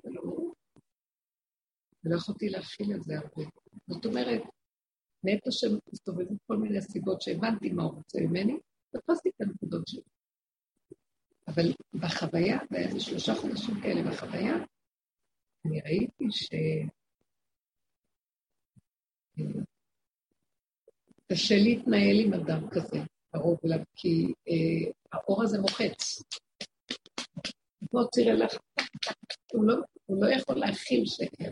ולא יכולתי להכיל את זה הרבה. זאת אומרת, נטו שמסתובבים כל מיני סיבות שהבנתי מה הוא רוצה ממני, תפסתי את הנקודות שלי. אבל בחוויה, באיזה 3 חודשים כאלה בחוויה, אני ראיתי קשה להתנהל עם אדם כזה, קרוב אליו, כי האור הזה מוחץ. כמו ציר אליך, הוא לא יכול להכיל שקר.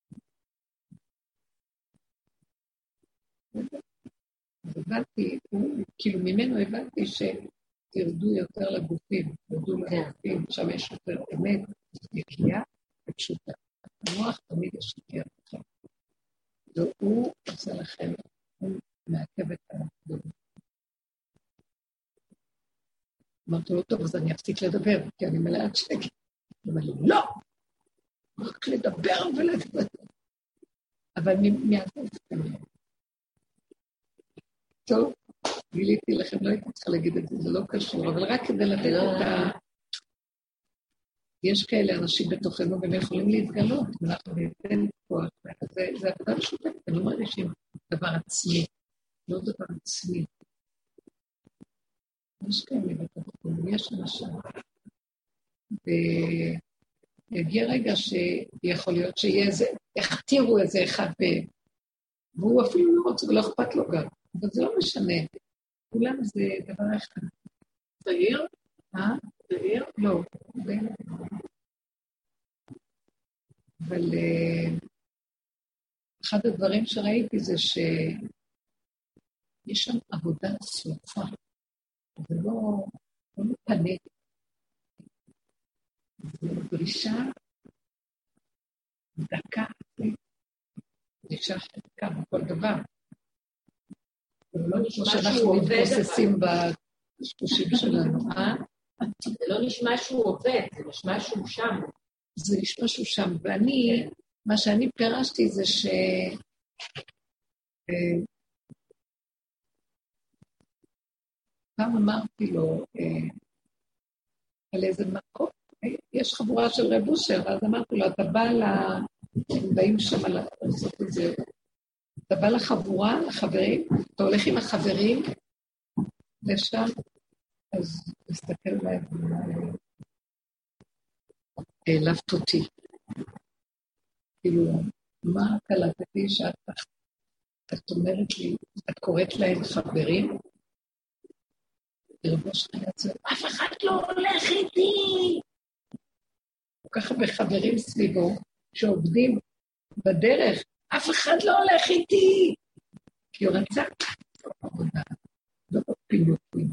אז הבנתי, כאילו ממנו הבנתי שתרדו יותר לגופים, תרדו לגופים, שם יש יותר אמת, נקייה ופשוטה. המוח תמיד ישקר לכם. והוא עושה לכם, הוא מעכב את הדבר. אמרתי לו, טוב, אז אני אפסיק לדבר, כי אני מלאת שקר. הוא אומר לי, לא! רק לדבר ולדבר. אבל מהגוף כנראה. טוב, גיליתי לכם, לא הייתי צריכה להגיד את זה, זה לא קשור, אבל רק כדי לתת את ה... יש כאלה אנשים בתוכנו, והם יכולים להתגלות, ואנחנו ניתן כוח, זה עבודה משותפת, אני לא מרגישים דבר עצמי, לא דבר עצמי. יש כאלה בתוכנו, יש אנשים. ויגיע רגע שיכול להיות שיהיה איזה, הכתירו איזה אחד, והוא אפילו לא רוצה ולא אכפת לו גם. אבל זה לא משנה. כולם זה דבר אחד. צעיר? צעיר? לא. אבל אחד הדברים שראיתי זה שיש שם עבודה סופה. זה לא מתפנה. זה דרישה דקה. דרישה חלקה בכל דבר. לא נשמע שאנחנו מתבוססים בשטושים שלנו, זה לא נשמע שהוא עובד, זה נשמע שהוא שם. זה נשמע שהוא שם, ואני, מה שאני פירשתי זה פעם אמרתי לו, על איזה מקום, יש חבורה של רב אושר, ואז אמרתי לו, אתה בא הם באים שם לעשות את זה, אתה בא לחבורה, לחברים, אתה הולך עם החברים לשם, אז תסתכל עליי העלבת אותי. כאילו, מה קלטתי שאת אומרת לי, את קוראת להם חברים? רבו שלי יצא, אף אחד לא הולך איתי! ככה בחברים סביבו, שעובדים בדרך, אף אחד לא הולך איתי! כי הוא רצה עבודה, לא בפינוקים.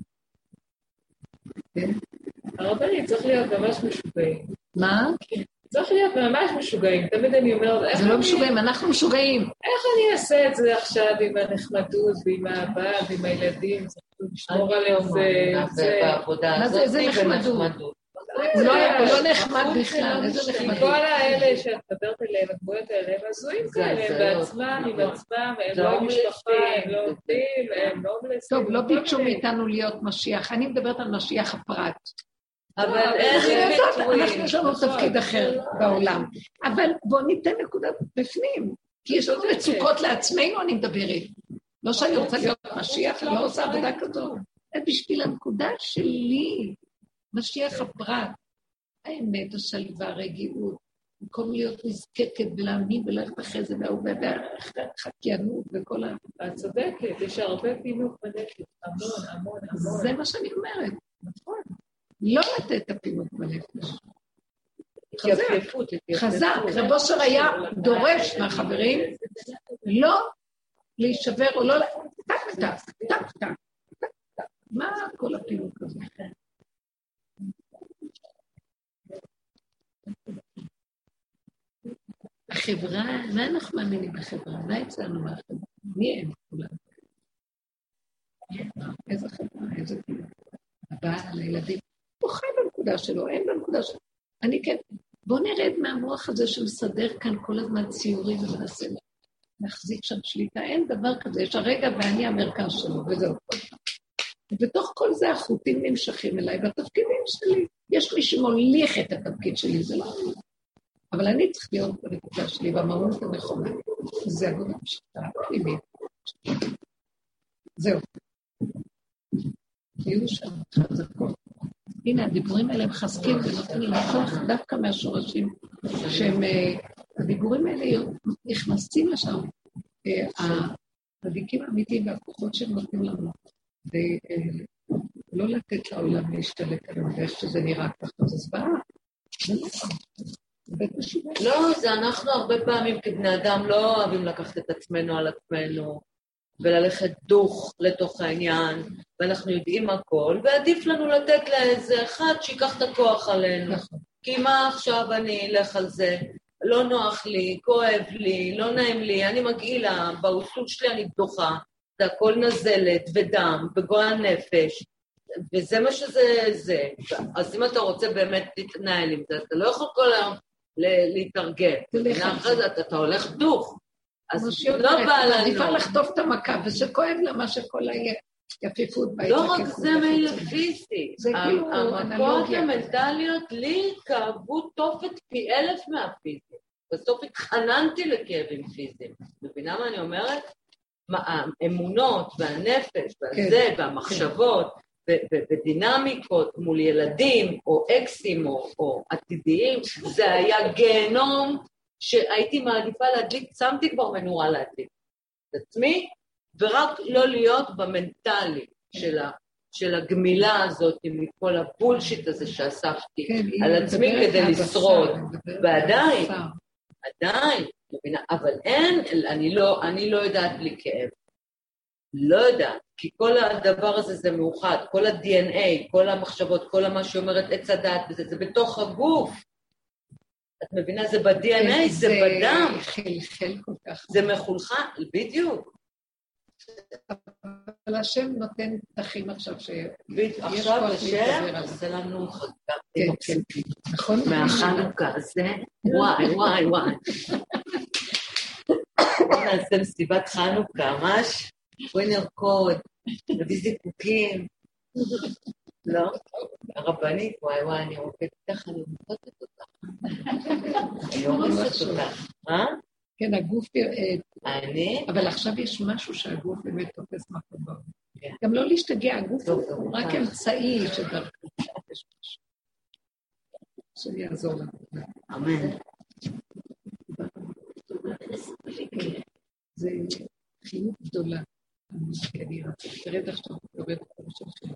הרבנית צריך להיות ממש משוגעים. מה? צריך להיות ממש משוגעים. תמיד אני אומרת... זה לא משוגעים, אנחנו משוגעים. איך אני אעשה את זה עכשיו עם הנחמדות ועם האהבה ועם הילדים? צריך לשמור עליהם זה... מה זה איזה נחמדות? הוא לא נחמד בכלל, איזה נחמדות. כל האלה שאת מדברת עליהם, הדמויות האלה, הם עזויים כאלה, הם בעצמם, עם עצמם, הם לא עם משפחה, הם לא עובדים, הם לא מלסים. טוב, לא ביקשו מאיתנו להיות משיח, אני מדברת על משיח הפרט. אבל איזה ביטויים. אנחנו יש לנו תפקיד אחר בעולם. אבל בואו ניתן נקודה בפנים, כי יש לנו מצוקות לעצמנו, אני מדברת. לא שאני רוצה להיות משיח, אני לא עושה עבודה כזאת. זה בשביל הנקודה שלי. משיח הפרט, האמת, השלווה, הרגיעות, במקום להיות נזקקת ולהאמין וללכת אחרי זה והחקיינות וכל הצדקת, יש הרבה פינוק בנפש, המון. זה מה שאני אומרת, נכון. לא לתת את הפינוק בנפש. חזק, רב אושר היה דורש מהחברים לא להישבר או לא... טק. מה כל הפינוק הזה? החברה, מה אנחנו מאמינים בחברה? מה אצלנו מהחברה? מי הם כולם? איזה חברה, איזה כאילו. הבעל, הילדים, הוא חי בנקודה שלו, אין בנקודה שלו. אני כן, בוא נרד מהמוח הזה שמסדר כאן כל הזמן ציורים ומנסה להחזיק שם שליטה. אין דבר כזה, יש הרגע ואני המרכז שלו, וזהו. ובתוך כל זה החוטים נמשכים אליי, והתפקידים שלי, יש מי שמוליך את התפקיד שלי, זה לא אני. אבל אני צריך להיות בנקודה שלי, במהות הנכונה. זה עבודה פשוטה, פנימית. זהו. תהיו שם חזקות. הנה, הדיבורים האלה הם חזקים ונותנים לכוח דווקא מהשורשים, שהם, הדיבורים האלה נכנסים לשם, הצדיקים האמיתיים והכוחות שהם נותנים לנו, ולא לתת לעולם להשתלט עלינו, ואיך שזה נראה ככה, זה זוועה. זה נכון. לא, זה אנחנו הרבה פעמים כבני אדם לא אוהבים לקחת את עצמנו על עצמנו, וללכת דוך לתוך העניין, ואנחנו יודעים הכל, ועדיף לנו לתת לאיזה אחד שיקח את הכוח עלינו. כי מה עכשיו אני אלך על זה? לא נוח לי, כואב לי, לא נעים לי, אני מגעילה, באוסות שלי אני דוחה, זה הכל נזלת ודם וגועל נפש, וזה מה שזה זה. אז אם אתה רוצה באמת להתנהל עם זה, אתה לא יכול כל היום להתארגן. אחרי זה אתה הולך דוך. אז לא בא לנו. עדיפה לחטוף את המכה, וזה כואב לה מה שכל היפיפות בהתחככות. לא רק זה מעיל פיזי. המכות המנטליות לי כאבו תופת פי 1000 מהפיזי. בסוף התחננתי לכאבים פיזיים. מבינה מה אני אומרת? האמונות והנפש והזה והמחשבות ודינמיקות מול ילדים או אקסים או עתידיים, זה היה גיהנום שהייתי מעדיפה להדליק, שמתי כבר מנורה להדליק את עצמי, ורק לא להיות במנטלי של הגמילה הזאת מכל הבולשיט הזה שאספתי על עצמי כדי לשרוד. ועדיין, אבל אין, אני לא יודעת בלי כאב. לא יודעת, כי כל הדבר הזה זה מאוחד, כל ה-DNA, כל המחשבות, כל מה שאומרת עץ הדעת, זה בתוך הגוף. את מבינה, זה ב-DNA, זה בדם. זה חלחל כל כך. זה מחולחל, בדיוק. אבל השם נותן פתחים עכשיו ש... עכשיו השם עושה לנו חגים מבסוטים. נכון? מהחנוכה הזה, וואי. בוא נעשה מסיבת חנוכה, ממש. בואי נרקוד, נביא זיקוקים. לא? הרבנית, וואי, אני רוקדת ככה, אני מפותת אותך. אני הורסת אותך. כן, הגוף... אני? אבל עכשיו יש משהו שהגוף באמת תופס מקום בעולם. גם לא להשתגע, הגוף הוא רק אמצעי שדרכו. שאני אעזור לנו. אמן. זה חיות גדולה. אני רוצה, תרד עכשיו, תרד את הראש שלכם.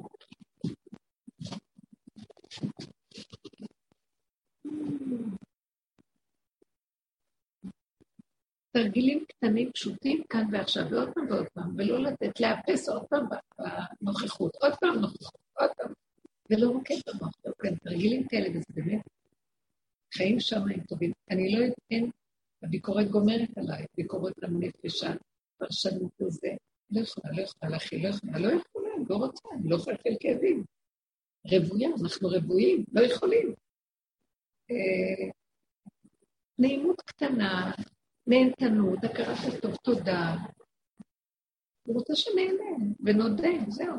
תרגילים קטנים פשוטים כאן ועכשיו, ועוד פעם, ולא לתת, לאפס עוד פעם בנוכחות, עוד פעם, ולא רוקד במוח, כן, תרגילים כאלה, וזה באמת, חיים שם הם טובים. אני לא יודעת, הביקורת גומרת עליי, ביקורת הנפש, הפרשנות הזה, לא יכולה להכיל, לא רוצה, אני לא יכולה להכיל כאבים. רבויה, אנחנו רבויים, לא יכולים. נעימות קטנה, נהנתנות, הכרת הטוב, תודה. הוא רוצה שנהנה, ונודה, זהו.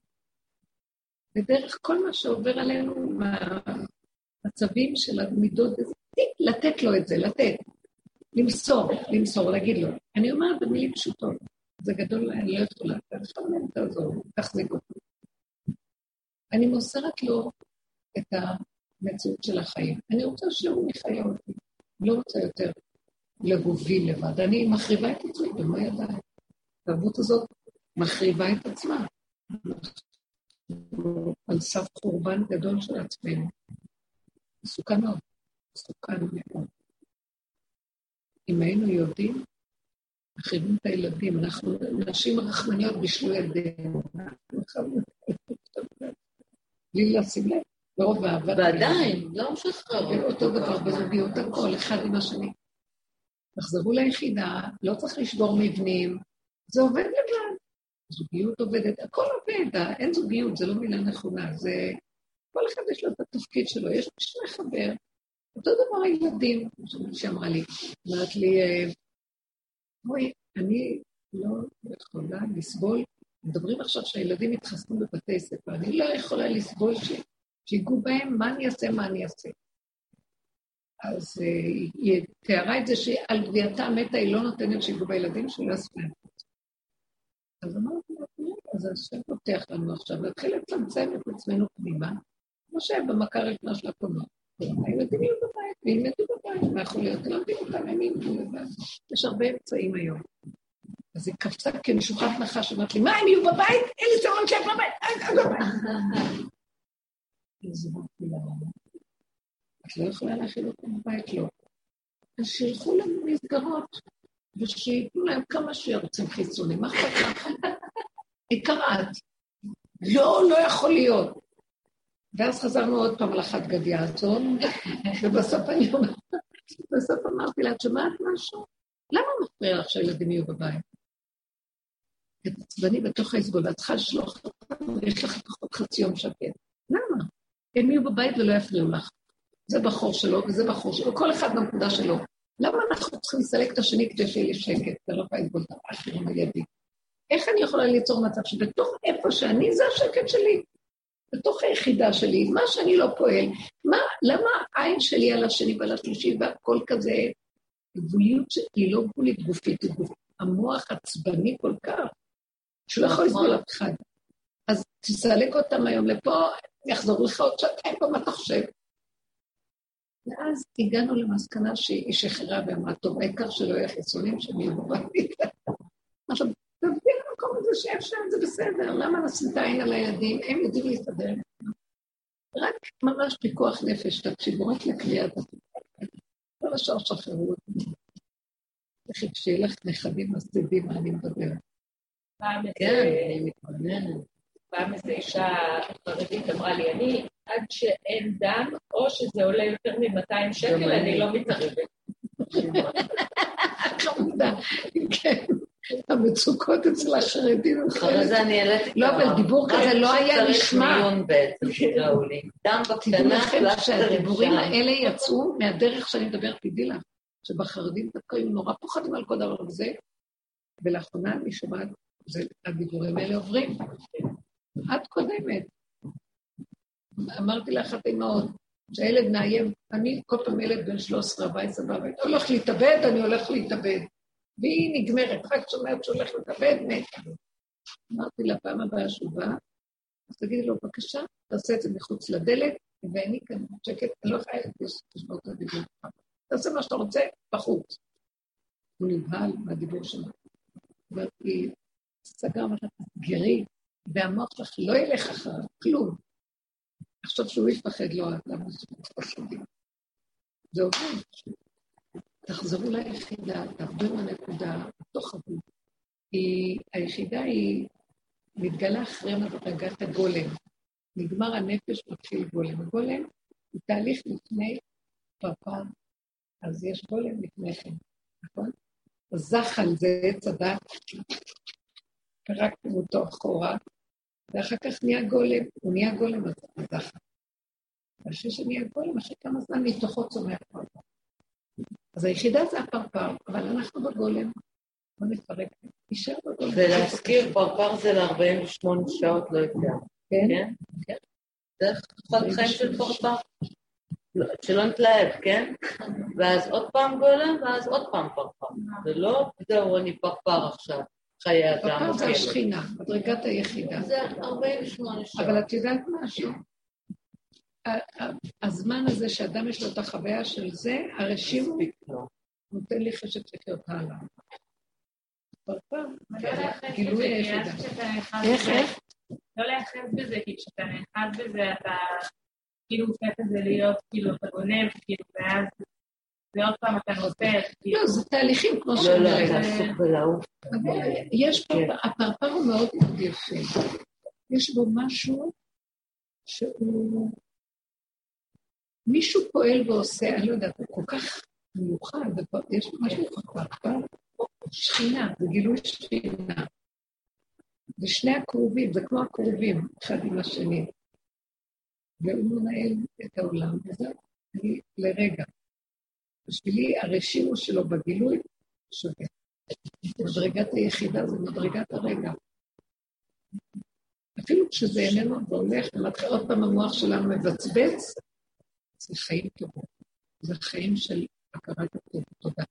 ודרך כל מה שעובר עלינו, מהמצבים של המידות, לתת לו את זה, למסור, להגיד לו. אני אומרת במילים פשוטות, זה גדול, אני לא יכולה, תעזור, תחזיק אותי. אני מוסרת לו את המציאות של החיים. אני רוצה שהוא יחיה אותי, לא רוצה יותר להוביל לבד. אני מחריבה את עצמי במו ידיים. התרבות הזאת מחריבה את עצמה. על סף חורבן גדול של עצמנו. מסוכן מאוד. אם היינו יודעים, מחריבים את הילדים, אנחנו נשים רחמניות בשלו ידינו. בלי לשים לב, ברוב האהבה. ועדיין, לא משחרר. אותו דבר בזוגיות, הכל, אחד עם השני. תחזרו ליחידה, לא צריך לשבור מבנים, זה עובד לבד. זוגיות עובדת, הכל עובד, אין זוגיות, זה לא מילה נכונה, זה... כל אחד יש לו את התפקיד שלו, יש משנה חבר. אותו דבר הילדים, שאמרה לי, אמרת לי, אוי, אני לא יכולה לסבול, מדברים עכשיו שהילדים יתחסנו בבתי ספר, אני לא יכולה לסבול שיגעו בהם, מה אני אעשה? אז היא תיארה את זה שעל גווייתה מתה, היא לא נותנת שיגעו בילדים שלא אספן. אז אמרתי לה, אז השם פותח לנו עכשיו, להתחיל לצמצם את עצמנו פנימה, כמו שבמכה ראשונה של הקומה. הילדים יהיו בבית, וילמדו בבית, מה יכול להיות? תלמדים אותם, הם יהיו בבית. יש הרבה אמצעים היום. אז היא קפצה כמשוחת נחש, אמרת לי, מה הם יהיו בבית? אין לי סרון שהם בבית, אז אמרתי לה, את לא יכולה להכיל אותם בבית? לא. אז שילכו לנו מסגרות, ושיתנו להם כמה שירצים חיסונים. מה אכפת לך? היא קראת. לא יכול להיות. ואז חזרנו עוד פעם על אחת גדיה הזאת, ובסוף אמרתי לה, את שומעת משהו? למה מפריע לך שהילדים יהיו בבית? את עצבני בתוך ההסגול, את צריכה לשלוח אותם, ויש לך פחות חצי יום שקט. למה? הם יהיו בבית ולא יפריעו לך. זה בחור שלו וזה בחור שלו, כל אחד בנקודה שלו. למה אנחנו צריכים לסלק את השני כדי שיהיה לי שקט, ולא ההסגול את האחרים על ידי? איך אני יכולה ליצור מצב שבתוך איפה שאני, זה השקט שלי? בתוך היחידה שלי, מה שאני לא פועל, למה העין שלי על השני ועל השלישי והכל כזה, גבוליות שהיא לא גבולית גופית, המוח עצבני כל כך, שלא יכול לסבול אף אחד. אז תסלק אותם היום לפה, יחזור לך עוד שעתיים פה, מה אתה חושב? ואז הגענו למסקנה שהיא שחררה ואמרה, טוב, העיקר שלא יהיה חיסונים שהם יהיו בבית. עכשיו, תביא למקום הזה שאפשר, זה בסדר, למה נשים את העין על הילדים? הם יודעים להסתדר. רק ממש פיקוח נפש, תקשיבו, רק לקריאת הפיקוח. כל השאר שחררו אותי. איך שיהיה לך נכדים מסדידים, אני מדבר. כן, אני מתכוננת. פעם איזו אישה חרדית אמרה לי, אני עד שאין דם, או שזה עולה יותר מ-200 שקל, אני לא מתערבת. חמודה, כן. המצוקות אצל החרדים. אחרי זה אני העליתי. לא, אבל דיבור כזה לא היה נשמע. מיון בעצם, תקראו לי. דם בקטנה, שהדיבורים האלה יצאו מהדרך שאני מדברת, תדעי לך, שבחרדים דווקאים נורא פוחדים על כל דבר הזה, ולאחרונה אני שומעת, הדיבורים האלה עוברים. את קודמת. אמרתי לך, את אמאות, שהילד נאיים, אני כל פעם ילד בן 13, 14 בבית, הולך להתאבד, אני הולך להתאבד. והיא נגמרת, רק שומעת שהולך להתאבד, מת. אמרתי לה, פעם הבאה שובה, אז תגידי לו, בבקשה, תעשה את זה מחוץ לדלת, ואני כאן שקט, אני לא יכולה לשמוע את הדיבור. תעשה מה שאתה רוצה, בחוץ. הוא נבהל מהדיבור שלו. אמרתי, סגר מה שאתה סגרי, והמוח שלך לא ילך אחריו, כלום. עכשיו שהוא יפחד לו, למה זה מפחדים. זה עובד. תחזרו ליחידה, תעבדו מהנקודה, בתוך הגוף. היחידה היא מתגלה אחרי מדרגת הגולם. נגמר הנפש, מתחיל גולם. הגולם הוא תהליך לפני פרפר, אז יש גולם לפני כן, נכון? הזחל זה צדק, פרקתם אותו אחורה, ואחר כך נהיה גולם, הוא נהיה גולם הזחל. ואחרי שנהיה גולם, אחרי כמה זמן מתוכו צומח פרפר. אז היחידה זה הפרפר, אבל אנחנו בגולם, בוא נפרק, נשאר בגולם. ולהזכיר, פרפר זה ל-48 שעות, לא יותר. כן? כן. זה חד חיים של פרפר. שלא נתלהב, כן? ואז עוד פעם גולם, ואז עוד פעם פרפר. זה לא, זהו, אני פרפר עכשיו, חיי אדם. פרפר זה השכינה, מדרגת היחידה. זה 48 שעות. אבל את יודעת משהו? הזמן הזה שאדם יש לו את החוויה של זה, הרשימו נותן לי חשת לחיות הלאה. פרפר, גילוי היחידה. איך? לא להיחז בזה, כי כשאתה נאחז בזה, אתה כאילו הופך את זה להיות, כאילו אתה גונב, כאילו, ואז זה עוד פעם אתה נופל. לא, זה תהליכים כמו שאומר. לא, זה עסוק ולעוף. יש פה, הפרפר הוא מאוד מאוד יפה. יש בו משהו שהוא... מישהו פועל ועושה, אני לא יודעת, הוא כל כך מיוחד, יש משהו חכם, שכינה, זה גילוי שכינה. זה שני הקרובים, זה כמו הקרובים, אחד עם השני. והוא מנהל את העולם, וזה אני לרגע. בשבילי הרשימו שלו בגילוי שווה. מדרגת היחידה זה מדרגת הרגע. אפילו כשזה איננו והולך, ומתחיל עוד פעם המוח שלנו מבצבץ, זה חיים טובות. זה חיים של הכרת הטוב. תודה.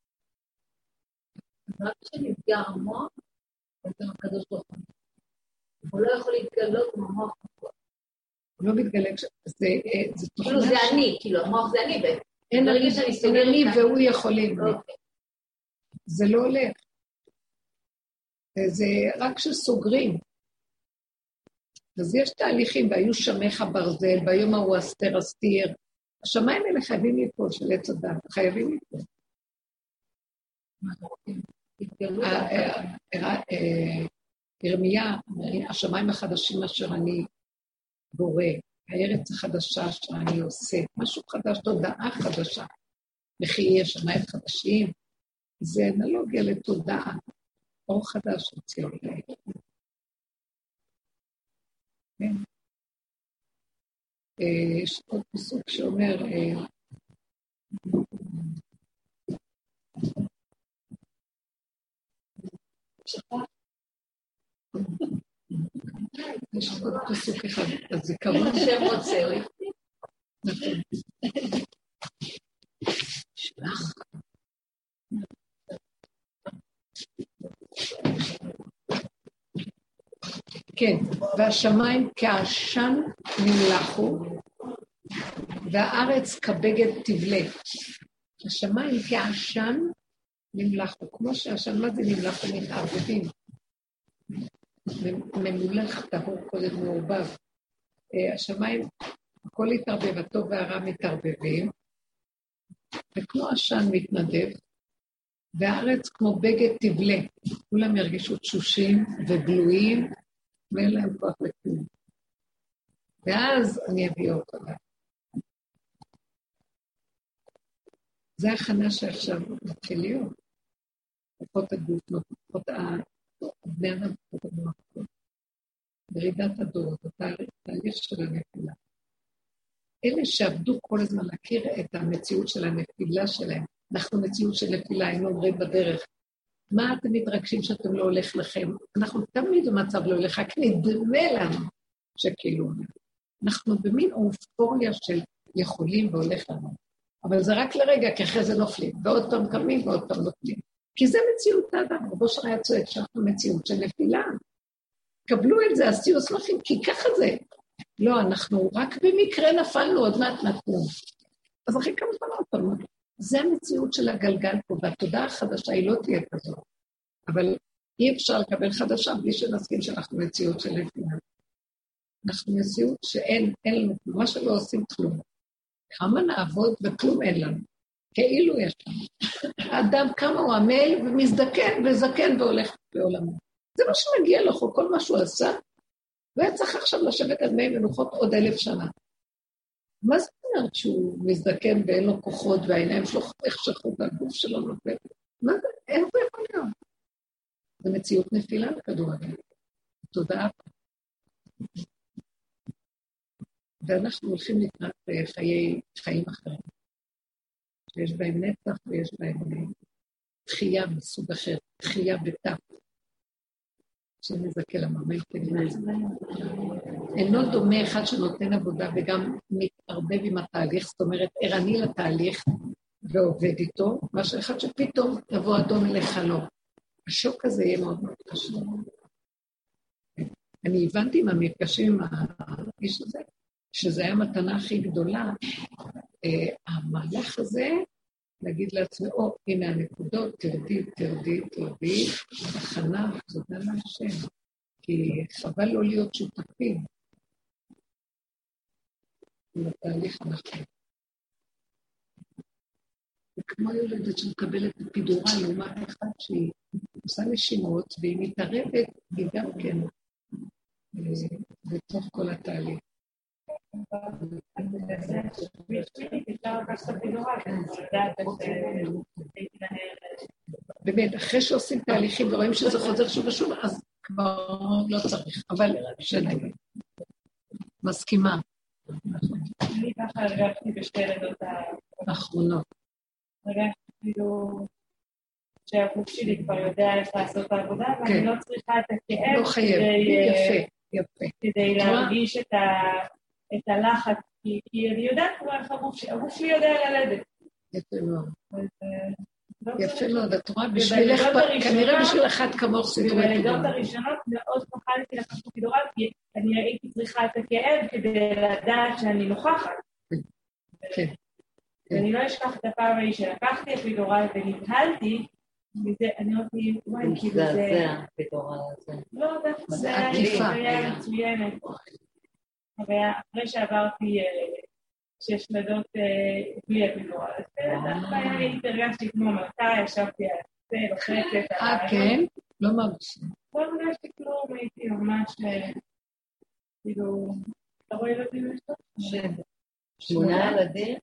רק כשנפגע המוח, זה הקדוש ברוך הוא. הוא לא יכול להתגלות עם המוח. הוא לא מתגלה, זה תוכנה... כאילו זה אני, כאילו המוח זה אני בעצם. אין אני והוא יכולים. זה לא הולך. זה רק שסוגרים. אז יש תהליכים, והיו שמך ברזל, ביום ההוא אסתר אסתיר. השמיים האלה חייבים ליפול של עץ הדת, חייבים ליפול. ירמיה, השמיים החדשים אשר אני בורא, הארץ החדשה שאני עושה, משהו חדש, תודעה חדשה. וכי יהיה שמיים חדשים, זה אנלוגיה לתודעה, אור חדש הציון. יש עוד פסוק שאומר, יש עוד פסוק אחד, אז זה קרוב. השם רוצה, נכון. שלח. כן, והשמיים כעשן נמלחו, והארץ כבגד תבלה. השמיים כעשן נמלחו, כמו שהעשן, מה זה נמלחו? מתערבבים. ממולח טהור קודם מעורבב. השמיים, הכל התערבב, הטוב והרע מתערבבים, וכמו עשן מתנדב, והארץ כמו בגד תבלה. כולם ירגישו תשושים ובלויים, ואין להם כוח לכלום. ואז אני אביא אותו. זה הכנה שעכשיו מתחיל להיות. כוחות הגוף, כוחות הבני אדם, כוחות המוח. ברידת הדורות, התהליך של הנפילה. אלה שעבדו כל הזמן להכיר את המציאות של הנפילה שלהם, אנחנו מציאות של נפילה, היינו אומרים בדרך, מה אתם מתרגשים שאתם לא הולך לכם? אנחנו תמיד במצב לא הולך, רק נדמה לנו שכאילו, אנחנו במין אופוריה של יכולים והולך לנו. אבל זה רק לרגע, כי אחרי זה נופלים, ועוד פעם קמים ועוד פעם נופלים. כי זה מציאות האדם, רבו שהיה צועק שאנחנו מציאות של נפילה. קבלו את זה, אז תהיו שמחים, כי ככה זה. לא, אנחנו רק במקרה נפלנו, עוד מעט נתנו. אז אחרי כמה זמן עוד פעם, זה המציאות של הגלגל פה, והתודעה החדשה היא לא תהיה כזו. אבל אי אפשר לקבל חדשה בלי שנסכים שאנחנו מציאות של נפילה. אנחנו מציאות שאין לנו, מה שלא עושים כלום. כמה נעבוד וכלום אין לנו. כאילו יש לנו. האדם כמה הוא עמל ומזדקן וזקן והולך בעולמו. זה מה שמגיע לו, כל מה שהוא עשה, והיה צריך עכשיו לשבת על מי מנוחות עוד 1000 שנה. מה זה אומרת שהוא מזדקן ואין לו כוחות, והעיניים שלו החשכות והגוף שלו נופל? מה זה? איך זה יכול להיות? זה מציאות נפילה לכדור הזה. תודעה. ואנחנו הולכים לקראת חיים אחרים. שיש בהם נצח ויש בהם תחייה מסוג אחר, תחייה בתת. שנזכה למרמל כנראה. אינו דומה אחד שנותן עבודה וגם מתערבב עם התהליך, זאת אומרת, ערני לתהליך ועובד איתו, משהו אחד שפתאום יבוא אדום אליך לא. השוק הזה יהיה מאוד מאוד קשה. אני הבנתי מהמפגשים עם האיש הזה, שזה היה המתנה הכי גדולה, המהלך הזה, להגיד לעצמי, הנה הנקודות, תרדי, הכנה, תודה להשם, כי חבל לא להיות שותפים לתהליך אנחנו. וכמו יולדת שמקבלת פידורה לעומת אחד שהיא עושה נשימות, והיא מתערבת, היא גם כן בתוך כל התהליך. באמת, אחרי שעושים תהליכים ורואים שזה חוזר שוב ושוב, אז כבר לא צריך, אבל שאני מסכימה. אני ככה הרגשתי בשתי לידות האחרונות. הרגשתי כאילו שהגוף שלי כבר יודע איך לעשות את העבודה, ואני לא צריכה את הכאב. לא חייב, יפה. כדי להרגיש את הלחץ, כי אני יודעת כבר איך הגוף שלי יודע ללדת. יפה מאוד. יפה מאוד, את רואה בשבילך, כנראה בשביל אחת כמוך סיפורי פידורל. ובלידות הראשונות מאוד פחדתי לקחת פידורל, כי אני הייתי צריכה את הכאב כדי לדעת שאני נוכחת. כן. ואני לא אשכח את הפעם ההיא שלקחתי את פידורל ונבהלתי, מזה אני אותי, וואי, כאילו זה... זה הפידורל הזה. לא, זה היה מצוינת. אבל אחרי שעברתי 6 לידות בלי הפידורל, הרגשתי כמו מלכה, ישבתי על זה, בחצת. כן? לא מרגישים. לא הרגשתי כלום, הייתי ממש, כאילו, אתה רואה ילדים לשתות? 8 ילדים?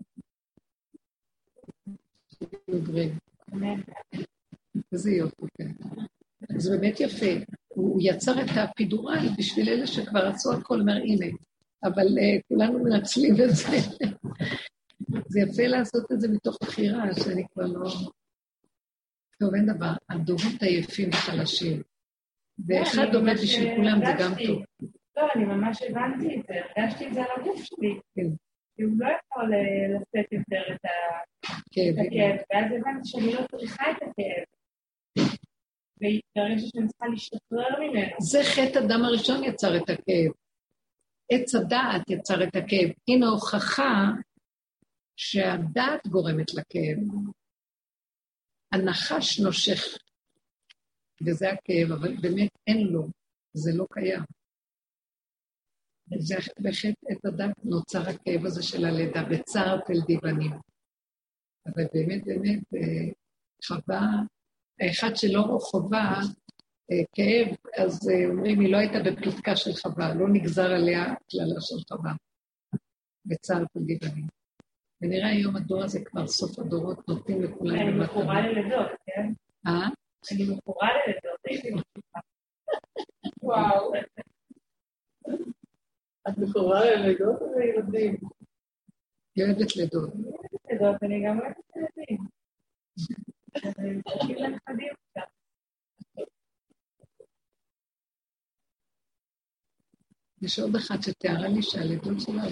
איזה יופי, כן. זה באמת יפה. הוא יצר את הפידורל בשביל אלה שכבר עשו הכל, אומר, הנה. אבל כולנו מנצלים את זה. זה יפה לעשות את זה מתוך בחירה, שאני כבר לא... טוב, אין דבר. הדורות עייפים וחלשים. ואחד עומד בשביל כולם, זה גם טוב. לא, אני ממש הבנתי את זה. הרגשתי את זה על הגוף שלי. כן. כי הוא לא יכול לשאת יותר את הכאב. ואז הבנתי שאני לא צריכה את הכאב. והרגשתי שאני צריכה להשתחרר ממנו. זה חטא אדם הראשון יצר את הכאב. עץ הדעת יצר את הכאב. הנה הוכחה שהדעת גורמת לכאב. הנחש נושך, וזה הכאב, אבל באמת אין לו, זה לא קיים. זה בחטא עץ הדעת נוצר הכאב הזה של הלידה, בצער תל דיבנים. אבל באמת, חווה, האחד שלא חווה כאב, אז אומרים, היא לא הייתה בפתקה של חווה, לא נגזר עליה כללה של חווה, בצער תל דיבנים. ונראה היום הדור הזה כבר סוף הדורות נותנים לכולם. אני מכורה ללידות, כן? אני מכורה ללידות, הייתי מכורה. וואו. את מכורה ללידות או לילדים? היא אוהבת לידות. לידות, אני גם אוהבת ילדים. אני חושבת לנכדים אותם. יש עוד אחת שתיארה לי שהלידות שלה